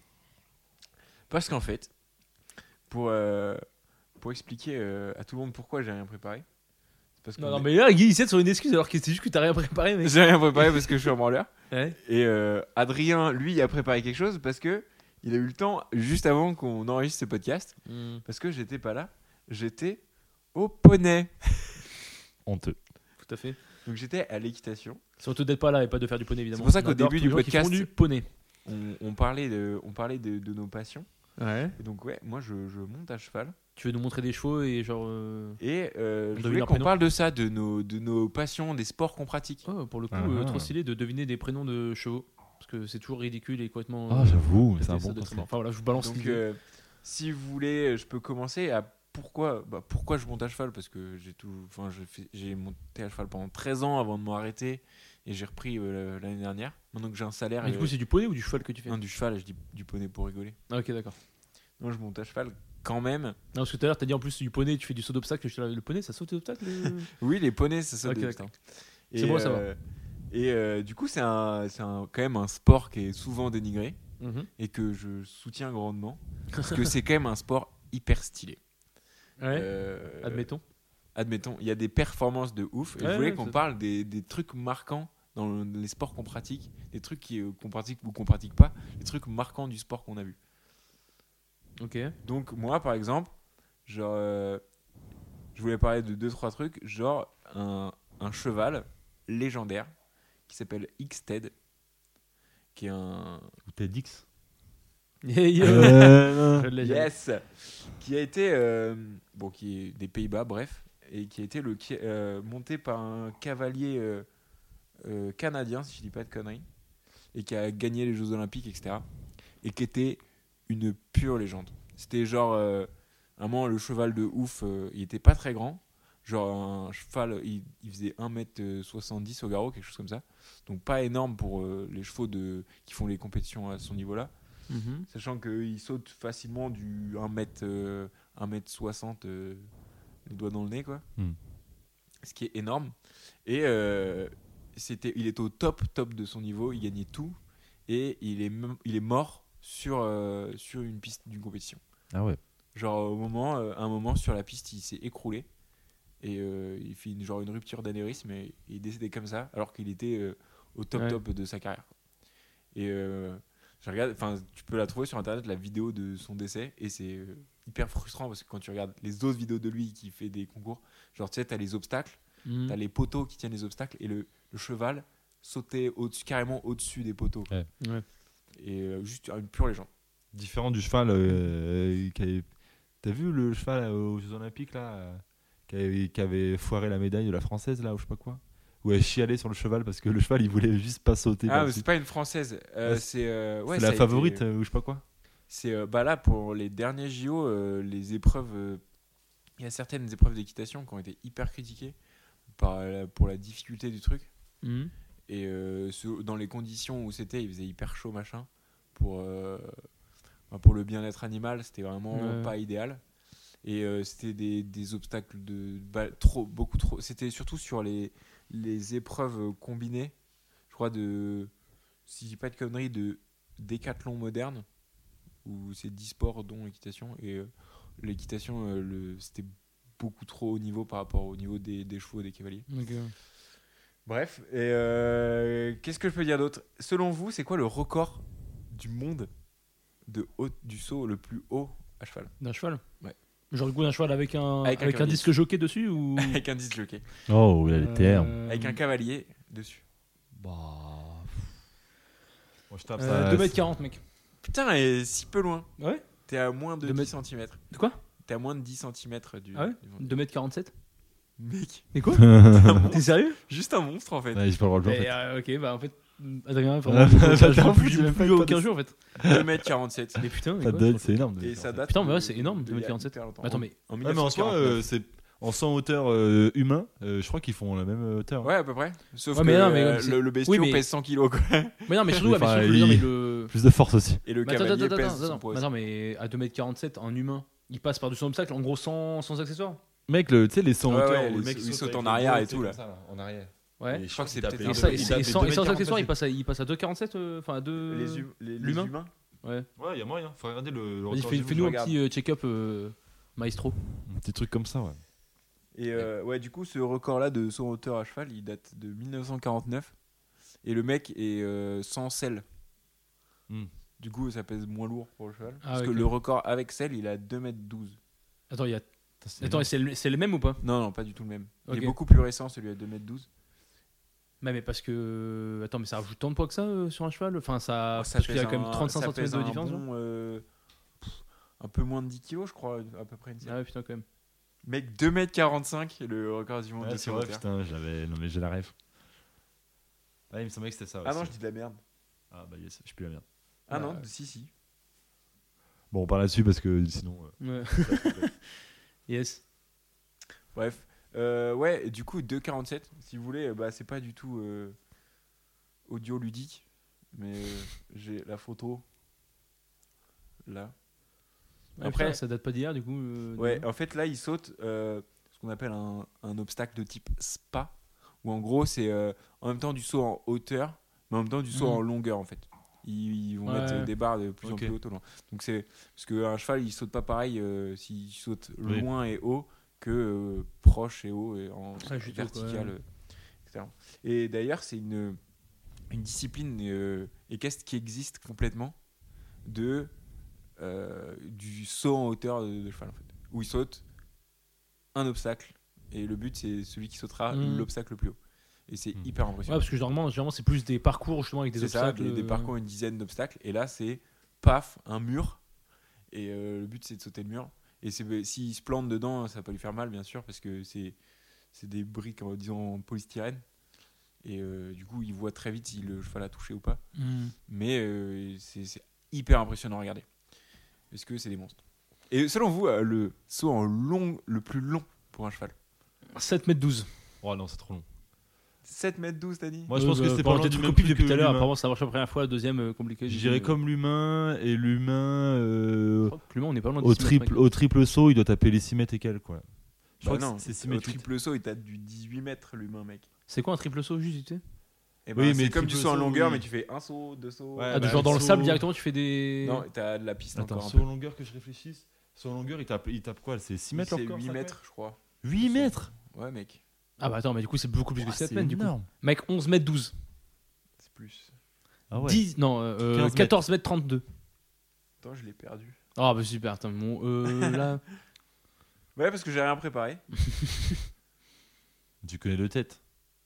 Parce qu'en fait, pour, euh, pour expliquer euh, à tout le monde pourquoi j'ai rien préparé, c'est parce que Non, non, mais là, Guy, il essaie sur une excuse alors que c'est juste que t'as rien préparé, mec. j'ai rien préparé parce que je suis en branleur. Ouais. Et euh, Adrien, lui, a préparé quelque chose parce que il a eu le temps juste avant qu'on enregistre ce podcast. Mm. Parce que j'étais pas là, j'étais au poney. Honteux. Tout à fait. Donc j'étais à l'équitation. Surtout d'être pas là et pas de faire du poney, évidemment. C'est pour ça qu'au On adore début tous du les gens qui podcast- font du poney. On, on parlait, de, on parlait de, de nos passions. Ouais. Et donc ouais, moi je, je monte à cheval. Tu veux nous montrer des chevaux et genre. euh, Et euh, On je devine voulais un qu'on prénom. parle de ça, de nos, de nos passions, des sports qu'on pratique. Oh, pour le coup, Ah euh, ah. trop stylé de deviner des prénoms de chevaux. Parce que c'est toujours ridicule et complètement. Ah, euh, j'avoue, c'est un pété, ça bon doit être conseil. marrant. Enfin voilà, je vous balance Donc l'idée. euh, si vous voulez, je peux commencer à pourquoi, bah, pourquoi je monte à cheval parce que j'ai tout, enfin je fais- j'ai monté à cheval pendant treize ans avant de m'arrêter et j'ai repris euh, l'année dernière. Maintenant que j'ai un salaire Mais et du coup, c'est du poney ou du cheval que tu fais? non, du cheval, je dis du poney pour rigoler. Ah, ok, d'accord. Non, je monte à cheval quand même. Non, parce que tout à l'heure, t'as dit en plus du poney, tu fais du saut d'obstacle. j'étais là, Le poney, ça saute d'obstacle euh Oui, les poneys, ça saute Ok, des d'accord. obstacles. C'est Et, bon à savoir. euh, Et euh, du coup, c'est un, c'est un, quand même un sport qui est souvent dénigré Mhm. et que je soutiens grandement parce que c'est quand même un sport hyper stylé. Ouais. Euh, Admettons. Admettons, il y a des performances de ouf. Et Ouais, je voulais ouais, qu'on c'est- parle des, des trucs marquants dans le- les sports qu'on pratique, des trucs qui, euh, qu'on pratique ou qu'on pratique pas, les trucs marquants du sport qu'on a vu. Ok. Donc moi, par exemple, genre, euh, je voulais parler de deux trois trucs, genre un, un cheval légendaire qui s'appelle X-Ted, qui est un Ou TEDx. Yeah, yeah. Euh, Je l'ai jamais. yes, qui a été euh, bon, qui est des Pays-Bas, bref, et qui a été le qui- euh, monté par un cavalier euh, euh, canadien, si je dis pas de conneries, et qui a gagné les Jeux Olympiques, et cetera. Et qui était une pure légende. C'était genre euh, vraiment le cheval de ouf. euh, il était pas très grand, genre un cheval, il, il faisait un mètre soixante-dix au garrot, quelque chose comme ça. Donc pas énorme pour euh, les chevaux de qui font les compétitions à son niveau-là. Mhm. Sachant qu'il saute facilement du un mètre, euh, un mètre soixante, euh, les doigts dans le nez, quoi. Mm. Ce qui est énorme. Et euh, c'était, il était au top, top de son niveau, il gagnait tout. Et il est, m- il est mort sur, euh, sur une piste d'une compétition. Ah ouais. Genre, au moment, euh, à un moment, sur la piste, il s'est écroulé. Et euh, il fait une, genre une rupture d'anévrisme et il est décédé comme ça, alors qu'il était euh, au top, Ouais. top de sa carrière. Et euh, je regarde, enfin, tu peux la trouver sur internet, la vidéo de son décès, et c'est euh, hyper frustrant parce que quand tu regardes les autres vidéos de lui qui fait des concours, genre, tu sais, t'as les obstacles, Mhm. t'as les poteaux qui tiennent les obstacles, et le, le cheval sautait au-dessus, carrément au-dessus des poteaux. Ouais. Ouais. Et euh, juste une pure légende. Différent du cheval euh, qui avait... T'as vu le cheval euh, aux Jeux Olympiques là euh, qui, avait, qui avait foiré la médaille de la française là ou je sais pas quoi, où elle chialait sur le cheval parce que le cheval il voulait juste pas sauter Ah, mais par-dessus. c'est pas une française, euh, Ouais, c'est euh, ouais, C'est ça la a été- favorite euh, ou je sais pas quoi. C'est euh, bah là pour les derniers J O, euh, les épreuves, euh, il y a certaines épreuves d'équitation qui ont été hyper critiquées par la- pour la difficulté du truc Mhm. et euh, ce- dans les conditions où c'était, il faisait hyper chaud machin pour euh, enfin, pour le bien-être animal, c'était vraiment Ouais. pas idéal et euh, c'était des, des obstacles de bah, trop beaucoup trop. C'était surtout sur les les épreuves combinées, je crois de si je dis pas de conneries de décathlon moderne où c'est dix sports dont l'équitation et euh, l'équitation euh, le, c'était beaucoup trop haut niveau par rapport au niveau des, des chevaux et des cavaliers. Ok. Bref, et euh, qu'est-ce que je peux dire d'autre? Selon vous, c'est quoi le record du monde de haut, du saut le plus haut à cheval? D'un cheval. Ouais. Genre du coup d'un cheval avec un Avec avec, un un, cavalier. disque jockey dessus ou Avec un disque jockey, Oh il a les termes. Euh, avec un cavalier dessus. Bah. Moi je tape euh, ça. deux mètres quarante mec. Putain, et si peu loin. Ouais. T'es à moins de Deux dix mètres. centimètres. De quoi? T'es à moins de dix centimètres du. Ah ouais du monde. deux mètres quarante-sept. Mec, Et quoi? Ouais, T'es sérieux? juste un monstre en fait. j'ai pas le droit de jouer en Et, fait. euh, ok bah en fait Adrien Ah, vraiment bah, je t'as joue foutu, plus, même pas plus une aucun fois jeu en fait. deux mètres quarante-sept. Mais putain mais Ça quoi, donne, je c'est énorme. Et ça date. Putain, mais de- ouais, c'est énorme, de- deux mètres il y a quarante-sept. hyper longtemps. Attends mais En Ouais, mais en soi, euh, mille neuf cent quarante-neuf. c'est en cent hauteur euh, humain, euh, je crois qu'ils font la même hauteur. Ouais, à peu près. Sauf Ouais, que mais non, mais euh, comme c'est- le, le bestiau oui, mais- pèse cent kilos quoi. mais non mais surtout ouais, mais Enfin, surtout, je veux dire, il- mais le Plus de force aussi. Et le mais attends cavalier attends pèse attends son attends poids mais aussi. attends mais à deux mètres quarante-sept en humain il passe par-dessus son obstacle en gros sans sans accessoires. Mec, le- tu sais, les cent Ouais, hauteur ouais, où le les- mec il saute avec en le arrière doigt, et tu sais, tout, là. comme ça, là, en arrière. Ouais. Je crois que c'est il peut-être tapait un Et, deux ça, peu- et, il et tape des sans, deux et sans mètres accessoires, il quarante-sept. passe à, il passe à deux quarante-sept, euh, enfin à deux. Les, hum- les, les l'humain. humains. Ouais. Ouais, il y a moyen. Faut regarder le. le Vas-y, record fais, du fais-nous monde. un regarde. petit euh, check-up, euh, maestro. Un petit truc comme ça, ouais. Et euh, ouais, du coup, ce record-là de saut en hauteur à cheval, il date de mille neuf cent quarante-neuf. Et le mec est euh, sans selle. Hmm. Du coup, ça pèse moins lourd pour le cheval. Ah, parce ok. que le record avec selle, il est à deux mètres douze. Attends, il y a... C'est Attends, et c'est le, c'est le même ou pas? Non, non, pas du tout le même. Il Ok. est beaucoup plus récent, celui à deux mètres douze. Mais, mais parce que. Attends, mais ça rajoute tant de poids que ça euh, sur un cheval? Enfin, ça. Oh, ça parce qu'il y a pèse quand même un- trente-cinq ça centimètres pèse de un différence. genre. bon, euh, pff, un peu moins de dix kilos, je crois, à peu près une selle. Ah ouais, putain, quand même. Mec, deux mètres quarante-cinq, le record du monde Ouais, de c'est saut en vrai, hauteur. putain, j'avais. Non, mais j'ai la rêve. Ah, il me semblait que c'était ça. Ah aussi. non, je dis de la merde. Ah, bah, yes, je pue la merde. Ah Ouais. non, si, si. Bon, on parle là-dessus parce que sinon. euh, Ouais. Yes. Bref. Euh, ouais, et du coup, deux quarante-sept, si vous voulez, euh, bah, c'est pas du tout euh, audio ludique, mais euh, j'ai la photo là. Ouais, Après- putain, ça date pas d'hier, du coup. euh, Ouais, non. en fait, là, il saute euh, ce qu'on appelle un, un obstacle de type spa, où en gros, c'est euh, en même temps du saut en hauteur, mais en même temps du saut Mhm. en longueur, en fait. Ils, ils vont Ouais. mettre euh, des barres de plus Ok. en plus hautes au loin. Donc, c'est parce qu'un cheval, il saute pas pareil euh, s'il saute Oui. loin et haut que euh, proche et haut et en Ouais, judo, vertical, quoi, ouais. euh, et cetera. Et d'ailleurs, c'est une, une discipline euh, équestre qui existe complètement de euh, du saut en hauteur de, de cheval en fait, où il saute un obstacle et le but c'est celui qui sautera Mhm. l'obstacle le plus haut et c'est Mhm. hyper Ouais, impressionnant. parce que généralement, généralement c'est plus des parcours justement avec des C'est ça, obstacles. des, des euh, parcours une dizaine d'obstacles et là c'est paf un mur et euh, le but c'est de sauter le mur et c'est, s'il se plante dedans ça va pas lui faire mal bien sûr parce que c'est, c'est des briques en, disons, en polystyrène et euh, du coup il voit très vite si le cheval a touché ou pas hmm. mais euh, c'est, c'est hyper impressionnant à regarder parce que c'est des monstres. Et selon vous euh, le saut en long le plus long pour un cheval? sept mètres douze. Oh non, c'est trop long. sept mètres douze, t'as dit? Moi, je pense Euh, que bah, c'est pendant pas tes du trucs même au pif truc depuis que tout à l'heure. l'humain. Apparemment, ça marche la première fois, la deuxième euh, compliqué. Je dirais comme l'humain, et l'humain euh, L'humain, on est pas loin des au, six mètres, triple, mec. au triple saut, il doit taper les six mètres et quelques. Quoi. Je Bah crois non, que c'est six au mètres. huit. triple saut, il t'a du dix-huit mètres, l'humain, mec. C'est quoi un triple saut juste, tu sais? Et ben, Oui, c'est mais comme du triple saut en saut, longueur, oui. mais tu fais un saut, deux sauts. Ouais, Ah, de bah, genre dans le saut- sable directement, tu fais des. Non, t'as de la piste Attends, encore un saut peu. en longueur que je réfléchisse. Saut en longueur, il tape, il tape quoi? C'est six mètres C'est encore, huit cinq mètres, je crois. huit mètres. Ouais, mec. Ah bah attends, mais du coup, c'est beaucoup plus que Ah, sept c'est mètres, du coup. énorme. Mec, onze mètres douze. C'est plus. Ah ouais. dix, non, euh, quinze mètres. quatorze mètres trente-deux. Attends, je l'ai perdu. Ah bah super, attends, mon. Euh, là. Ouais, parce que j'ai rien préparé. Tu connais de tête.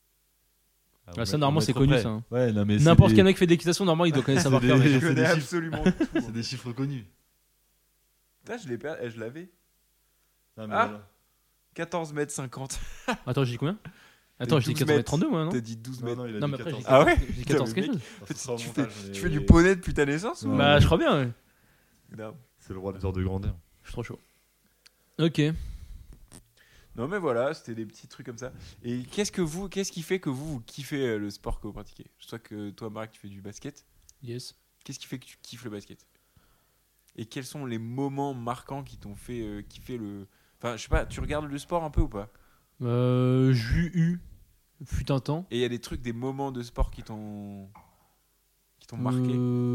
Ah, Ah, on ça, met- normalement, on c'est met connu, près. ça. hein. Ouais, non, mais c'est N'importe des- quel mec qui fait d'équitation, normalement, il doit connaître savoir C'est faire. des- mec. Je c'est connais des chiffres. absolument tout. C'est des chiffres connus. Là, je l'ai perdu. Je l'avais. Non, mais Ah. voilà. quatorze mètres cinquante. Attends, j'ai dit combien? Attends, j'ai dit douze quatorze mètres trente-deux, moi, non? T'as dit douze Non, mètres. non, il a Non, dit mais après, j'ai quatorze. Ah ouais j'ai quatorze Putain, mais quelque mec, chose. Ça sera au tu, montage, fais, mais- tu fais du poney depuis ta naissance ou Ouais. Bah, je crois bien, ouais. Non. C'est le roi des ordres de grandeur. Je suis trop chaud. Ok. Non, mais voilà, c'était des petits trucs comme ça. Et qu'est-ce que vous, qu'est-ce qui fait que vous, vous kiffez euh, le sport que vous pratiquez? Je sais que toi, Marc, tu fais du basket. Yes. Qu'est-ce qui fait que tu kiffes le basket? Et quels sont les moments marquants qui t'ont fait euh, kiffer le. Enfin, je sais pas, tu regardes le sport un peu ou pas? Euh, j'ai eu, fut un temps. Et il y a des trucs, des moments de sport qui t'ont. qui t'ont marqué?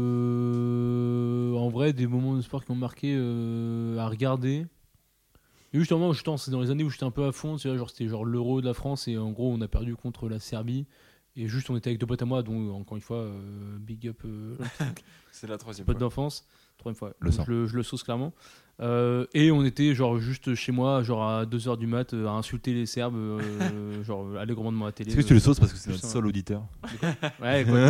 Euh, en vrai, des moments de sport qui m'ont marqué euh, à regarder. Et justement, justement, c'est dans les années où j'étais un peu à fond, tu vois, genre c'était genre l'Euro de la France et en gros on a perdu contre la Serbie et juste on était avec deux potes à moi, dont encore une fois euh, big up euh, C'est la troisième potes fois. d'enfance, troisième fois, Le je, sang. le, je le sauce clairement. Euh, et on était genre juste chez moi, genre à deux heures du mat, euh, à insulter les Serbes, euh, genre allègrement devant la télé. Est-ce que tu le euh, sauces parce que c'est plus notre un- seul auditeur? Ouais, quoi.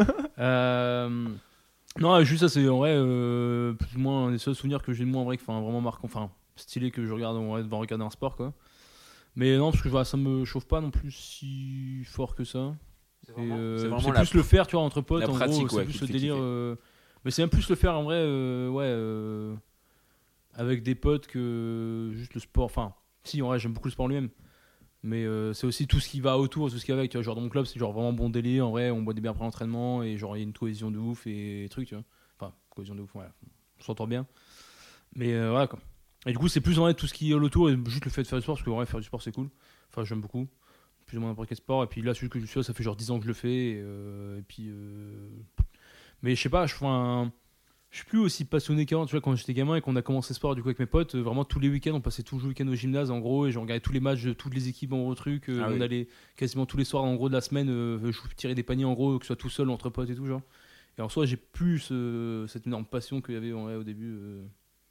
Euh, non, juste ça, c'est en vrai euh, plus ou moins un des seuls souvenirs que j'ai de moi en vrai, enfin vraiment marquant, enfin stylé que je regarde en vrai devant regarder un sport quoi. Mais non, parce que voilà, ça me chauffe pas non plus si fort que ça. C'est Et, vraiment, euh, c'est c'est vraiment la, plus le faire, tu vois, entre potes. la en pratique, gros, ouais, c'est qui plus te le fait délire. kiffer. euh, Mais c'est même plus le faire en vrai, euh, ouais, euh, avec des potes que juste le sport. Enfin, si, en vrai, j'aime beaucoup le sport en lui-même. Mais euh, c'est aussi tout ce qui va autour, tout ce qui va avec. Tu vois, genre dans mon club, c'est genre vraiment bon délire. En vrai, on boit des bières après l'entraînement et genre il y a une cohésion de ouf et trucs, tu vois. Enfin, cohésion de ouf, ouais, on s'entend bien. Mais euh, voilà quoi. Et du coup, c'est plus en vrai tout ce qui est autour et juste le fait de faire du sport parce que en vrai, faire du sport c'est cool. Enfin, j'aime beaucoup. Plus ou moins n'importe quel sport. Et puis là, celui que je suis, ça fait genre dix ans que je le fais. Et, euh, et puis. euh, Mais je sais pas, je fais un. Je suis plus aussi passionné qu'avant, tu vois, quand j'étais gamin et qu'on a commencé le sport du coup avec mes potes, euh, vraiment tous les week-ends, on passait tout le week-end au gymnase en gros et je regardais tous les matchs de toutes les équipes en gros truc, euh, Ah on oui. allait quasiment tous les soirs en gros de la semaine, euh, je tirais des paniers en gros, que ce soit tout seul entre potes et tout genre. Et en soi, j'ai plus ce- cette énorme passion qu'il y avait en vrai, au début. euh,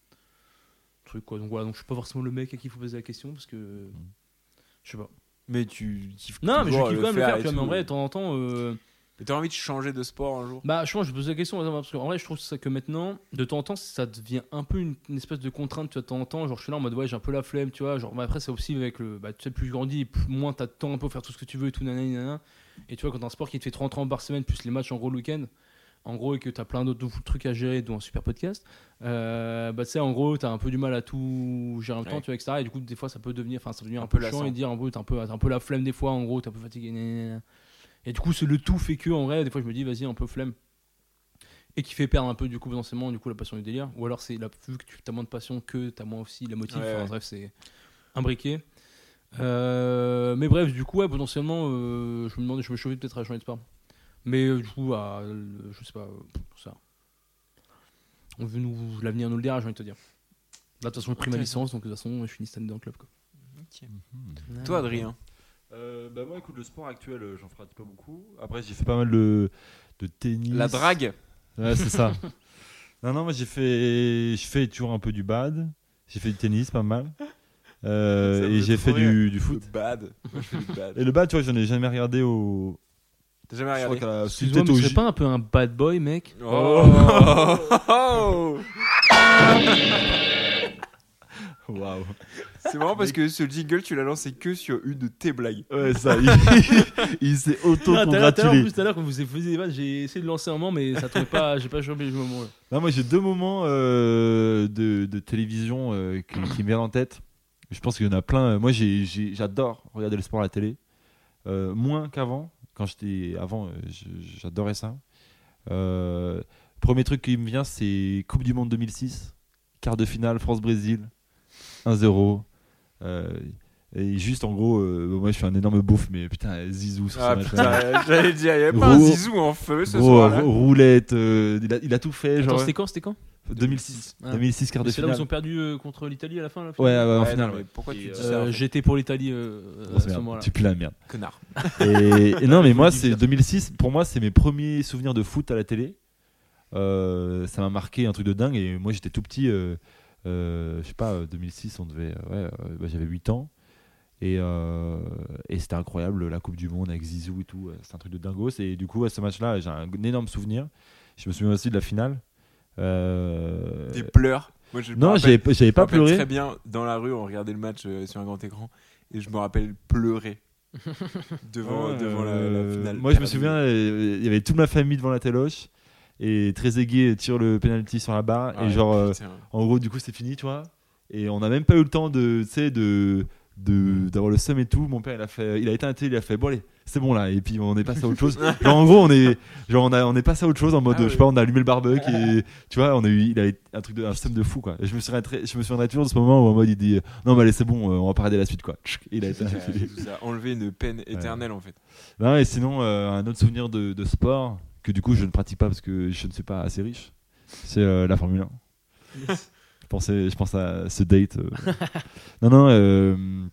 truc quoi. Donc voilà, donc je suis pas forcément le mec à qui il faut poser la question parce que je sais pas. Mais tu kiffes Non, mais je toujours kiffe quand même le faire, et tu vois, mais en tout. vrai, de temps en temps. euh, Et t'as envie de changer de sport un jour? Bah, je pense que je pose la question parce qu'en vrai, je trouve ça que maintenant, de temps en temps, ça devient un peu une, une espèce de contrainte, tu vois, de temps en temps. Genre, je suis là en mode, ouais, j'ai un peu la flemme, tu vois. Genre, bah, après, c'est aussi avec le. Bah, tu sais, plus tu grandis, plus, moins t'as de temps un peu pour faire tout ce que tu veux et tout, nanana, nanana. Et tu vois, quand t'as un sport qui te fait trente ans par semaine, plus les matchs en gros le week-end, en gros, et que t'as plein d'autres trucs à gérer, dont un super podcast, euh, bah, tu sais, en gros, t'as un peu du mal à tout gérer en même temps, Ouais. tu vois, et cetera. Et du coup, des fois, ça peut devenir, enfin, ça peut devenir un, Un peu peu chiant lassant. et dire, en gros, t'as un peu, t'as un peu la flemme des fois, en gros, t'es un peu fatigué, nanana. Et du coup, c'est le tout fait que, en vrai, des fois, je me dis, vas-y, un peu flemme. Et qui fait perdre un peu, du coup, potentiellement, du coup, la passion du délire. Ou alors, c'est la, vu que tu as moins de passion que tu as moins aussi la motive. Ouais, Enfin, ouais. bref, c'est imbriqué. Euh, mais bref, du coup, ouais, potentiellement, euh, je me demandais, je me chauffais peut-être à changer de sport. Mais euh, du coup, à, euh, je sais pas, euh, ça. On veut nous, l'avenir nous le dira, j'ai envie de te dire. Là, de toute façon, j'ai pris ma Intéressant. licence, donc de toute façon, je suis stand dans le club. Quoi. Toi, Adrien? Euh, bah moi écoute, le sport actuel euh, j'en pratique pas beaucoup. Après j'ai fait pas mal de, de tennis. La drague? Ouais c'est ça. Non non moi j'ai fait je fais toujours un peu du bad. J'ai fait du tennis pas mal. Euh, Ça me et fait j'ai trop fait rire. du, du foot. Le bad. Moi, je fais du bad. Et le bad tu vois j'en ai jamais regardé au. T'as jamais Je crois regardé? qu'à la Excuse-moi, mais peut-être tu au serais J- pas un peu un bad boy, mec? Oh, oh. Waouh. C'est marrant parce que ce jingle, tu l'as lancé que sur une de tes blagues. Ouais ça. Il, il s'est auto Ah, tout à l'heure, tout à l'heure, en congratulé. plus, tout à l'heure, quand vous faisiez des vannes, j'ai essayé de lancer un moment, mais ça tombait pas, j'ai pas chopé le moment. Là. Non, moi j'ai deux moments euh, de, de télévision euh, qui, qui me viennent en tête. Je pense qu'il y en a plein. Moi j'ai, j'ai- j'adore regarder le sport à la télé. euh, moins qu'avant. Quand j'étais avant, euh, je- j'adorais ça. Euh, premier truc qui me vient, c'est Coupe du Monde deux mille six, quart de finale France-Brésil, un zéro. Euh, et juste en gros, euh, moi je suis un énorme bouffe, mais putain, Zizou sur Ah ce match-là. putain, j'allais dire, il y avait pas un Gros- Zizou en feu ce Gros, soir-là. rou- roulette, euh, il, a, il a tout fait. Attends, Genre, c'était quand C'était quand deux mille six, Ah. deux mille six quart de C'est là où ils finale. ont perdu euh, contre l'Italie à la fin là, Ouais, ouais, en Ouais, finale. non, mais ouais. pourquoi tu Et, dis euh, ça Euh, en fait J'étais pour l'Italie euh, à Grosse ce merde, moment-là. tu pues la merde. Connard. Et, et non, mais moi, Je vous c'est dis ça. deux mille six. Pour moi, c'est mes premiers souvenirs de foot à la télé. Euh, ça m'a marqué un truc de dingue. Et moi, j'étais tout petit. Euh, euh, je sais pas, euh, deux mille six, on devait. Ouais, euh, bah, j'avais huit ans. Et, euh, et c'était incroyable, la Coupe du Monde avec Zizou et tout. C'est un truc de dingos. Et du coup, à ce match-là, j'ai un, un énorme souvenir. Je me souviens aussi de la finale. Euh, Des pleurs. Moi, je me non, rappelle- j'avais j'avais je me pas rappelle pleuré. très bien dans la rue, on regardait le match euh, sur un grand écran et je me rappelle pleurer devant, Ouais, devant la, la euh, finale. Moi, je me perdue. souviens, euh, il y avait toute ma famille devant la téloche. Et Trezeguet tire le penalty sur la barre. Ah et ouais, genre, euh, putain. en gros, du coup, c'est fini, tu vois. Et on n'a même pas eu le temps de, tu sais, de, de, d'avoir le seum et tout. Mon père, il a fait, il a éteint la télé, il a fait, bon allez, c'est bon là. Et puis on est passé à autre chose. Genre, en gros, on est, genre, on a, on est passé à autre chose en mode, Ah je sais oui. pas, on a allumé le barbecue et, tu vois, on a eu, il a eu un truc de, un seum de fou, quoi. Et je me souviendrai, très- je me souviendrai toujours de ce moment où en mode, il dit, non, mais allez, c'est bon, euh, on va pas regarder la suite, quoi. Il a éteint la Ça télé. nous a enlevé une peine éternelle en fait. Non, et sinon, euh, un autre souvenir de, de sport que du coup je ne pratique pas parce que je ne suis pas assez riche, c'est euh, la Formule un. Je, pensais, je pense à ce date. euh. non, non, euh,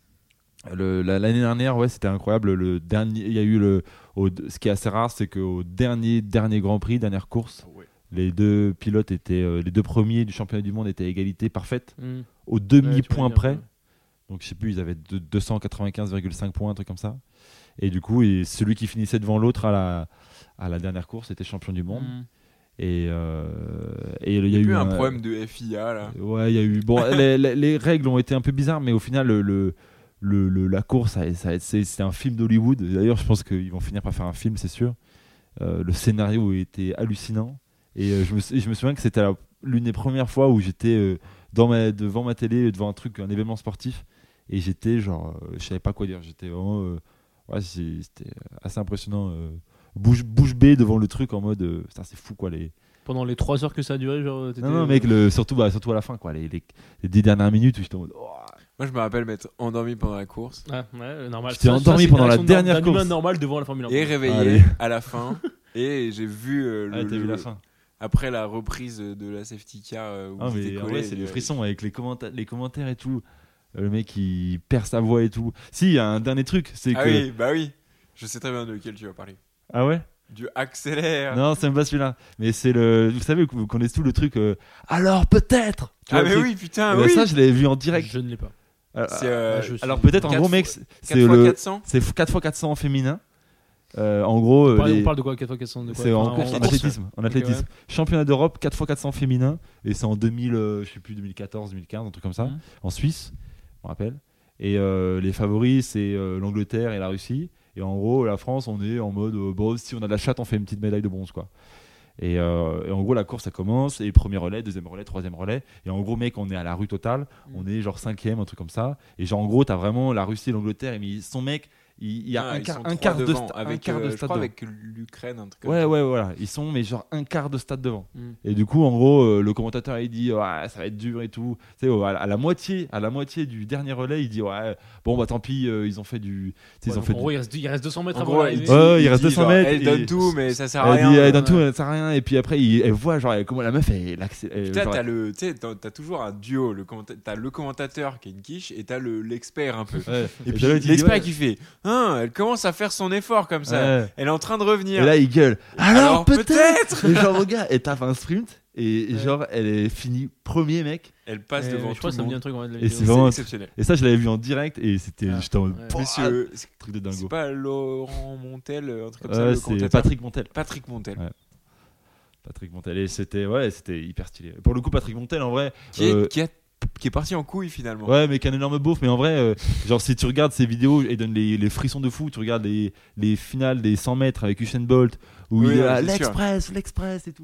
le- la- l'année dernière, ouais, c'était incroyable. Le dernier, il y a eu le, au- ce qui est assez rare, c'est qu'au dernier, dernier Grand Prix, dernière course, Ouais. les deux pilotes étaient, euh, les deux premiers du championnat du monde étaient à égalité parfaite, Mm. au demi-point Ouais, tu près. vas dire, Donc je sais plus, ils avaient deux- deux cent quatre-vingt-quinze virgule cinq points, un truc comme ça. Et du coup, et celui qui finissait devant l'autre à la, à la dernière course était champion du monde. Mm. Et euh, et il y Il a y a eu eu un un- problème de F I A là. Ouais, il y a eu. Bon, les, les- les règles ont été un peu bizarres, mais au final, le, le, le- le- la course, ça, ça, c'est, c'est un film d'Hollywood. D'ailleurs, je pense qu'ils vont finir par faire un film, c'est sûr. Euh, le scénario était hallucinant. Et euh, je, me, je me souviens que c'était la- l'une des premières fois où j'étais euh, dans ma, devant ma télé, devant un truc, un événement sportif. Et j'étais genre, euh, je savais pas quoi dire. J'étais vraiment. euh, ouais, c'est- c'était assez impressionnant. euh, bouche, bouche bée devant le truc en mode. euh, putain, c'est fou quoi. Les... Pendant les trois heures que ça a duré, genre. t'étais- Non, non, mec, le, surtout, bah, surtout à la fin, quoi. Les, les, les dix dernières minutes où j'étais en mode. oh, Moi je me rappelle m'être endormi pendant la course Ah, ouais, normal. J'étais Ça- endormi ça, c'est pendant une la réaction dernière d'un humain course. normal devant la Formule un. et réveillé Allez. à la fin et j'ai vu euh, le, ah, t'as le- vu la fin. après la reprise de la safety car euh, où Ah, ils mais étaient en collés, vrai, c'est et, les euh, frissons avec les, commenta- les commentaires et tout. Le mec, il perd sa voix et tout. Si, il y a un dernier truc, c'est Ah que. oui, bah oui. Je sais très bien de lequel tu vas parler. Ah ouais? Du accélère. Non, c'est même pas celui-là. Mais c'est le. Vous savez, vous connaissez tout le truc. euh, Alors peut-être! Tu Ah vois, mais le oui, truc. putain, Eh ben, oui. ça, je l'avais vu en direct. Je ne l'ai pas. Euh, C'est, euh, Ah, je suis- Alors peut-être, en quatre gros, mec, fois- c'est quatre fois le. quatre cents. C'est quatre fois quatre cents en féminin. Euh, en gros, On euh, parle, les- on parle de quoi quatre fois quatre cents de quoi c'est en, Enfin, course, en en- athlétisme. En athlétisme. ouais. Championnat d'Europe quatre fois quatre cents féminin. Et c'est en deux mille, euh, je sais plus, deux mille quatorze, deux mille quinze, un truc comme ça. Mhm. En Suisse, je me rappelle. Et euh, les favoris, c'est euh, l'Angleterre et la Russie. Et en gros, la France, on est en mode, euh, bon, si on a de la chatte, on fait une petite médaille de bronze, quoi. Et, euh, et en gros, la course, ça commence. Et premier relais, deuxième relais, troisième relais. Et en gros, mec, on est à la rue totale. On est genre cinquième, un truc comme ça. Et genre, en gros, t'as vraiment la Russie et l'Angleterre. Et mais son mec, il, il y a Ah, un ils quart, sont un trois quart de, devant, sta- avec, un quart de euh, je stade crois devant. avec l'Ukraine, un truc comme Ouais, ça. ouais, voilà. Ils sont, mais genre un quart de stade devant. Mm. Et du coup, en gros, euh, le commentateur, il dit, ouais, ça va être dur et tout. Tu sais, ouais, à, la- à la moitié, à la moitié du dernier relais, il dit, ouais, bon, bah tant pis, euh, ils ont fait du. tu sais, ils Ouais, ont donc, fait en du- gros, il reste, il reste deux cents mètres En avant gros, l'arrivée. il, Ouais, il dit, reste deux cents genre, mètres Elle et- donne tout, mais ça sert à Elle rien. dit, elle donne Ouais. tout, ça sert à rien. Et puis après, il- elle voit, genre, comment la meuf, elle accélère. Putain, t'as le, tu sais, t'as t'as toujours un duo. Le commenta- t'as le commentateur qui a une quiche et t'as le l'expert un peu. Et puis l'expert qui fait, hein, elle commence à faire son effort comme ça. Ouais. Elle est en train de revenir. Et là, il gueule. Alors, Alors, peut-être peut-être Et genre, regarde, elle tape un sprint. Et Ouais. genre, elle est finie premier, mec. Elle passe Et devant Je tout crois le que ça me dit un monde. truc en vrai de la Et vidéo. c'est vraiment- C'est exceptionnel. Et ça, je l'avais vu en direct. Et c'était. Ah. J'étais en mode. Ouais. Pouah, Monsieur, c'est truc de c'est dingo. pas Laurent Montel, un truc comme ça, Ouais, le c'est commentateur. Patrick Montel. Patrick Montel. Ouais. Patrick Montel. Et c'était, ouais, c'était hyper stylé. Pour le coup, Patrick Montel, en vrai. Qui, est, euh, qui, a- qui est parti en couille finalement. Ouais, mais qui a un énorme beauf. Mais en vrai, euh, genre, si tu regardes ses vidéos, il donne les, les frissons de fou. Tu regardes les, les finales des cent mètres avec Usain Bolt, où Oui, il est ouais, là, c'est sûr. l'express, l'express et tout.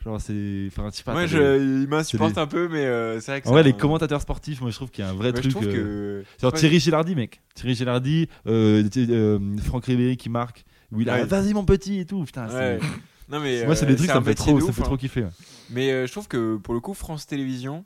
Genre, c'est. Enfin, je sais pas. Moi, t'as je, des- il m'insupporte des- un peu, mais euh, c'est vrai que En vrai, c'est les un- commentateurs sportifs, moi, je trouve qu'il y a un vrai Moi, truc. je trouve euh, que. Genre je sais Thierry Gilardi, mec. Thierry Gilardi, euh, t- euh, Franck Ribéry qui marque. Où il a Ouais. vas-y mon petit et tout. Putain, pas- c'est- Ouais. Non, mais. moi, c'est euh, des trucs, un ça me fait métier trop, de ça me ouf, fait hein. trop kiffer. ouais. Mais euh, je trouve que pour le coup, France Télévisions,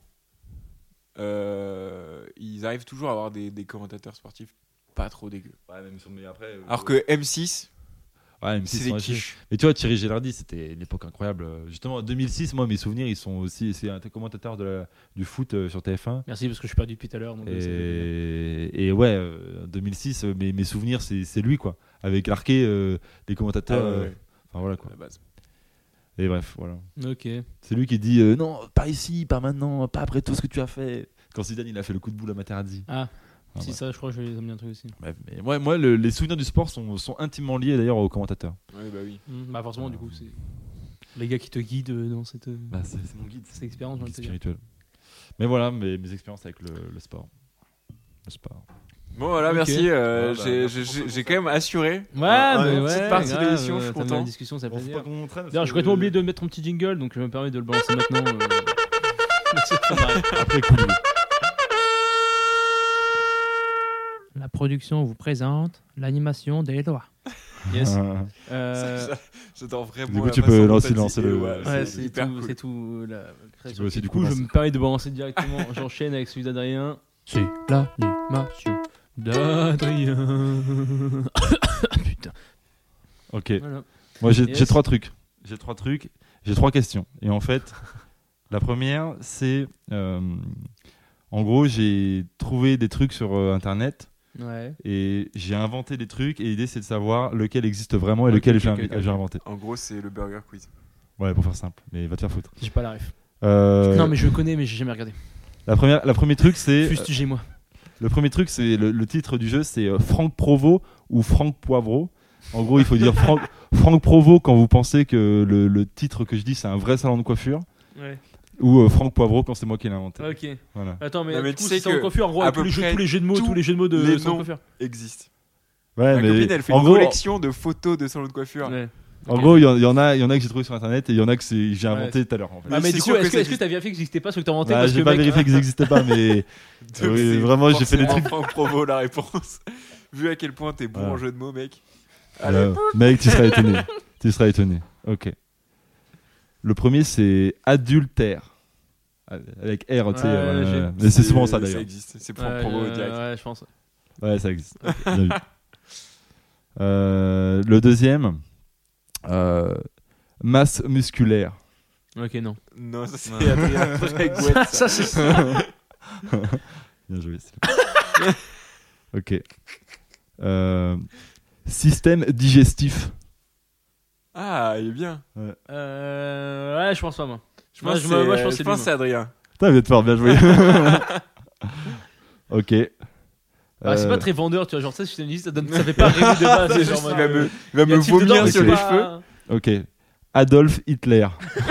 euh, ils arrivent toujours à avoir des, des commentateurs sportifs pas trop dégueux. Alors que M six, Ouais, M c'est six, des moi, je- quiches. Mais tu vois, Thierry Gilardi, c'était une époque incroyable. Justement, en deux mille six, moi, mes souvenirs, ils sont aussi. C'est un commentateur de la- du foot euh, sur T F un. Merci parce que je suis perdu depuis tout à l'heure. donc, euh, ça fait plaisir. Et, et ouais, euh, en deux mille six, euh, mes, mes souvenirs, c'est, c'est lui, quoi. Avec Larquet, euh, les commentateurs. Ah ouais, euh, ouais. Enfin, voilà, À quoi. la base. Et bref, voilà. Ok. C'est lui qui dit euh, non, pas ici, pas maintenant, pas après tout ce que tu as fait. Quand Zidane, il a fait le coup de boule à Materazzi. Ah, Ah, si ouais. ça, je crois que je vais les amener un truc aussi. Bref, mais moi, moi le- les souvenirs du sport sont, sont intimement liés d'ailleurs aux commentateurs. Ouais, bah oui. Hmm, bah forcément, du coup, c'est les gars qui te guident euh, dans cette, euh, Bah, c'est, c'est mon guide. cette expérience, j'ai envie Guide de te dire. spirituel. Mais voilà, mes, mes expériences avec le, le sport. Le sport. Bon, voilà, Ok. merci. euh, Ah, bah, j'ai, merci j'ai, pour j'ai- ça. j'ai quand même assuré. Ouais, un- mais une ouais, petite partie de grave, l'émission, je suis euh, t'as mis content. la discussion, ça fait plaisir. qu'on traîne. D'ailleurs, j'ai complètement oublié de mettre mon petit jingle, donc je me permets de le balancer maintenant. euh. C'est pas mal. Après, cool. La production vous présente l'animation des lois. Yes. Ah. Euh, J'adore vraiment. Du coup, la tu façon peux dont lancer- t'as dit, lancer et le- ouais, ouais, c'est c'est hyper tout, cool. c'est tout. La création. peux aussi, Et du du coup, coup, je lancer. me permets de balancer directement. J'enchaîne avec celui d'Adrien. C'est l'animation d'Adrien. Putain. Ok. Voilà. Moi, j'ai, Yes. j'ai trois trucs. J'ai trois trucs. J'ai trois questions. Et en fait, la première, c'est. euh, en gros, j'ai trouvé des trucs sur euh, Internet Ouais. et j'ai inventé des trucs. Et l'idée, c'est de savoir lequel existe vraiment et Ok, lequel ok, j'ai, ok, invi- ok. j'ai inventé. En gros, c'est le Burger Quiz. Ouais, pour faire simple. Mais va te faire foutre. J'ai pas la ref. Euh, Non, mais je connais, mais j'ai jamais regardé. la première, la premier truc, c'est. Fustigez-moi. Le premier truc, c'est le, le titre du jeu, c'est euh, Franck Provo ou Franck Poivreau. En gros, il faut dire Franck, Franck Provo quand vous pensez que le, le titre que je dis, c'est un vrai salon de coiffure, Ouais. ou euh, Franck Poivreau quand c'est moi qui l'ai inventé. Ok. Voilà. Attends, mais, Non, mais du tu coup, sais c'est salon de que coiffure, en gros, à avec peu tous les, jeux, près tous les jeux de mots, tous tous les jeux de mots de les salon de noms coiffure. Existe. Ouais, Ma mais copine, elle fait en une gros, collection de photos de salons de coiffure. Ouais. en Ok. gros, il y, en- il y en a, il y en a que j'ai trouvé sur internet et il y en a que c'est, j'ai Ouais. inventé tout à l'heure. En fait. Ah, mais c'est du coup, sûr que est-ce que ça est-ce que t'as vérifié que n'existait pas ce que t'as inventé Bah, parce j'ai que pas mec, vérifié qu'ils n'existaient pas, mais Donc, oui, c'est vraiment, j'ai fait des forcément trucs. Franck Provo la réponse. Vu à quel point t'es bon Ouais. en jeu de mots, mec. Allez. Euh, mec, tu seras étonné. Tu seras étonné. Ok. Le premier, c'est adultère. Avec R, tu sais. Ouais, euh, j'ai- mais c'est souvent ça Ça d'ailleurs. existe. C'est Franck Ouais, Provo je- direct. Ouais, je pense. Ouais, ça existe. Bien vu. Euh, le deuxième, euh, masse musculaire. Ok, non. Non, ça c'est Ouais. Adrien avec Gwen, ça. Ça, c'est ça. Bien joué. Sylvain. Ok. Euh, système digestif. Ah, il est bien. Euh, ouais, je pense pas, moi. Je Moi, pense je que me- c'est- moi, je pense que je c'est pense lui, que c'est Adrien. Putain, vous êtes fort, bien joué. Ok. Bah, c'est Euh, pas très vendeur, tu vois. Genre, tu sais, je te dis, ça, donne, ça fait pas rêver de base. c'est genre, Il mode, va euh, me, il va y a me un type dedans, vomir mais sur c'est les pas- cheveux. Ok. Adolf Hitler.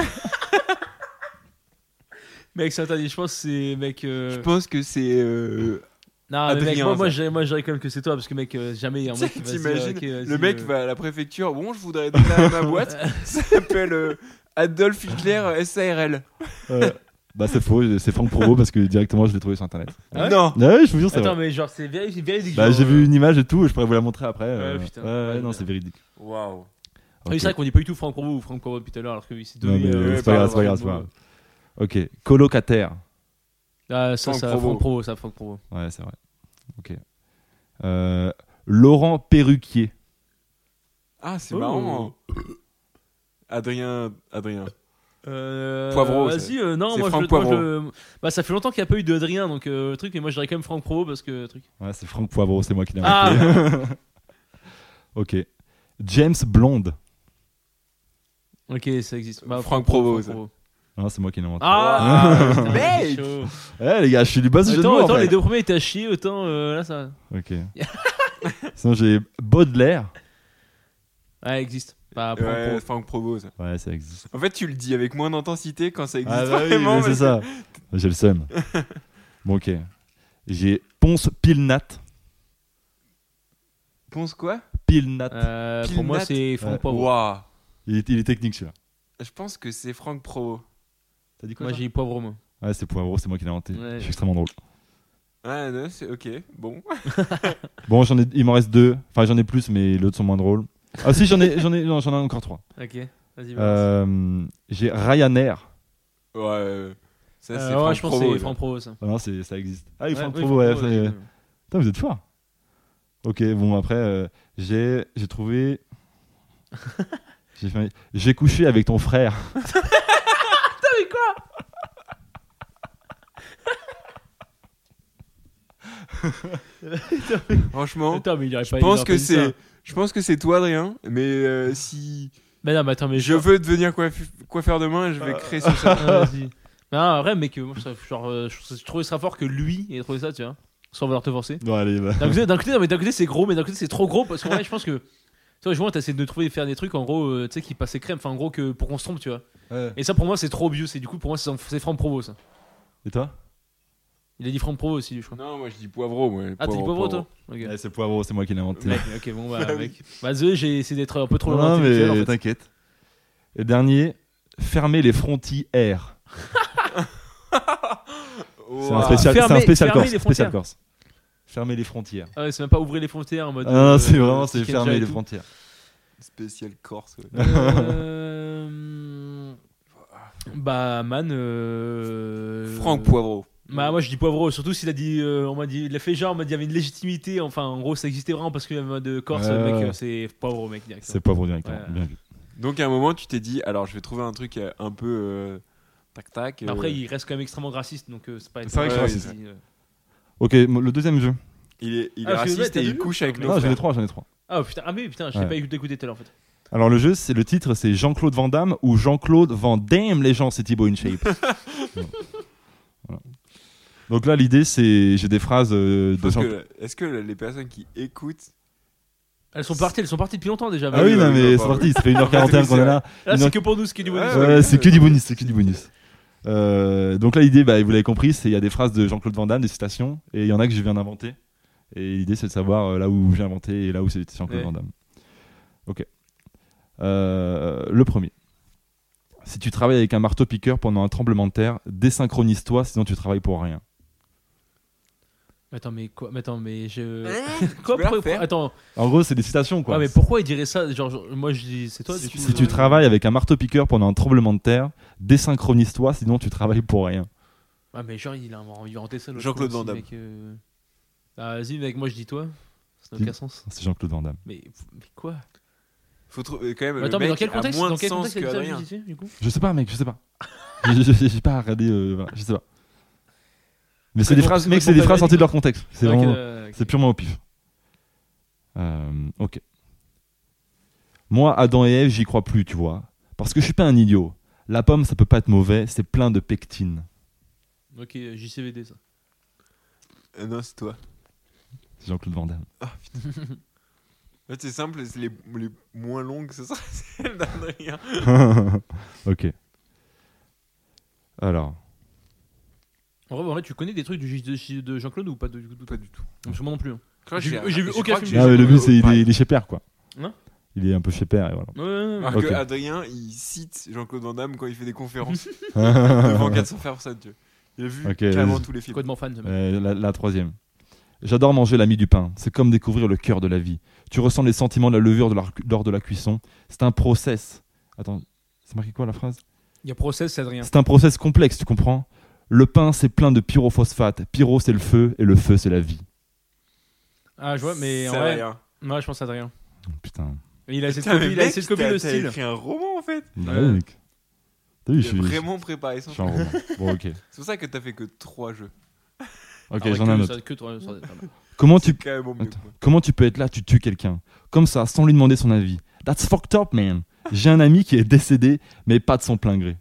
Mec, ça t'a dit, je pense que c'est, mec. euh, Je pense que c'est. euh, Non, mais mec, Adrien, moi, moi, ça. je dirais- moi, je dirais quand même que c'est toi, parce que, mec, euh, jamais il y a un Tu sais, mec qui va se dire, t'imagines, ok, vas-y, le mec euh, va à la préfecture. Bon, je voudrais donner à ma boîte. Ça s'appelle euh, Adolf Hitler S A R L. Euh, bah, c'est faux, c'est Franck Provo parce que directement je l'ai trouvé sur internet. Ah ouais Non. Ouais, je vous jure, c'est Attends, vrai. mais genre, c'est véridique. véridique, Bah, genre, j'ai euh, vu une image et tout, et je pourrais vous la montrer après. euh, Ouais, putain. ouais, ouais, Ouais, non, bien. c'est véridique. Waouh. Ah oui, Ok. c'est vrai qu'on dit pas du tout Franck Provo ou Franck Provo depuis tout à l'heure, alors qu'il s'est Non, donné. mais euh, c'est pas grave, c'est pas grave, c'est pas grave. Ok, colocataire. Ah, ça, Franck ça, Provo. Franck Provo, ça, Franck Provo. Ouais, c'est vrai. Ok. Euh, Laurent Perruquier. Ah, c'est Oh. marrant. Adrien. Adrien. Euh, Poivreau, Vas-y, c'est- euh, non, c'est moi, Franck je, moi Poivreau. je. Bah, ça fait longtemps qu'il n'y a pas eu d'Adrien, donc euh, le truc, mais moi je dirais quand même Franck Provo parce que. Truc. Ouais, c'est Franck Poivreau, c'est moi qui l'ai Ah. inventé. Ok. James Blonde. Ok, ça existe. Bah, Franck Provo, ça. Non, c'est moi qui l'ai inventé. Ah, Wow. putain, Mec. c'est chaud. Ouais, les gars, je suis du boss du jeu de Autant, mots, en autant fait. les deux premiers étaient à chier, autant euh, là ça. Ok. Sinon, j'ai Baudelaire. Ouais, existe. Bah, Franck Ouais, Provo. Franck Provo, ça. Ouais, ça existe. En fait, tu le dis avec moins d'intensité quand ça existe Ah bah oui, vraiment. mais c'est parce ça. J'ai le seum. Bon, ok. J'ai Ponce Pilnat. que- Ponce quoi Pilnat. Euh, Pilnat. pour moi, c'est Franck Ouais. Provo. Waouh. Il, est, il est technique celui-là. Je pense que c'est Franck Provo. T'as dit quoi Moi toi j'ai dit poivreau, moi. Ouais, c'est Poivreau, c'est moi qui l'ai inventé. Ouais. Je suis extrêmement drôle. Ah non, c'est ok, bon. Bon, j'en ai, il m'en reste deux. Enfin, j'en ai plus, mais l'autre sont moins drôles. Ah si, j'en ai, j'en ai, non, j'en ai encore trois. Ok, vas-y. balance. Euh, j'ai Ryanair. Ouais, euh, ça c'est Euh, Franck ouais, je pense que Provo. c'est ça. Franck Provo, ça. Ah non, c'est, ça existe. Ah, il Ouais, Franck oui, Provo, ouais. Provo, c'est- ouais. Putain, vous êtes fort. Ok, bon, après, euh, j'ai, j'ai trouvé... j'ai, fait... j'ai couché avec ton frère. Mais quoi Franchement, Attends, mais il aurait je pas- il pense aurait que pas dit ça. c'est, je pense que c'est toi, Adrien. Mais euh, si Mais non, mais attends, mais je veux devenir coiff- coiffeur demain, je vais créer sur ça. Ah, vas-y. Non, vrai, mec, moi, je, genre, euh, je, je trouvais ça fort que lui ait trouvé ça, tu vois, sans vouloir te forcer. Non, allez, bah. D'un côté, d'un côté, non, mais d'un côté, c'est gros, mais d'un côté, c'est trop gros parce qu'en vrai, je pense que. Tu vois, je vois, t'essaies de trouver, faire des trucs en gros, euh, tu sais, qui passaient crème, enfin, en gros, que pour qu'on se trompe, tu vois. Ouais. Et ça, pour moi, c'est trop obvious. Et du coup, pour moi, c'est, c'est Franck Provo, ça. Et toi? Il a dit Franck Provo aussi, je crois. Non, moi je dis poivreau. Moi. Ah, t'as dit Poivreau, toi Ok. Ouais, c'est Poivreau, c'est moi qui l'ai inventé. Mec, ok, bon, bah, mec. Bah, désolé, j'ai essayé d'être un peu trop Non, loin. mais en fait. t'inquiète. Et dernier, fermer les frontières. C'est un Ouah. spécial, c'est un Fermer- spécial fermer corse. les Spécial frontières. corse. Fermer les frontières. Ah ouais, c'est même pas ouvrir les frontières en mode. Ah non, euh, c'est vraiment c'est Chicken fermer Jai et les tout. frontières. Spécial Corse. ouais. Euh... Bah, man. Euh... Franck Poivreau. Bah, moi je dis Poivreau, surtout s'il a dit. euh, on m'a dit. Il a fait genre, on m'a dit il y avait une légitimité. Enfin, en gros, ça existait vraiment parce qu'il y avait mode Corse, Ouais, mec, ouais. euh, c'est Poivreau, mec, directement. C'est Poivreau directement. Ouais. Bien vu. Donc à un moment, tu t'es dit, alors je vais trouver un truc euh, un peu euh, tac tac. euh, Après, il reste quand même extrêmement raciste, donc euh, c'est pas. C'est vrai que c'est étonnant raciste. qu'il- euh, Ok, mo- le deuxième jeu. il est, il est Ah, parce que raciste t'as et il vu couche avec Ah, nos Non, j'en frères. ai trois, j'en ai trois. Ah putain, ah mais putain, je l'ai Ouais. pas écouté écouter tout à l'heure en fait. Alors le jeu, c'est le titre, c'est Jean-Claude Van Damme ou Jean-Claude Van Damme, les gens, c'est Thibaut InShape. Voilà. Donc là, l'idée, c'est j'ai des phrases euh, de Parce Jean- que, est-ce que les personnes qui écoutent. Elles sont parties, elles sont parties depuis longtemps déjà. Ah oui, oui, non, oui, mais oui, c'est oui. parti, ça fait une heure quarante et un Oui, qu'on c'est est là. Là, Une c'est heure- que pour nous, ce qui est du bonus. Ouais, Ouais, c'est que du bonus, c'est que du bonus. Euh, donc là, l'idée, bah, vous l'avez compris, c'est il y a des phrases de Jean-Claude Van Damme, des citations, et il y en a que je viens d'inventer. Et l'idée, c'est de savoir euh, là où j'ai inventé et là où c'est Jean-Claude Ouais. Van Damme. Ok. Euh, le premier. Si tu travailles avec un marteau-piqueur pendant un tremblement de terre, désynchronise-toi, sinon tu travailles pour rien. Mais attends, mais quoi mais Attends, mais je. Hein Quoi peux la pourquoi- refaire Attends, En gros, c'est des citations, quoi. ouais, mais pourquoi il dirait ça genre, genre, moi je dis, c'est toi du coup. Si tu travailles avec un marteau-piqueur pendant un tremblement de terre, désynchronise-toi, sinon tu travailles pour rien. Ah, mais genre, il a inventé ça. l'autre Jean-Claude fois Van aussi, Damme. mec, euh. Ah, vas-y, mec, moi je dis toi. Ça n'a Dis- aucun sens. C'est Jean-Claude Van Damme. Mais, mais quoi Faut trouver quand même. Mais le Attends, mais dans mec quel a contexte moins Dans de quel sens contexte il que a dit ça Adrien. juste ici, du coup Je sais pas, mec, je sais pas. J'ai- J'ai j'ai pas regardé, euh, voilà, je sais pas. Mais c'est Ouais, des bon, phrases, c'est mec, pas c'est des bon, phrases pas sorties de validé. leur contexte. C'est Ok, vraiment, euh, ok. c'est purement au pif. Euh, ok. Moi, Adam et Ève, j'y crois plus, tu vois. Parce que je suis pas un idiot. La pomme, ça peut pas être mauvais, c'est plein de pectine. Ok, J C V D ça. Euh, non, c'est toi. C'est Jean-Claude Van Damme. En fait, c'est simple, c'est les, les moins longues, ce sera celle d'Adrien. Ok. Alors, En vrai, en vrai, tu connais des trucs du J- de, de Jean-Claude ou pas de, du coup Pas du tout. Parce que moi non plus. hein. Je crois que J'ai vu- j'ai vu je aucun crois que film j'ai ah, mais le vu, but, c'est euh, il est, pareil. il est chez Père, quoi. Hein Il est un peu chez Père, et voilà. Ouais, ouais, ouais. Alors Ok. que Adrien, il cite Jean-Claude Van Damme quand il fait des conférences devant quatre cents personnes. Tu vois. Il a vu Ok, carrément vas-y. tous les films. Complètement fan. ce mec. Euh, la, la troisième. J'adore manger l'ami du pain. C'est comme découvrir le cœur de la vie. Tu ressens les sentiments de la levure de la- lors de la cuisson. C'est un process. Attends, c'est marqué quoi la phrase? Il y a process, c'est Adrien. C'est un process complexe, tu comprends? Le pain, c'est plein de pyrophosphate. Pyro, c'est le feu, et le feu, c'est la vie. Ah, je vois, mais en C'est vrai. Adrien. Moi, je pense à Adrien. Oh, putain. Il a essayé de Putain, mais copier, il a mec, essayé de copier t'as- le t'as style. écrit un roman en fait. Bah Ouais. ouais, mec. T'as vu, Il je a suis, vraiment préparé je son suis un truc. roman. Bon, ok. C'est pour ça que t'as fait que trois jeux. Ok, Ah ouais, j'en ai un que autre. ça- que toi, ça- ça- Comment C'est tu, carrément mieux. Attends. quoi. comment tu peux être là, tu tues quelqu'un? Comme ça, sans lui demander son avis. That's fucked up, man. J'ai un ami qui est décédé, mais pas de son plein gré.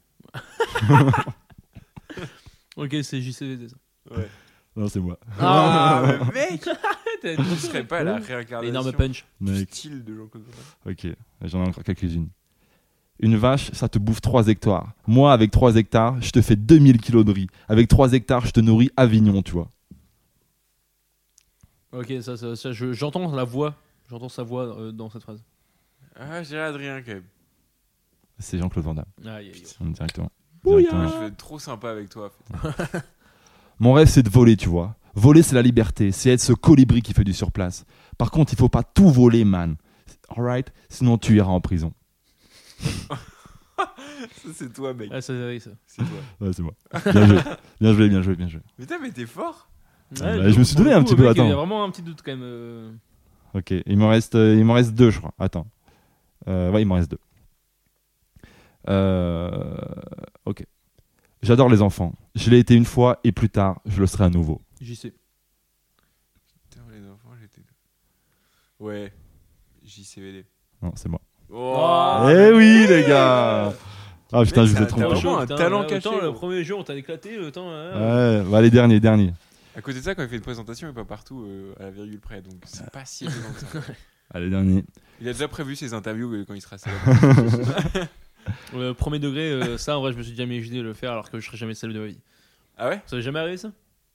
Ok, c'est J C V D ça. Ouais. Non, c'est moi. Ah, mais mec, T'as tu serais pas la réincarnation Énorme punch. du Mec. style de Jean-Claude Van Damme. Ok, j'en ai encore quelques-unes. Une vache, ça te bouffe trois hectares. Moi, avec trois hectares, je te fais deux mille kilos de riz. Avec trois hectares, je te nourris Avignon, tu vois. Ok, ça, ça, ça, je- j'entends la voix. J'entends sa voix euh, dans cette phrase. Ah, j'ai Adrien quand même. C'est Jean-Claude Van Damme. Aïe, aïe, aïe. Directement. Moi, Directement. je vais être trop sympa avec toi. En fait. Mon rêve, c'est de voler, tu vois. Voler, c'est la liberté. C'est être ce colibri qui fait du surplace. Par contre, il faut pas tout voler, man. Alright? Sinon, tu iras en prison. Ça, c'est toi, mec. Ah, ça, c'est vrai, ça. C'est toi. Ouais, c'est moi. Bien joué. Bien joué, bien joué, bien joué. Mais putain, mais t'es fort. bah, Ouais, je me suis pour donné le un coup, petit peu, mec, Il y attends. a vraiment un petit doute quand même. euh. Ok, il m'en reste, euh, il m'en reste deux, je crois. Attends. Euh, ouais, il m'en reste deux. Euh, ok. J'adore les enfants. Je l'ai été une fois et plus tard, je le serai à nouveau. J'y sais. Putain, les enfants, j'étais. Ouais. J C V D. Non, c'est moi. Oh, eh oui, les gars. Ah putain, Mec, je vous c'est ai un trompé. talent. Vraiment un Putain, talent ouais, caché, autant, le gros. premier jour, on t'a éclaté. Le temps. hein. Ouais, bah les derniers, derniers. À côté de ça, quand il fait une présentation, il est pas partout euh, à la virgule près. Donc c'est pas si étonnant que ça. Allez, derniers. Il a déjà prévu ses interviews euh, quand il sera célèbre. Euh, premier degré, euh, ça en vrai, je me suis jamais imaginé le faire alors que je serais jamais célèbre de ma vie. Ah ouais? Ça n'est jamais arrivé ça?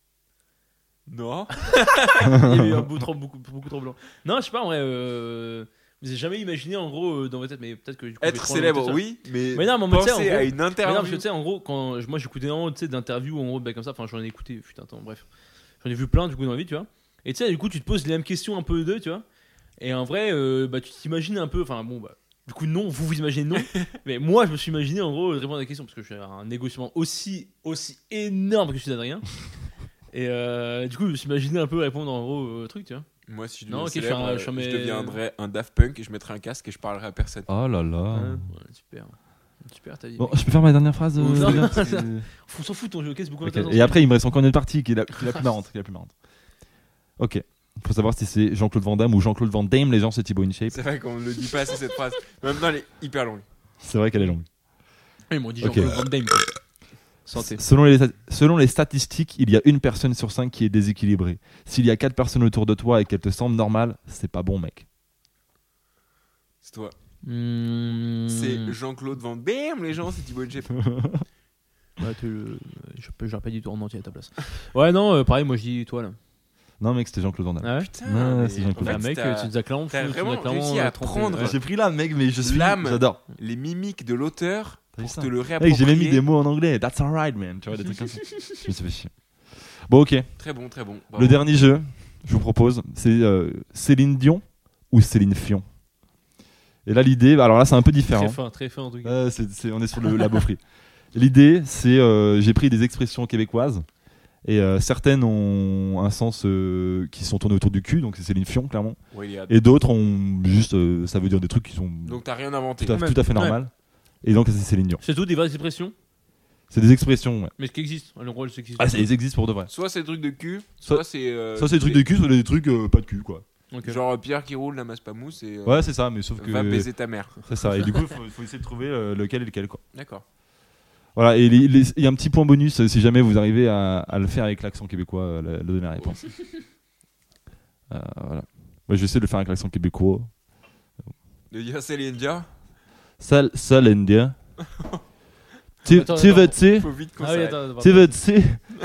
Non. Il y a eu un bout trop, beaucoup, beaucoup trop blanc. Non, je sais pas, en vrai. Euh... Vous avez jamais imaginé en gros euh, dans votre tête, mais peut-être que du coup. Être je vais trop célèbre, inventer ça. oui, mais, Mais non, mais tu sais, en penser gros- à une Mais non, parce que interview. tu sais, en gros, quand je- moi j'écoutais énormément tu sais, d'interviews en gros, bah, comme ça, enfin j'en ai écouté, putain, attends, bref. J'en ai vu plein du coup dans la vie, tu vois. Et tu sais, du coup, tu te poses les mêmes questions un peu d'eux, tu vois. Et en vrai, euh, bah, tu t'imagines un peu, enfin bon, bah, du coup, non, vous vous imaginez non. Mais moi, je me suis imaginé en gros de répondre à la question parce que je suis un négociant aussi, aussi énorme que je suis d'Adrien. Et euh, du coup, je me suis imaginé un peu répondre en gros au truc, tu vois. Moi, si je Non, deviens ok, je célèbre, suis un- euh, je suis un je mé- deviendrais un Daft Punk et je mettrais un casque et je parlerais à personne. Oh là là. Ouais, ouais, super. Super, t'as dit. Bon, je peux faire ma dernière phrase euh, Non, les gars non, Parce que- On s'en fout, ton jeu, ok, c'est beaucoup Ok. intéressant. Et après, il me reste encore une autre partie qui est la, qui est la plus marrante. Qui est la plus marrante. Ok. Faut savoir si c'est Jean-Claude Van Damme ou Jean-Claude Van Damme. Les gens, c'est Thibaut InShape. C'est vrai qu'on ne le dit pas assez cette phrase. Mais en même temps, elle est hyper longue. C'est vrai qu'elle est longue. Ils m'ont dit Ok. Jean-Claude Van Damme. quoi. Santé. Selon les, selon les statistiques, il y a une personne sur cinq qui est déséquilibrée. S'il y a quatre personnes autour de toi et qu'elles te semblent normales, c'est pas bon, mec. C'est toi. Mmh. C'est Jean-Claude Van Damme, les gens, c'est Thibaut InShape. Ouais, tu le... je peux, j'aurais pas dit tout en entier à ta place. Ouais, non, euh, pareil, moi je dis toi là. Non, mec, c'était Jean-Claude Van Damme. Ah ouais Putain, Ouais, mais c'est Jean-Claude en Bah, fait, mec, t'as tu nous as clairement t'as fou- tu vraiment nous as clairement, réussi à euh, trompé. prendre- Ouais. J'ai pris là, mec, mais je suis. L'âme. J'adore. les mimiques de l'auteur T'as vu pour ça te le Mec, réapproprier. j'ai même mis des mots en anglais. That's alright, man. Tu vois, des trucs comme ça. Je me suis fait chier. Bon, ok. Très bon, très bon. Le dernier jeu, je vous propose, c'est euh, Céline Dion ou Céline Fion. Et là, l'idée, alors là, c'est un peu différent. Très fin, très fin en tout cas. Euh, c'est- c'est- on est sur le, la beaufrie. L'idée, c'est euh, j'ai pris des expressions québécoises et euh, certaines ont un sens euh, qui sont tournées autour du cul, donc c'est Céline Fion clairement, Ouais, il est à- et d'autres ont juste, euh, ça veut dire des trucs qui sont Donc t'as rien inventé. tout à, Ouais. tout à fait normal. Et donc c'est Céline Dion. C'est tout des vraies expressions, C'est des expressions. Ouais. mais ce qui existe. Le rôle, c'est qui existe. Ah, ça, ils existent pour de vrai. Soit c'est des trucs de cul, Soit- soit c'est. euh, Ça, c'est des trucs de cul, soit des trucs euh, pas de cul, quoi. Ok. Genre euh, Pierre qui roule, la masse pas mousse et. euh, Ouais, c'est ça, mais sauf que Va baiser ta mère. c'est ça. Et du coup, il faut, faut essayer de trouver euh, lequel est lequel, quoi. D'accord. Voilà, et les- les- il y a un petit point bonus euh, si jamais vous arrivez à, à le faire avec l'accent québécois, euh, la, la dernière réponse. Euh, voilà. Moi, je vais essayer de le faire avec l'accent québécois. De dire Céline Dion, Sal, sal indien. Tu Attends, tu attends. veux-tu faut vite qu'on Ah oui, s'arrête. attends, attends, Tu veux-tu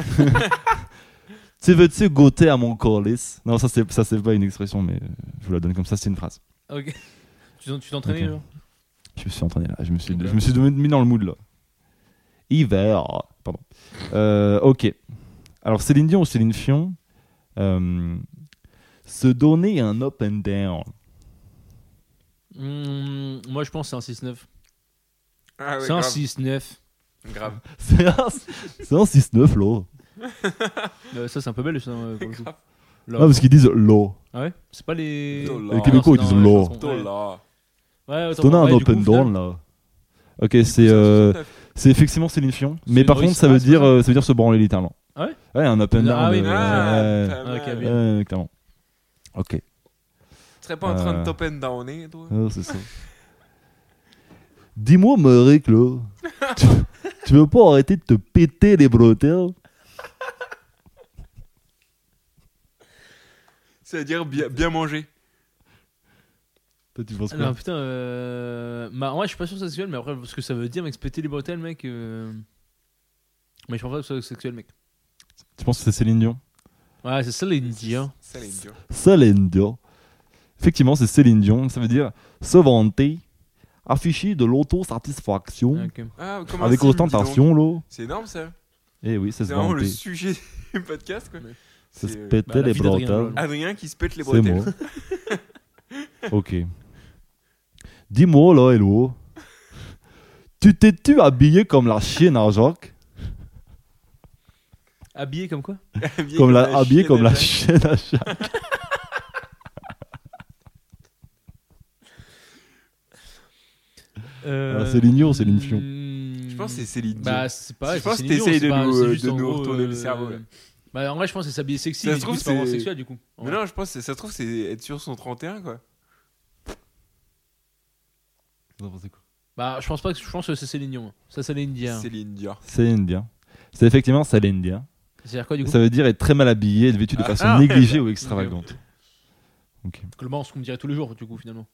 Tu veux-tu goûter à mon colis? Non, ça c'est ça c'est pas une expression, mais euh, je vous la donne comme ça, c'est une phrase. Ok. Tu t'en- tu t'entraînais Ok. genre Je me suis entraîné là, je me suis, Ok. je me suis mis dans le mood là. Hiver, pardon. Euh, ok. Alors Céline Dion ou Céline Fion, euh, se donner un up and down. Mmh, Moi je pense que c'est un six neuf. Ah ouais, C'est un grave. six neuf. Grave. C'est un, c'est un six neuf là. Euh, ça c'est un peu belle ça euh, pour le coup. Grave. Là. Ah, parce qu'ils disent lo. Ah ouais. C'est pas les. Dollar. Les Québécois, ils disent Non, lo. ouais, Toi, là. Ouais, Se donner un ouais, up du coup, and au final, down là. Ok, c'est euh, c'est effectivement Céline Fion, mais C'est par Maurice contre ça veut Rass, dire ouais. euh, ça veut dire se branler littéralement. Ah ouais. Ouais, un up and down. Ah oui, euh, Ah, ouais, pas mal. ok, Tu bien. ouais, clairement. Ok. serais pas en train Euh. de top and downer, toi? Ah, c'est ça. Dis-moi, Maric, là. tu, tu veux pas arrêter de te péter les bretelles? C'est-à-dire bien, bien manger. Toi, tu penses Ah quoi? non, putain, euh... bah, ouais, je suis pas sûr que c'est sexuel, mais après, ce que ça veut dire, mec, se péter les bretelles, mec. euh, Mais je pense pas que ce soit sexuel, mec. Tu penses que c'est Céline Dion? Ouais, c'est ça les Indiens. Ça, les Dion. Céline Dion. Effectivement, c'est Céline Dion. Ça veut dire se vanter afficher de l'autosatisfaction Ah, ok. Ah, comment avec ça, dis donc. ostentation, là. C'est énorme ça. Eh oui, ça se C'est vraiment le vantait. sujet du podcast quoi. Ça se C'est, euh, pétait bah, la les vie d'Adrien, bretelles. lol. Adrien qui se pète les C'est bretelles. moi. Ok. Dis-moi, là, hello. Tu t'es-tu habillé comme la chienne à Jacques? Habillé comme quoi? Habillé Comme la, habillé chienne comme à la Jacques. chienne à Jacques. Euh, Ah, Céline Dion, Céline Fion. hmm, Je pense que c'est Céline Dion. Bah, c'est pas. Je c'est pense que Céline Dion, t'essayes c'est de pas- nous, c'est euh, juste de en nous gros, retourner le euh, cerveau, là. Bah, en vrai, je pense que c'est s'habiller sexy. Ça mais se du trouve, coup, c'est pas vraiment c'est- sexuel du coup. En Mais vrai. non, je pense que ça se trouve c'est être sur son trente et un quoi. Vous en pensez quoi? Bah, je pense pas que je pense que c'est Céline Dion. Ça, c'est Céline Dion. Céline Dion. Céline Dion. C'est effectivement Céline Dion. C'est-à-dire quoi du coup? Ça veut dire être très mal habillé, être vêtu de Ah, façon ah, négligée ou extravagante. Ok. Globalement, ce qu'on me dirait tous les jours du coup finalement.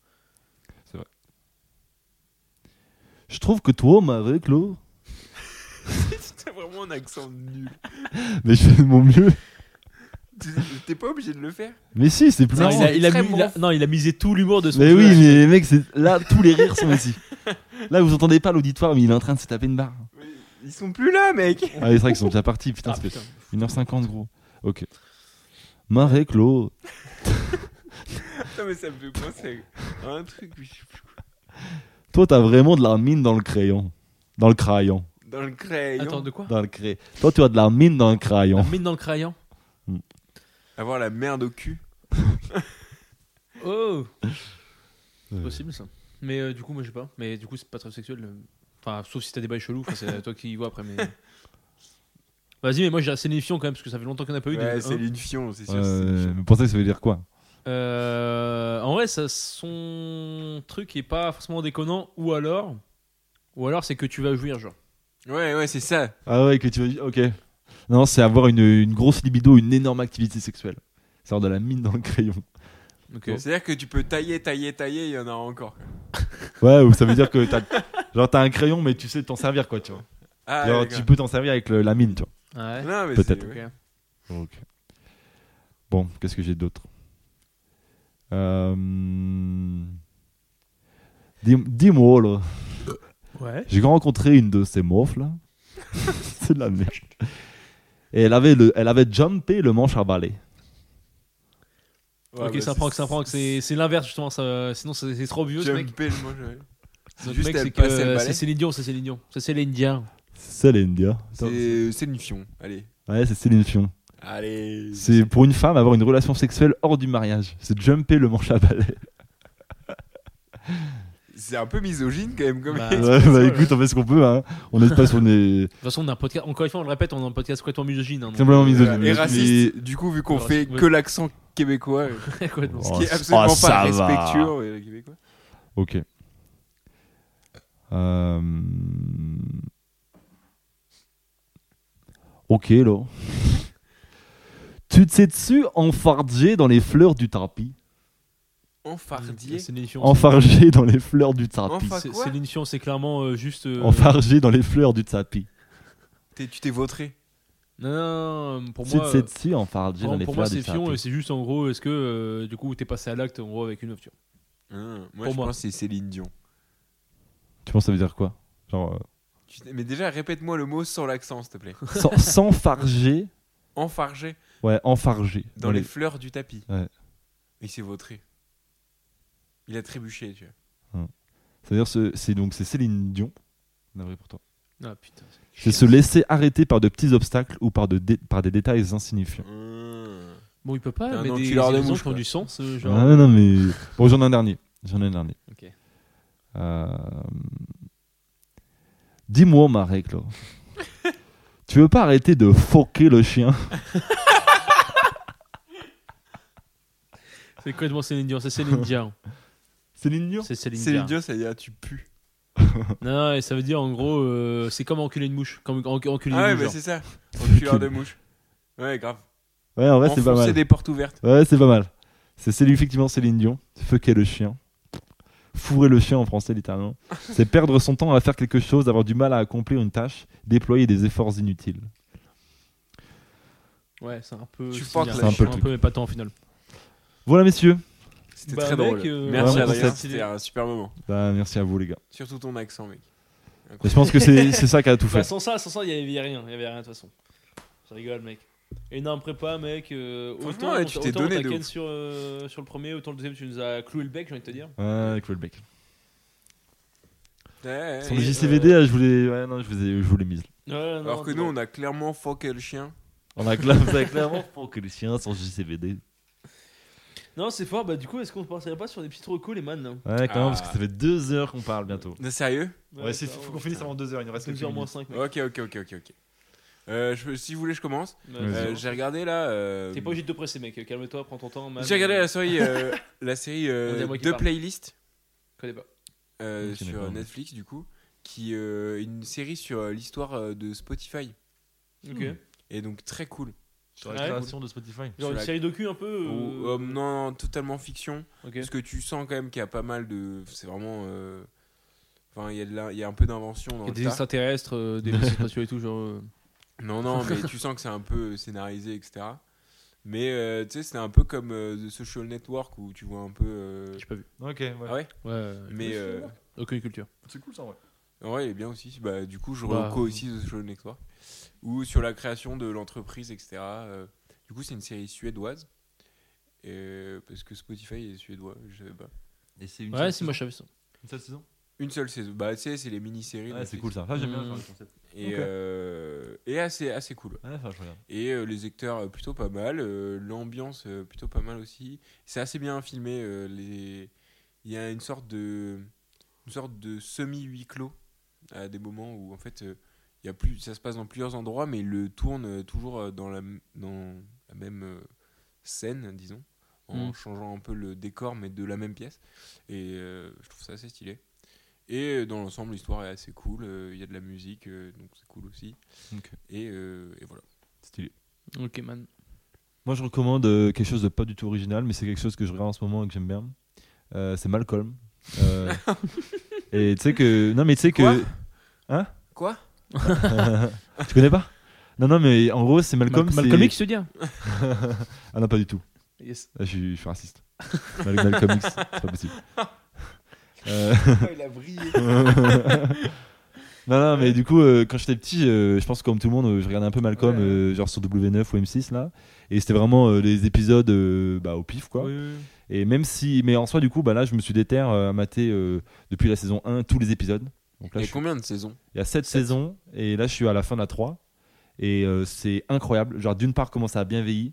Je trouve que toi, Marek, là, T'as vraiment un accent nul. mais je fais de mon mieux. Tu- T'es pas obligé de le faire. Mais si, c'est plus Non, marrant. il a, il a mis- extrêmement il a- non, il a misé tout l'humour de son Mais jeu oui, là. mais mec, c'est... là, tous les rires sont ici. Là, vous entendez pas l'auditoire, mais il est en train de se taper une barre. Ils sont plus là, mec. Ah, c'est vrai qu'ils sont déjà partis. Putain, Ah, ça fait putain. une heure cinquante, gros. Ok. Marek, là, Non, mais ça me fait penser à un truc. je sais plus quoi. toi, t'as vraiment de la mine dans le crayon. Dans le crayon. Dans le crayon. Attends, de quoi? Dans le crayon. Toi, tu as de la mine dans le crayon. La mine dans le crayon. Avoir la merde au cul. Oh, c'est Ouais. possible ça. Mais euh, du coup, moi, je sais pas. Mais du coup, c'est pas très sexuel. euh. Enfin, sauf si t'as des bails chelous. Enfin, c'est toi qui y vois après. Mais vas-y, mais moi, j'ai assez Fion quand même parce que ça fait longtemps qu'on n'a pas eu. de- Ouais, hein. c'est Céline Fion, c'est sûr. Euh, c'est Céline Fion. mais pour ça, ça veut dire quoi? Euh, en vrai, ça, son truc est pas forcément déconnant. Ou alors, ou alors, c'est que tu vas jouir, genre. Ouais, ouais, c'est ça. Ah ouais, que tu veux. Ok. Non, c'est avoir une, une grosse libido, une énorme activité sexuelle. C'est avoir de la mine dans le crayon. Ok. C'est-à-dire que tu peux tailler, tailler, tailler, il y en a encore. quoi. Ouais, ou ça veut dire que t'as, genre, t'as un crayon, mais tu sais t'en servir, quoi, tu vois. Ah, Genre, d'accord. tu peux t'en servir avec le- la mine, tu Ouais. Non, mais Peut-être. c'est- ouais. Ok. vois. Ok. Bon, qu'est-ce que j'ai d'autre euh... Dis- Dis-moi, là. Ouais. J'ai rencontré une de ces meufs, là. C'est de la merde. Et elle avait, le, elle avait jumpé le manche à balai. Ouais, ok, bah, ça prend que ça prend que c'est c'est l'inverse justement. Ça, sinon, c'est c'est trop vieux, ce mec. Jumper, moi, je- Donc, Juste mec, elle c'est passe, elle que balaye. c'est Céline Dion, c'est Céline Dion, c'est Céline Dion. C'est l'India. C'est Céline Fion. Allez. Ouais, c'est Céline Fion. Allez. C'est pour une femme avoir une relation sexuelle hors du mariage. C'est jumper le manche à balai. C'est un peu misogyne quand même. Comme Bah, Ouais, c'est pas bah ça, écoute, on fait ce qu'on peut. Hein. On n'est pas sur des. De toute façon, on a un podcast. Encore une fois, on le répète, on a un podcast complètement misogyne. Hein, donc, Simplement euh, misogyne. Et Mais- raciste. Du coup, vu qu'on Ouais, fait ouais. que l'accent québécois, euh, complètement. ce Oh, qui est ça- absolument oh, pas ça va. respectueux euh, québécois. Ok. Euh... Ok, là. Tu te sais-tu enfarger dans les fleurs du tapis? Enfardier. Céline Dion, Enfarger dans les fleurs du tapis. Enfin, c'est- quoi Céline Dion, c'est clairement euh, juste. euh, Enfarger dans les fleurs du tapis. T'es- Tu t'es vautré. Non, non, non, pour Tu moi. te sais-tu enfarger Pour, dans les pour moi, fleurs c'est du Fion, et tapis? c'est juste en gros, est-ce que euh, du coup t'es passé à l'acte en gros avec une meuf, tu vois. Ah, moi, Pour je moi. pense que c'est Céline Dion. Tu penses que ça veut dire quoi? Genre, euh, Tu t'es- Mais déjà, répète-moi le mot sans l'accent, s'il te plaît. sans- s'enfarger. Enfarger Ouais, enfarger. dans les fleurs du tapis. Ouais. Il s'est vautré. Il a trébuché, tu vois. C'est-à-dire, ce- c'est donc c'est Céline Dion. Navré pour toi. Ah putain. C'est se laisser arrêter par de petits obstacles ou par, de dé- par des détails insignifiants. Bon, il peut pas, T'es un mais des enculeur de raisons mouche, qui ont quoi. du sens, euh, genre. Ah non, mais. Bon, j'en ai un dernier. J'en ai un dernier. Ok. Euh, Dis-moi, Marek, là. Tu veux pas arrêter de foquer le chien? C'est complètement Céline Dion, c'est Céline Dion. Céline Dion? C'est Céline Céline Dion. Dion, ça veut dire tu pues. Non, non, et ça veut dire en gros, euh, c'est comme enculer une mouche. Comme en- enculer Ah ouais, une mais mouche. c'est ça. Enculeur de mouche. Ouais, grave. Ouais, en vrai, c'est pas Enfoncer mal. des portes ouvertes. Ouais, c'est pas mal. C'est Céline- effectivement Céline Dion. Fucker le chien. Fourrer le chien en français, littéralement. C'est perdre son temps à faire quelque chose, avoir du mal à accomplir une tâche, déployer des efforts inutiles. Ouais, c'est un peu. Tu similaire. fuck C'est un peu le un truc. peu, mais pas tant au final. Voilà, messieurs. C'était Bah, très mec, drôle. euh, Merci ouais, Adrien, c'était- c'était un super moment. Bah, merci à vous, les gars. Surtout ton accent, mec. Et je pense que c'est c'est ça qui a tout Bah, fait. sans ça, sans ça, il y avait rien, il y avait rien de toute façon. Je rigole, mec. Énorme prépa, mec. Euh, Franchement, autant ouais, on tu t'a- t'es autant on donné t'a de ken ouf. sur, euh, sur le premier, autant le deuxième, tu nous as cloué le bec, j'ai envie de te dire. Ouais, avec le bec. Ouais, ouais, Sur et, le euh, J C V D, là, je voulais. Ouais, non, je vous, ai... je vous l'ai mise. Ouais, non, Alors que c'est nous, bon. on a clairement fucké le chien. On a, cla- vous avez clairement pour que les chiens sont J C V D. Non, c'est fort. Bah, du coup, est-ce qu'on partirait pas sur des petits recos, les man là Ouais, quand même, Ah. parce que ça fait deux heures qu'on parle bientôt. Non, sérieux? Ouais, il faut qu'on finisse avant deux heures, il nous reste deux quelques heures moins minutes. cinq, mec. Ok, ok, ok, ok, ok. Euh, je, si vous voulez, je commence. Ouais, Vas-y. Euh, c'est bon. j'ai regardé là. euh, T'es pas obligé de te presser, mec. Calme-toi, prends ton temps. man. J'ai regardé la série, euh, la série euh, On dirait moi qui de parle. playlist Je connais pas. euh, Je connais sur pas, moi. Netflix du coup, qui euh, une série sur euh, l'histoire euh, de Spotify. Ok. Hmm. Et donc très cool. Sur la Ouais. création de Spotify. Genre Sur une la- série docu un peu. euh, Ou, euh, non, totalement fiction. Ok. Parce que tu sens quand même qu'il y a pas mal de. C'est vraiment. euh, Enfin, il y, a de la- il y a un peu d'invention dans Il y a le des tas. extraterrestres, euh, des vaisseaux spatiaux et tout, genre. euh, Non, non, mais tu sens que c'est un peu scénarisé, et cetera. Mais euh, tu sais, c'était un peu comme euh, The Social Network où tu vois un peu. euh, J'ai pas vu. Ok, ouais. Ah ouais. Ouais. Mais euh, Aucune culture. C'est cool ça, ouais. ouais, il est bien aussi. Bah, du coup, je Bah, reco aussi The Social Network. Ou sur la création de l'entreprise, et cetera. Euh, du coup, c'est une série suédoise. Et, parce que Spotify est suédois, je savais pas. Et c'est une Ouais, seule si, moi je saison savais ça. Une seule saison Une seule saison. Bah, tu sais, c'est les mini-séries. Ouais, c'est Netflix. cool ça. Ça, j'aime bien Mm. genre, le concept. Et, Ok. euh, et assez, assez cool. Ouais, enfin, je regarde. Et euh, les acteurs euh, plutôt pas mal, euh, l'ambiance euh, plutôt pas mal aussi. C'est assez bien filmé. euh, les... Il y a une sorte de, une sorte de semi huis clos à des moments où en fait euh, il y a plus, ça se passe dans plusieurs endroits, mais il le tourne euh, toujours euh, dans la, m- dans la même euh, scène, disons, en Mm. changeant un peu le décor, mais de la même pièce. Et euh, je trouve ça assez stylé. Et euh, dans l'ensemble, l'histoire est assez cool. euh, Il y a de la musique, euh, donc c'est cool aussi. Ok. Et, euh, et voilà. Stylé. Ok, man. Moi, je recommande euh, quelque chose de pas du tout original, mais c'est quelque chose que je regarde en ce moment et que j'aime bien. Euh, c'est Malcolm. Euh, et tu sais que. Non, mais tu sais Quoi que. Hein Quoi? Tu connais pas? Non, non, mais en gros, c'est Malcolm. Mal- c'est... Malcolm X, tu veux dire Ah non, pas du tout. Yes. Là, je suis, je suis raciste. Mal- Malcolm X, c'est pas possible. Euh, Il a brillé. non, non, mais du coup, euh, quand j'étais petit, euh, je pense que comme tout le monde, euh, je regardais un peu Malcolm, Ouais. euh, genre sur W neuf ou M six là, et c'était vraiment euh, les épisodes euh, bah, au pif quoi. Oui, oui, Et même si, mais en soi, du coup, bah là, je me suis déter euh, à mater euh, depuis la saison un tous les épisodes. Donc là, Il y je a combien de saisons? il y a sept Sept. saisons, et là, je suis à la fin de la trois, et euh, c'est incroyable. Genre, d'une part, comment ça a bien vieilli,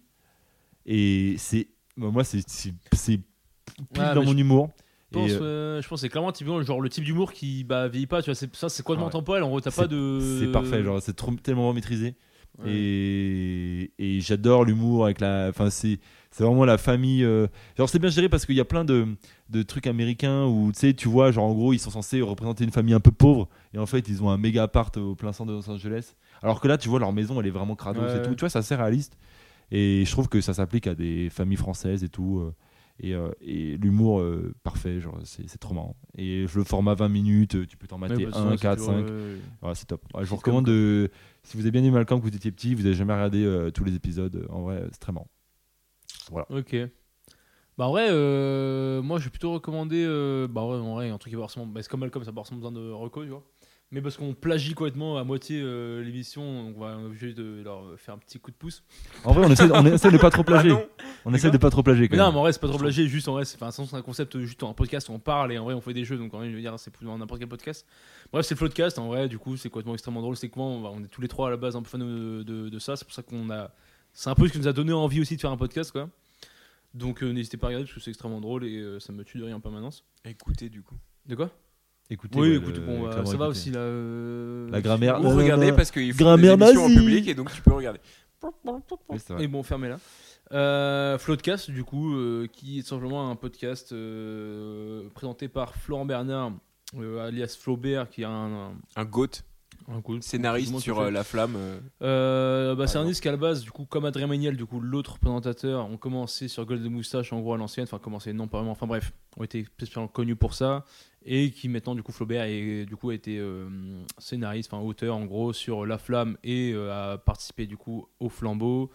et c'est, bah, moi, c'est, c'est, c'est pile Ouais, dans mais mon je humour. Je pense, Et, euh, ouais, je pense que c'est clairement typiquement genre le type d'humour qui bah vieillit pas, tu vois, c'est, ça c'est complètement Ouais. temporel, en gros t'as C'est- pas de... C'est parfait, genre c'est trop, tellement maîtrisé. Ouais. Et, et j'adore l'humour avec la. Enfin, c'est, c'est vraiment la famille. euh, Genre, c'est bien géré parce qu'il y a plein de, de trucs américains où tu sais, tu vois, genre en gros, ils sont censés représenter une famille un peu pauvre et en fait, ils ont un méga appart au plein centre de Los Angeles. Alors que là, tu vois, leur maison, elle est vraiment crados Ouais. et tout. Tu vois, c'est assez réaliste. Et je trouve que ça s'applique à des familles françaises et tout. euh, Et, euh, et l'humour euh, parfait, genre c'est, c'est trop marrant. Et le format vingt minutes, euh, tu peux t'en Ouais, mater bah, un, c'est quatre, toujours, cinq. ouais, Ouais, c'est top. Ouais, je vous Sitcom, recommande de. Si vous avez bien aimé Malcolm quand vous étiez petit, vous n'avez jamais regardé euh, tous les épisodes. En vrai, c'est très marrant. Voilà. Ok. Bah en vrai, euh, moi je vais plutôt recommander. Euh, bah ouais, en vrai, un truc qui va forcément. Bah, c'est comme Malcolm, ça n'a pas forcément besoin de reco, tu vois. Mais parce qu'on plagie complètement à moitié euh, l'émission, donc on va juste de leur faire un petit coup de pouce. En vrai, on essaie, on essaie de pas trop plager. Ah non. on essaie de pas trop plager. Quand Mais non, même. mais en vrai, c'est pas trop plagié, juste en vrai, c'est, enfin, c'est un concept juste en podcast, on parle et en vrai, on fait des jeux, donc en vrai, je veux dire, c'est plus dans n'importe quel podcast. Bref, c'est le Floodcast, en vrai, du coup, c'est complètement extrêmement drôle. C'est comment on est tous les trois à la base un peu fans de, de, de ça, c'est pour ça qu'on a. C'est un peu ce qui nous a donné envie aussi de faire un podcast, quoi. Donc euh, n'hésitez pas à regarder parce que c'est extrêmement drôle et euh, ça me tue de rire en permanence. Écoutez, du coup. De quoi? Écoutez, Oui, ouais, écoutez, le- bon, bah, clairement ça va écouter. aussi la. euh, La grammaire. Ou non, non, regardez non. parce qu'ils font Grammaire des émissions en nazie. public et donc tu peux regarder. Oui, c'est vrai. Et bon, fermez-la. Euh, Floodcast, du coup, euh, qui est simplement un podcast euh, présenté par Florent Bernard, euh, alias Flaubert, qui a un. un, Un goat, un cool- scénariste excuse-moi, sur tout fait. euh, La Flamme. euh, Euh, bah, Par c'est un exemple. disque à la base, du coup, comme Adrien Méniel, du coup, l'autre présentateur, ont commencé sur Golden Moustache, en gros, à l'ancienne, enfin, commencé, non, pas vraiment, enfin, bref, ont été spécialement connus pour ça, et qui maintenant, du coup, Flaubert, est, du coup, a été euh, scénariste, enfin, auteur, en gros, sur La Flamme, et euh, a participé, du coup, au Flambeau,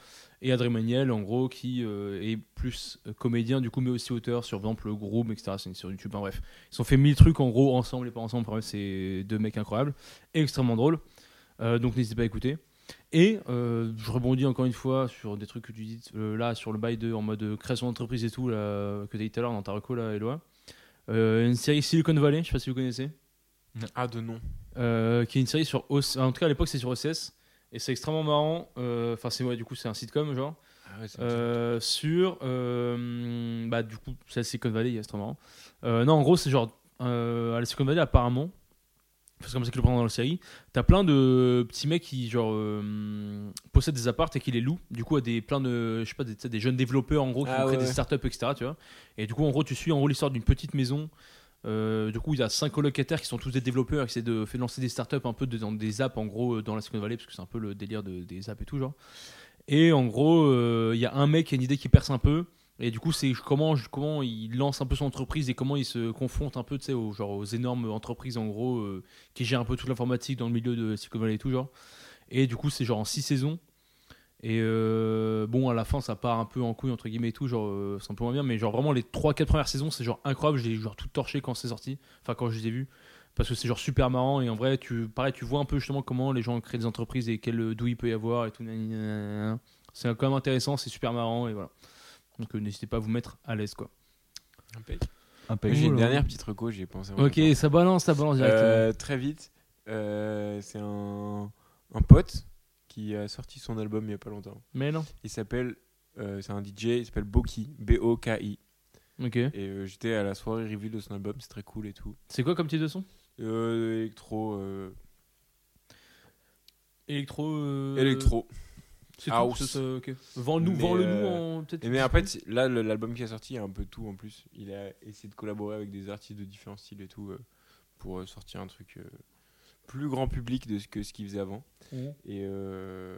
Et Adrien Méniel, en gros, qui euh, est plus euh, comédien, du coup, mais aussi auteur sur, par exemple, le Groom, et cetera. C'est une- sur YouTube, enfin, bref. Ils ont fait mille trucs, en gros, ensemble et pas ensemble. Bref, c'est deux mecs incroyables et extrêmement drôles. Euh, donc, n'hésitez pas à écouter. Et euh, je rebondis encore une fois sur des trucs que tu dis euh, là, sur le bail de, en mode création d'entreprise et tout, là, que tu as dit tout à l'heure dans ta reco, là, Eloi. Euh, une série Silicon Valley, je sais pas si vous connaissez. Ah, de nom. Euh, qui est une série sur O C... en tout cas à l'époque c'est sur O C S et c'est extrêmement marrant, enfin c'est ouais, du coup c'est un sitcom genre Ah ouais, c'est euh, sur euh, bah du coup c'est la Silicon Valley, c'est extrêmement marrant. Euh, non en gros c'est genre euh, à la Silicon Valley apparemment, c'est comme ça qu'ils le prennent dans la série, t'as plein de petits mecs qui genre euh, possèdent des apparts et qui les louent du coup à des plein de je sais pas des, des jeunes développeurs en gros qui Ah vont créer ouais, des ouais. startups etc tu vois, et du coup en gros tu suis en gros l'histoire d'une petite maison. Euh, du coup, il y a cinq colocataires qui sont tous des développeurs qui essaient de faire lancer des startups un peu de- dans des apps en gros dans la Silicon Valley parce que c'est un peu le délire de, des apps et tout genre. Et en gros, euh, il y a un mec qui a une idée qui perce un peu et du coup, c'est comment comment il lance un peu son entreprise et comment il se confronte un peu tu sais aux genre aux énormes entreprises en gros euh, qui gèrent un peu toute l'informatique dans le milieu de Silicon Valley et tout genre. Et du coup, c'est genre en six saisons. Et euh, bon, à la fin, ça part un peu en couille, entre guillemets et tout, genre, euh, c'est un peu moins bien, mais genre vraiment les trois quatre premières saisons, c'est genre incroyable, j'ai genre tout torché quand c'est sorti, enfin quand je les ai vus, parce que c'est genre super marrant, et en vrai, tu, pareil, tu vois un peu justement comment les gens créent des entreprises et quel d'où il peut y avoir et tout, nanana. C'est quand même intéressant, c'est super marrant, et voilà. Donc euh, n'hésitez pas à vous mettre à l'aise, quoi. Impec. Impec. J'ai Oh une là. dernière petite reco, j'y ai pensé. en Ok, même temps. ça balance, ça balance directement. Euh, très vite, euh, c'est un, un pote qui a sorti son album il y a pas longtemps. Mais non, Il s'appelle, euh, c'est un D J, il s'appelle Boki, B O K I. ok. Et euh, j'étais à la soirée reveal de son album, c'est très cool et tout. C'est quoi comme type de son? Euh, électro, euh, Électro. euh, électro. C'est House. tout, c'est ça, ok. Vends-nous, Mais, vends-le nous euh, en peut-être. Et mais en fait, là, le- l'album qui a sorti, il y a un peu tout en plus. Il a essayé de collaborer avec des artistes de différents styles et tout euh, pour euh, sortir un truc euh, plus grand public de ce que ce qu'il faisait avant. Mhm. Et, euh,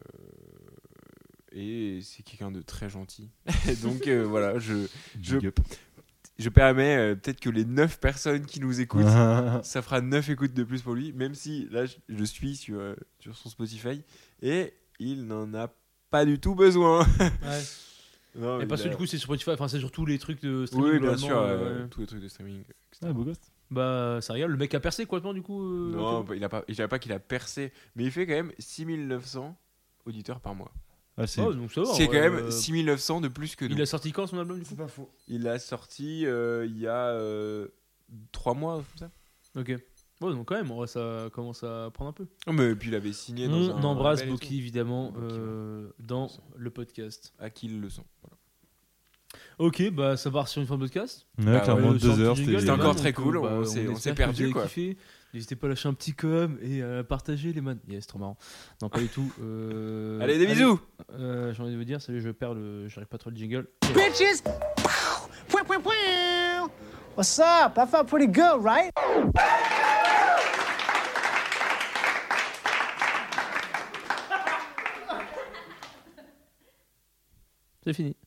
et c'est quelqu'un de très gentil. Donc euh, voilà, je, je, Big up. je permets euh, peut-être que les neuf personnes qui nous écoutent, Ah. ça fera neuf écoutes de plus pour lui, même si là, je, je suis sur, euh, sur son Spotify et il n'en a pas du tout besoin. Ouais. Non, Et il parce que a- du coup, c'est sur Spotify, enfin, c'est sur tous les trucs de streaming. Oui, bien globalement, sûr, euh, euh, ouais. tous les trucs de streaming. et cetera. Ah, beau gosse. Bah, ça regarde, le mec a percé complètement du coup. euh, Non, ok. bah, il a pas, je dirais pas qu'il a percé, mais il fait quand même six mille neuf cents auditeurs par mois. Ah, c'est Oh, donc ça va. C'est ouais, quand même euh, six mille neuf cents de plus que nous. Il a sorti quand son album du coup? pas faux. Il a sorti euh, il y a euh, trois mois, comme ça. Ok. Ouais, donc quand même, en vrai, ça commence à prendre un peu. Oh, mais puis il avait signé dans On un embrasse label et Boki évidemment Boki, euh, dans le podcast. tout. À qui ils le sont. Voilà. Ok, bah ça part sur une fin de podcast. Ouais, Bah, clairement, Euh, deux sorti heures. jingle, C'était les encore gars, très donc, cool, euh, bah, on s'est- on espère s'est que perdu, vous avez quoi. kiffé. N'hésitez pas à lâcher un petit com et à partager les man. Yes, trop marrant. Non, pas du tout. euh, Allez, des bisous. Euh, J'ai envie de vous dire, salut, je perds le. J'arrive pas trop le jingle. Bitches! Pow! Pow, pow, pow! What's up? That felt pretty good, right? C'est fini.